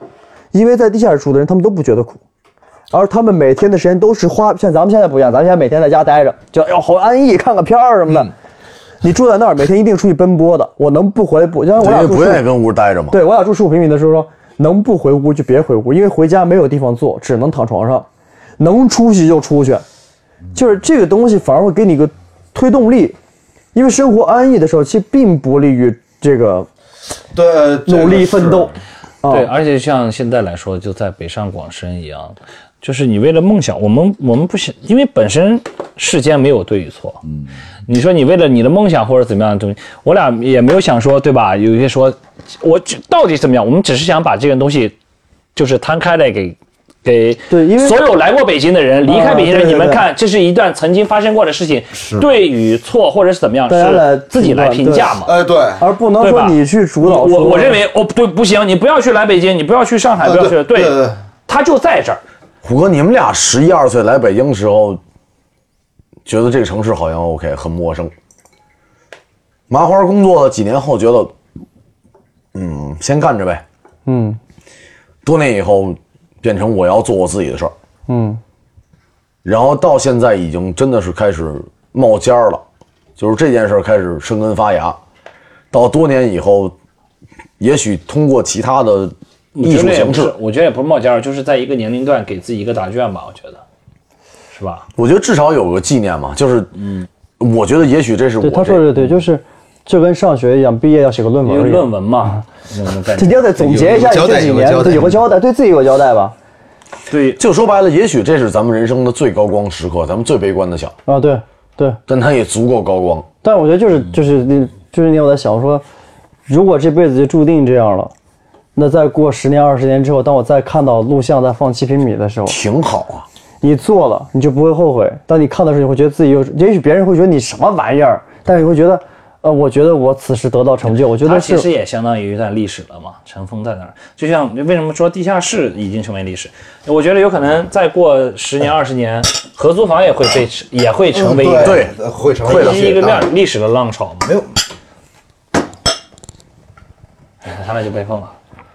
因为在地下室住的人，他们都不觉得苦，而他们每天的时间都是花，像咱们现在不一样，咱们现在每天在家待着，就要好安逸，看个片儿什么的。你住在那儿，每天一定出去奔波的。我能不回不？因为我俩不愿意跟屋待着嘛。 对，我俩住15平米的时候说，能不回屋就别回屋，因为回家没有地方坐，只能躺床上。能出去就出去，就是这个东西反而会给你一个推动力，因为生活安逸的时候，其实并不利于这个努力奋斗。 对，而且像现在来说，就在北上广深一样。就是你为了梦想，我们不想，因为本身世间没有对与错。你说你为了你的梦想或者怎么样的东西，我俩也没有想说，对吧？有些说我到底怎么样，我们只是想把这个东西就是摊开来给对，因为所有来过北京的人，离开北京的人，你们看，这是一段曾经发生过的事情，对与错或者是怎么样，是自己来评价嘛？ 对， 而不能说你去主导。 我认为对，不行，你不要去来北京，你不要去上海，不要去，对，他就在这儿。 虎哥，你们俩11、12岁来北京的时候，觉得这个城市好像 OK， 很陌生。麻花工作了几年后，觉得，先干着呗。多年以后，变成我要做我自己的事儿。然后到现在已经真的是开始冒尖了，就是这件事开始生根发芽。到多年以后，也许通过其他的艺术形式， 我觉得也不是冒尖儿，就是在一个年龄段给自己一个答卷吧，我觉得，是吧？ 我觉得至少有个纪念嘛，就是我觉得也许这是我对他说的对，就跟上学一样，毕业要写个论文， 有论文嘛， 这你要得总结一下你这几年，有个交代，对自己有个交代吧。 对，就说白了，也许这是咱们人生的最高光时刻，咱们最悲观的想啊，对， 但它也足够高光。 但我觉得就是那天我在想说，如果这辈子就注定这样了。那再过10年、20年之后，当我再看到录像在放7平米的时候， 挺好啊。 你做了，你就不会后悔。当你看的时候，你会觉得自己也许别人会觉得你什么玩意儿，但是你会觉得，我觉得我此时得到成就，我觉得它其实也相当于一段历史了嘛，尘封在那儿。就像为什么说地下室已经成为历史？我觉得有可能再过10年、20年，合租房也会成为一个对， 会成为一个历史的浪潮嘛。 没有， 他那就被封了。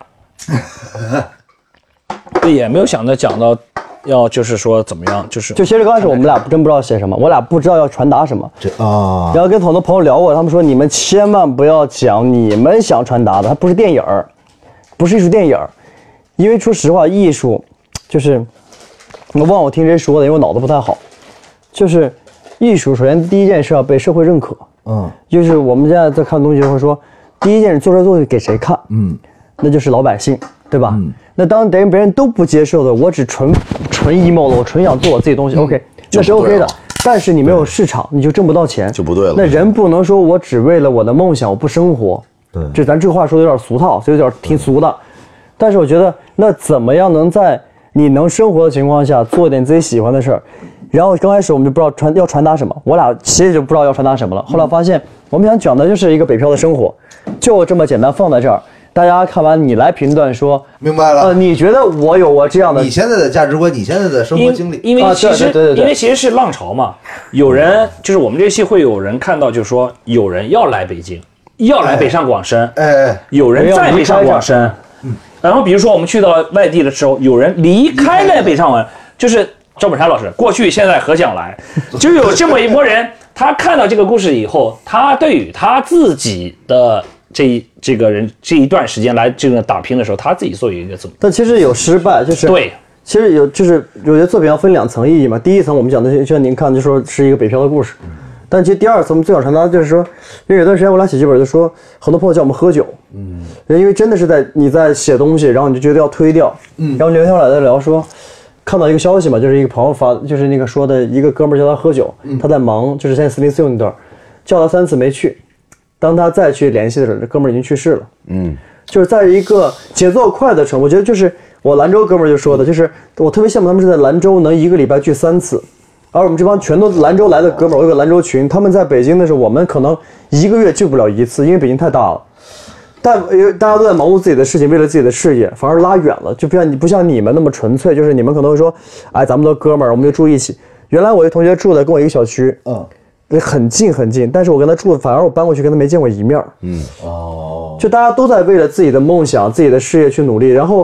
也没有讲到要就是说怎么样，就其实刚开始我们俩真不知道写什么，我俩不知道要传达什么然后跟很多朋友聊过，他们说你们千万不要讲你们想传达的，它不是电影，不是艺术电影，因为说实话，艺术就是我忘了我听谁说的，因为我脑子不太好，就是艺术首先第一件事要被社会认可，就是我们现在在看东西会说，第一件事做这东西给谁看，那就是老百姓，对吧？那当别人都不接受的，我只纯 emo 了，我纯想做我自己东西，OK， 那是 OK 的。但是你没有市场，你就挣不到钱， 就不对了。 那人不能说我只为了我的梦想我不生活，对，咱这话说的有点俗套，所以有点挺俗的。但是我觉得，那怎么样能在你能生活的情况下做一点自己喜欢的事儿？然后刚开始我们就不知道要传达什么，我俩其实就不知道要传达什么了。后来发现我们想讲的就是一个北漂的生活，就这么简单放在这儿。大家看完你来评断说， 明白了。 你觉得我有我这样的， 你现在的价值观，你现在的生活经历， 因为其实因为其实是浪潮嘛，有人就是我们这期会有人看到，就是说有人要来北京，要来北上广深，有人在北上广深，然后比如说我们去到外地的时候，有人离开了北上广，就是赵本山老师过去现在何想来，就有这么一拨人，他看到这个故事以后，他对于他自己的。这个人这一段时间来这个打拼的时候，他自己做一个怎么？ 但其实有失败，就是对， 其实有些作品要分2层意义嘛。第一层我们讲的，就像您看，就说是一个北漂的故事。但其实第2层我们最想传达就是说，因为有段时间我俩写剧本就说，很多朋友叫我们喝酒，因为真的是你在写东西，然后你就觉得要推掉，然后聊天来在聊说，看到一个消息嘛，就是一个朋友发，就是那个说的一个哥们叫他喝酒，他在忙，就是现在404那段，叫他3次没去。当他再去联系的时候，这哥们儿已经去世了。就是在一个节奏快的城，我觉得就是我兰州哥们儿就说的，就是我特别羡慕他们是在兰州能1个礼拜聚3次，而我们这帮全都兰州来的哥们儿，我有个兰州群，他们在北京的时候，我们可能1个月聚不了1次，因为北京太大了。但大家都在忙碌自己的事情，为了自己的事业，反而拉远了，就不像你们那么纯粹，就是你们可能会说，哎，咱们都哥们儿，我们就住一起。原来我一同学住在跟我一个小区，很近很近，但是我跟他住，反而我搬过去跟他没见过一面。就大家都在为了自己的梦想、自己的事业去努力。然后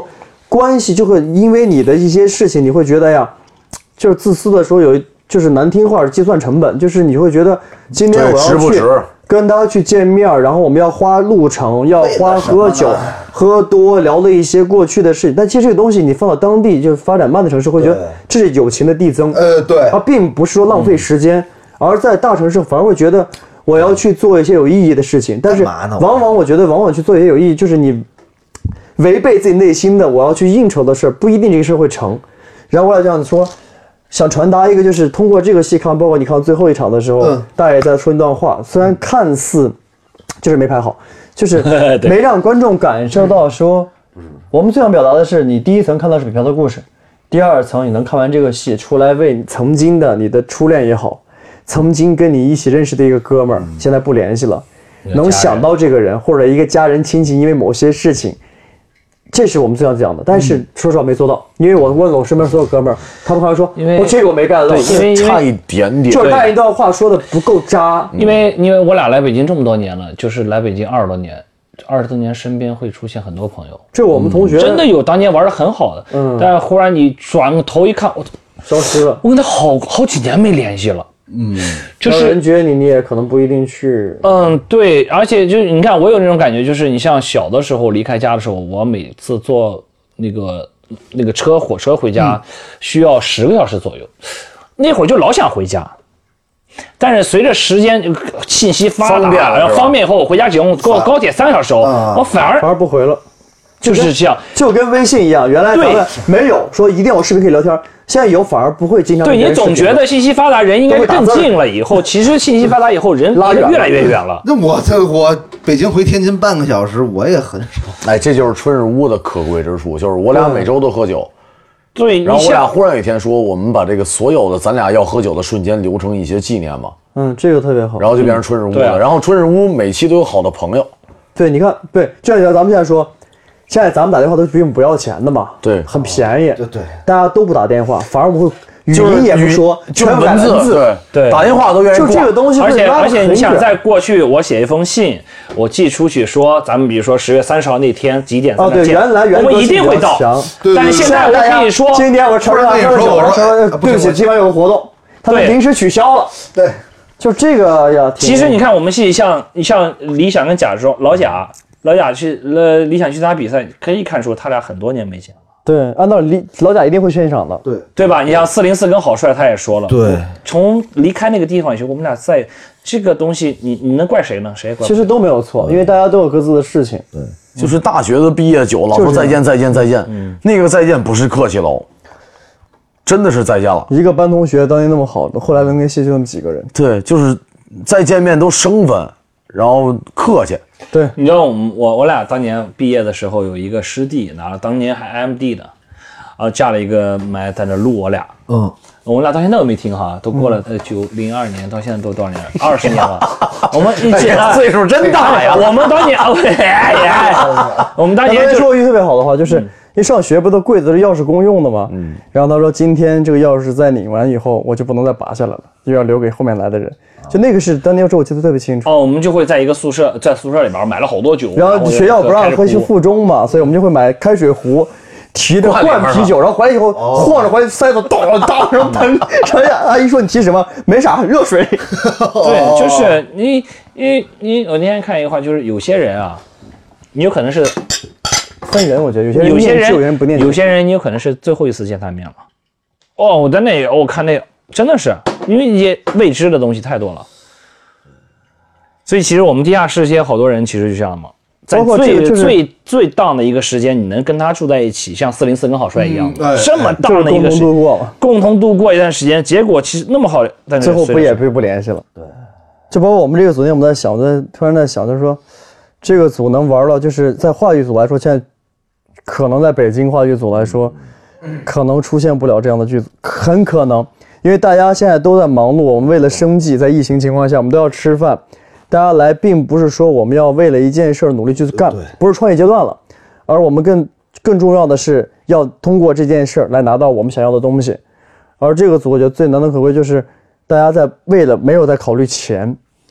关系就会因为你的一些事情，你会觉得呀，就是自私的时候就是难听话是计算成本，就是你会觉得今天我要去跟他去见面，然后我们要花路程，要花喝酒、喝多聊的一些过去的事情。但其实这个东西你放到当地就是发展慢的城市，会觉得这是友情的递增。 对， 它并不是说浪费时间，而在大城市反而会觉得我要去做一些有意义的事情。但是往往去做一些有意义，就是你违背自己内心的我要去应酬的事儿，不一定这个事儿会成。然后我要这样说。想传达一个，就是通过这个戏看，包括你看最后一场的时候，大爷在说一段话，虽然看似就是没拍好，就是没让观众感受到说，我们最想表达的是，你第一层看到是北漂的故事，第二层你能看完这个戏出来，为曾经的你的初恋也好，曾经跟你一起认识的一个哥们儿，现在不联系了，能想到这个人或者一个家人亲戚，因为某些事情。这是我们最想讲的，但是说实话没做到，因为我问了我身边所有哥们儿，他们好像说，我这个我没 get 到， 因为差一点点， 就是那一段话说的不够渣。 因为我俩来北京这么多年了，就是来北京20多年，20多年身边会出现很多朋友， 这我们同学真的有当年玩的很好的，但是忽然你转个头一看，我消失了， 我跟他好几年没联系了。就是人觉得你也可能不一定去。 对，而且就是你看，我有那种感觉，就是你像小的时候离开家的时候，我每次坐那个火车回家，需要10个小时左右，那会儿就老想回家。但是随着时间信息发达，然后方便以后，我回家只用坐高铁3个小时，我反而不回了。 就是这样， 就跟微信一样，原来咱们没有说一定有视频可以聊天，现在有反而不会经常。 对，你总觉得信息发达，人应该更近了，以后其实信息发达以后，人拉越来越远了。 那我北京回天津半个小时，我也很少。 哎，这就是春日屋的可贵之处，就是我俩每周都喝酒。 对， 然后我俩忽然有一天说，我们把这个所有的咱俩要喝酒的瞬间留成一些纪念嘛。 这个特别好。 然后就变成春日屋了。然后春日屋每期都有好的朋友。 对，你看，对，就像咱们现在说。现在咱们打电话都并不要钱的嘛， 对， 很便宜， 对， 大家都不打电话，反而我们会语音也不说，全文字，对，打电话都愿意就这个东西， 而且你想，在过去我写一封信，我寄出去说，咱们比如说10月30号那天几点？ 对，原来我们一定会到，但是现在我可以说， 今天我承认对不起，今晚有个活动，他们临时取消了， 对， 就这个呀。 其实你看，我们戏像理想跟贾中老贾去理想去他比赛，可以看出他俩很多年没见了。 对，按道理老贾一定会现场的， 对吧？你像404跟郝帅他也说了， 对， 从离开那个地方以后，我们俩在这个东西，你能怪谁呢？谁也怪不。 其实都没有错，因为大家都有各自的事情。 对， 就是大学的毕业酒，老说再见再见再见，那个再见不是客气喽，真的是再见了。 一个班同学当年那么好的，后来能跟谢就那么几个人。 对，就是再见面都生分，然后客气。 对， 你知道我俩当年毕业的时候有一个师弟拿了当年还 MD 的，架了一个麦在那录我俩，我们俩到现在都没停哈，都过了02年到现在都多少年？20年了。我们一起岁数真大呀！ 我们当年，我们当年说一句特别好的话，就是因为上学不都柜子是钥匙公用的吗？然后他说今天这个钥匙再拧完以后，我就不能再拔下来了，又要留给后面来的人。就那个是当年我记得特别清楚。 我们就会在一个宿舍里边买了好多酒， 然后学校不让喝去附中嘛，所以我们就会买开水壶。提着灌啤酒，然后回来以后晃着回来塞到当然后喷。阿姨说你提什么？没啥，热水。 对，就是你我那天看一个话，就是有些人啊，你有可能是分人，我觉得有些人不念， 有些人你有可能是最后一次见他面了。我在那我看那真的是因为一些未知的东西太多了，所以其实我们地下室些好多人其实就这样嘛。在最荡的一个时间，你能跟他住在一起，像404跟郝帅一样，这么荡的一个时间，共同度过一段时间，结果其实那么好，但最后不也不联系了？对，就包括我们这个组，我们在想，突然在想，就是说，这个组能玩到，就是在话剧组来说，现在可能在北京话剧组来说，可能出现不了这样的剧组，很可能，因为大家现在都在忙碌，我们为了生计，在疫情情况下，我们都要吃饭。大家来并不是说我们要为了一件事努力去干，不是创业阶段了，而我们更重要的是要通过这件事来拿到我们想要的东西。而这个组我觉得最难能可贵就是大家在为了没有在考虑钱，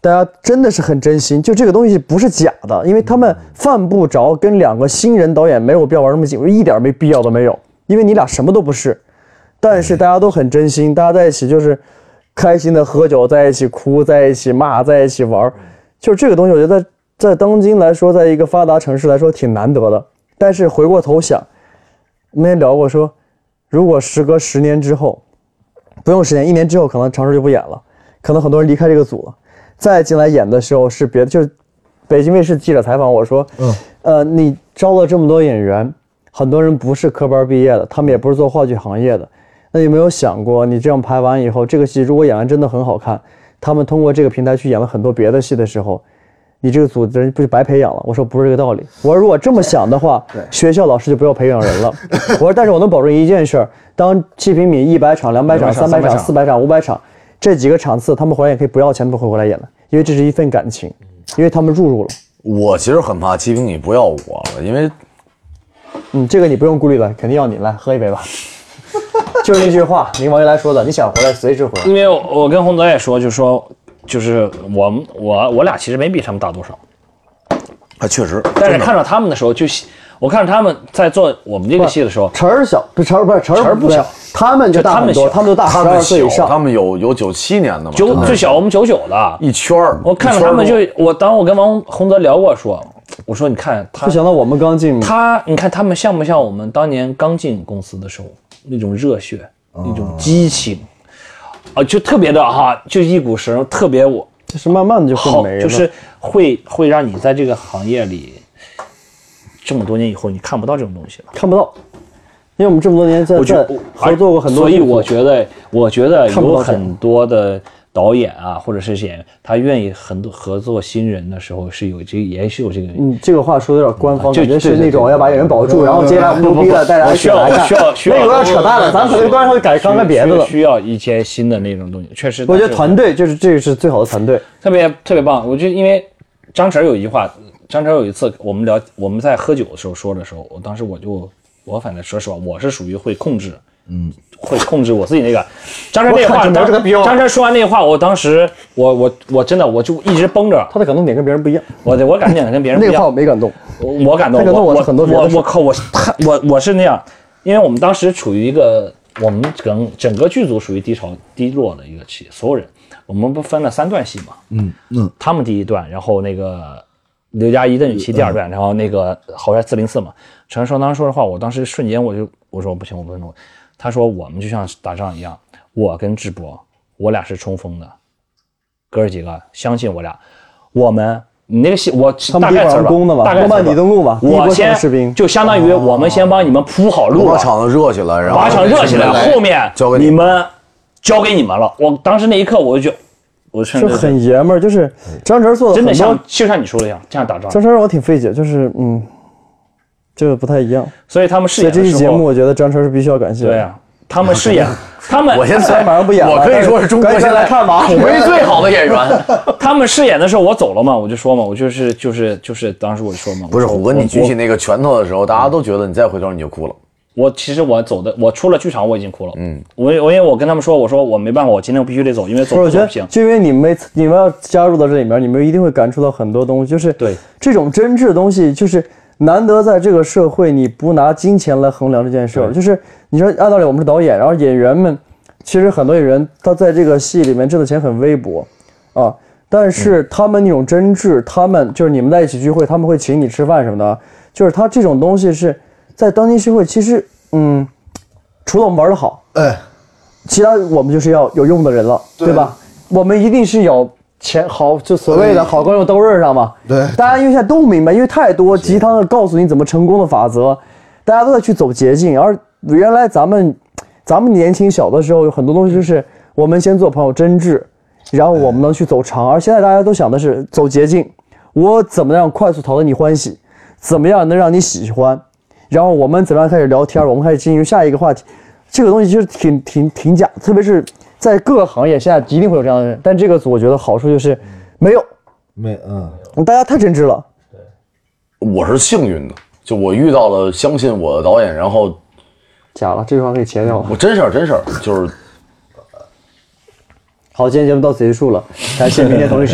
大家真的是很真心，就这个东西不是假的，因为他们犯不着跟2个新人导演没有必要玩那么近，一点没必要都没有，因为你俩什么都不是，但是大家都很真心，大家在一起就是开心的喝酒，在一起哭，在一起骂，在一起玩，就是这个东西，我觉得在当今来说，在一个发达城市来说挺难得的。但是回过头想，我们也聊过说，如果时隔10年之后，不用10年，1年之后可能长春就不演了，可能很多人离开这个组了，再进来演的时候是别的，就是北京卫视记者采访我说，你招了这么多演员，很多人不是科班毕业的，他们也不是做话剧行业的，那有没有想过，你这样排完以后，这个戏如果演完真的很好看，他们通过这个平台去演了很多别的戏的时候，你这个组的人不就白培养了？我说不是这个道理。我说如果这么想的话，学校老师就不要培养人了。我说但是我能保证一件事，当七平米100场、200场、300场、400场、500场这几个场次，他们回来也可以不要钱都会回来演的，因为这是一份感情，因为他们入了。 我其实很怕七平米不要我了，因为这个你不用顾虑了，肯定要你来喝一杯吧。就那句话，王一来说的，你想回来随时回来。 因为我跟洪泽也说，就是我俩其实没比他们大多少， 确实。 但是看到他们的时候，我看着他们在做我们这个戏的时候， 陈儿小，不是陈儿不小，他们就大很多，他们都大12岁以上。 他们有97年的嘛， 最小我们99的一圈儿。 我看着他们当我跟洪泽聊过说，我说你看他， 不想到我们刚进， 你看他们像不像我们当年刚进公司的时候那种热血，那种激情。就特别的就一股神，特别就是慢慢的就会没了， 就是会让你在这个行业里这么多年以后，你看不到这种东西了， 看不到，因为我们这么多年在合作过很多， 所以我觉得有很多的导演啊，或者是演员，他愿意很多合作新人的时候是有这个，也是有这个。 这个话说的有点官方，感觉是那种要把演员保住，然后接下来我们牛逼了，带着需要那有点扯淡了，咱可能端上去改刚才别的了。 需要一些新的那种东西，确实。 我觉得团队这个是最好的团队， 特别棒。我觉得因为张晨有一句话，张晨有一次我们在喝酒的时候说的时候，当时我反正说实话，我是属于会控制。会控制我自己那个。张晨那话，张晨说完那话，我当时我真的我就一直绷着。 他的感动点跟别人不一样。 我感动点跟别人不一样。 那个话我没感动， 我感动。 他感动我是很多别的事。 我靠，我是那样，因为我们当时处于一个我们整个剧组属于低落的一个期，所有人我们不分了3段戏嘛。他们第一段，然后那个刘嘉怡的女妻第2段，然后那个豪宅404嘛。陈双当时说的话，我当时瞬间我说不行，我不能。他说我们就像打仗一样，我跟智博，我俩是冲锋的，哥儿几个相信我俩，你那个戏我大概词儿吧，大概词儿吧，我先就相当于我们先帮你们铺好路了， 把场子热起来，然后把场热起来，后面你们交给你们了。我当时那一刻我就就很爷们儿，就是张晨做的真的就像你说的一样，这样打仗。 张晨让我挺费解，就是这个不太一样， 所以他们饰演这期节目，我觉得张晨是必须要感谢的。 对啊，他们饰演， 我现在马上不演了， 我可以说是中国现在看吧， 口碑最好的演员。 他们饰演的时候，我走了嘛，我就说嘛，我就是当时我说嘛， 不是虎哥，你举起那个拳头的时候，大家都觉得你再回头你就哭了。 其实我出了剧场我已经哭了。因为我跟他们说，我说我没办法，我今天必须得走，因为走不行。 就因为你们要加入到这里面，你们一定会感触到很多东西，就是对这种真挚的东西，就是难得在这个社会，你不拿金钱来衡量这件事儿。就是你说按道理我们是导演，然后演员们，其实很多演员他在这个戏里面挣的钱很微薄啊，但是他们那种真挚，他们就是你们在一起聚会，他们会请你吃饭什么的，就是他这种东西是在当今社会，其实除了我们玩得好，其他我们就是要有用的人了，对吧？我们一定是有钱好，就所谓的好光用刀刃上嘛。 对， 大家因为现在都明白，因为太多鸡汤的告诉你怎么成功的法则，大家都在去走捷径。而原来咱们年轻小的时候，有很多东西就是我们先做朋友真挚，然后我们能去走长。而现在大家都想的是走捷径，我怎么样快速讨得你欢喜，怎么样能让你喜欢。然后我们怎么样开始聊天，我们开始进入下一个话题，这个东西就是挺假，特别是在各个行业，现在一定会有这样的人。但这个组我觉得好处就是没有，大家太真挚了。 我是幸运的，就我遇到了相信我的导演，然后假了，这句话可以切掉了。 我真事儿，就是好，今天节目到此结束了，感谢明天同一时间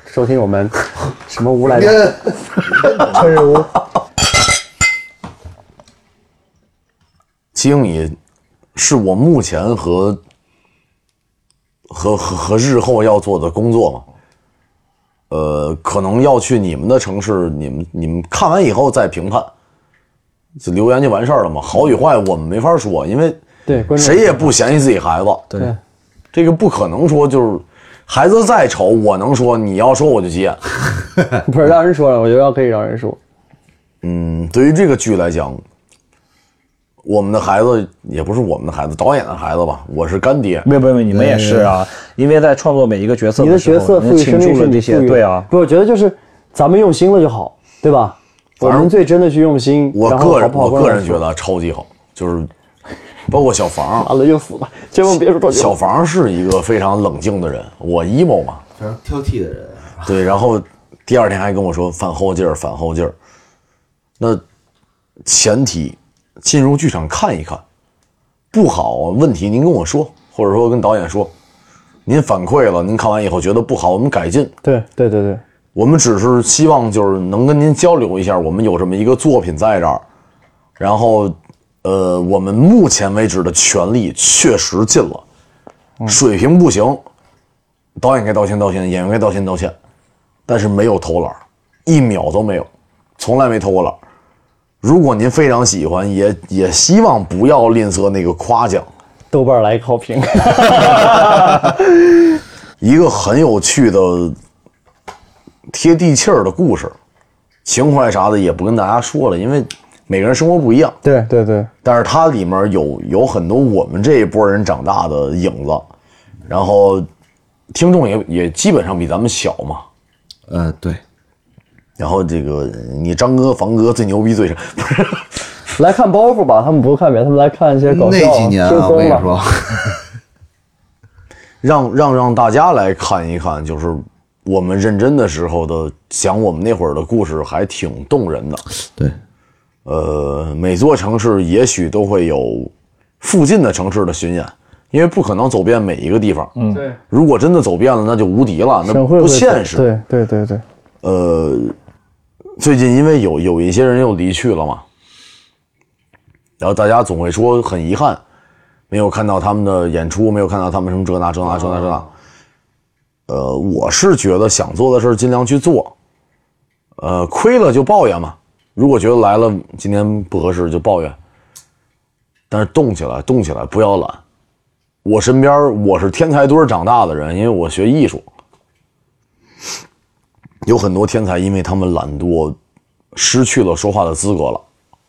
收听我们什么屋来着？春日屋。 7平米是我目前和日后要做的工作嘛。可能要去你们的城市，你们看完以后再评判，就留言就完事儿了嘛。好与坏我们没法说，因为对谁也不嫌弃自己孩子。 对， 这个不可能说就是孩子再丑，我能说你要说我就急眼。 不是让人说了，我觉得可以让人说。 对于这个剧来讲，我们的孩子也不是我们的孩子，导演的孩子吧，我是干爹。 没有，你们也是啊，因为在创作每一个角色你的角色赋予生命是这些，对啊。 不，我觉得就是咱们用心了就好，对吧？我们最真的去用心。 我个人觉得超级好，就是包括小房。 完了又死了，千万别说小房是一个非常冷静的人，我 emo 嘛， 非常挑剔的人。 对，然后第二天还跟我说反后劲儿。那前提进入剧场看一看，不好问题您跟我说，或者说跟导演说，您反馈了，您看完以后觉得不好，我们改进。 对， 我们只是希望就是能跟您交流一下，我们有这么一个作品在这儿，然后我们目前为止的全力确实尽了，水平不行，导演该道歉，演员该道歉，但是没有偷懒，1秒都没有，从来没偷过懒。如果您非常喜欢，也希望不要吝啬那个夸奖。 豆瓣来一个好评。 一个很有趣的、贴地气儿的故事，情怀啥的也不跟大家说了，因为每个人生活不一样。 对。 但是它里面有很多我们这一波人长大的影子，然后听众也基本上比咱们小嘛。 对。 然后这个你张哥、房哥最牛逼最不是来看包袱吧，他们不看别的，他们来看一些搞笑那几年啊，我跟你说， 让大家来看一看，就是我们认真的时候的讲我们那会儿的故事，还挺动人的。 对， 每座城市也许都会有附近的城市的巡演，因为不可能走遍每一个地方。 对， 如果真的走遍了，那就无敌了，那不现实。 对。 最近因为有一些人又离去了嘛，然后大家总会说很遗憾，没有看到他们的演出，没有看到他们什么这那。我是觉得想做的事尽量去做，亏了就抱怨嘛。如果觉得来了今天不合适就抱怨，但是动起来，不要懒。我身边我是天才堆长大的人，因为我学艺术。有很多天才因为他们懒惰失去了说话的资格了。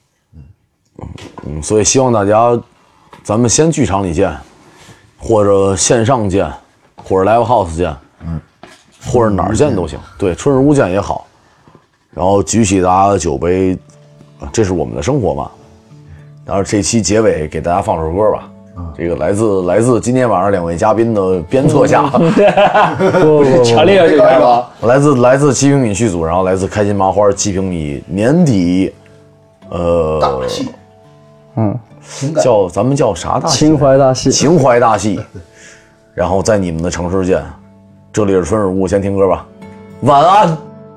所以希望大家咱们先剧场里见，或者线上见，或者 live house 见，或者哪儿见都行。对，春日屋见也好。然后举起大家的酒杯，这是我们的生活嘛。然后这期结尾给大家放首歌吧。这个来自今天晚上2位嘉宾的鞭策下， 强烈这个吧， 来自7平米剧组，然后来自开心麻花7平米年底， 大戏， 咱们叫啥大戏？ 情怀大戏。 然后在你们的城市见，这里是春日屋，先听歌吧，晚安。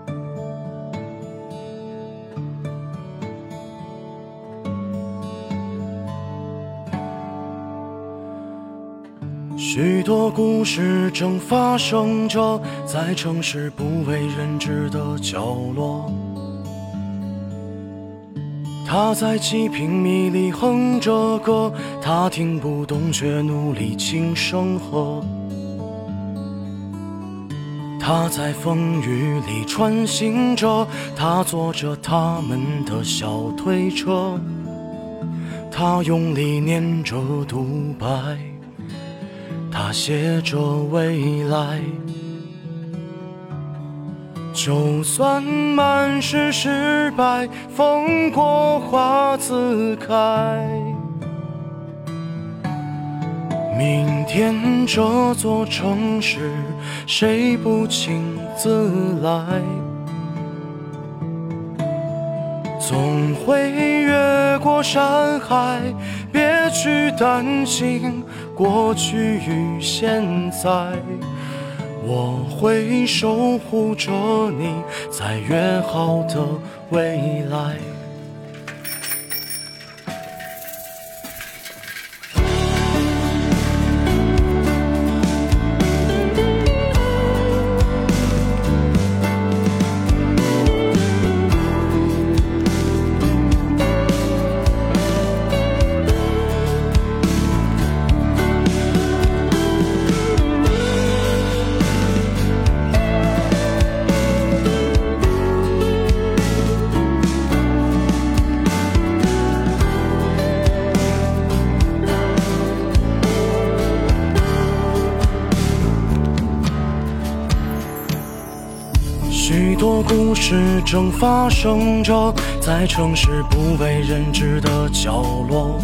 许多故事正发生着，在城市不为人知的角落。他在7平米里哼着歌，他听不懂却努力轻声和。他在风雨里穿行着，他坐着他们的小推车，他用力念着独白，他写着未来。就算满是失败，风过花自开，明天这座城市谁不请自来，总会越过山海，别去担心过去与现在， 我会守护着你，在约好的未来。许多故事正发生着，在城市不为人知的角落。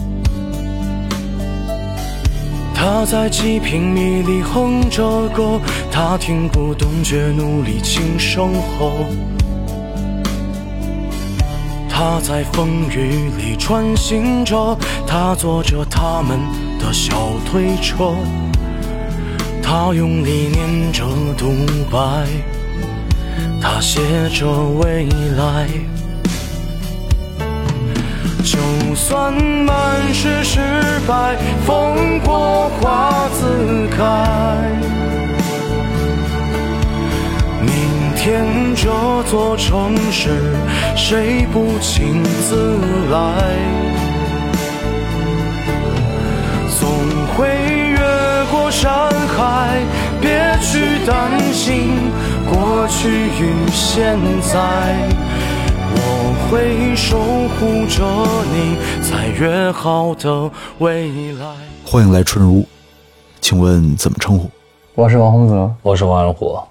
他在几平米里哼着歌，他听不懂却努力轻生活。他在风雨里穿行着，他坐着他们的小推车，他用力念着独白，他写着未来。就算满是失败，风过花自开，明天这座城市谁不请自来，总会越过山海，别去担心过去与现在，我会守护着你，在约好的未来。 欢迎来春如，请问怎么称呼？ 我是王洪泽， 我是王仁虎。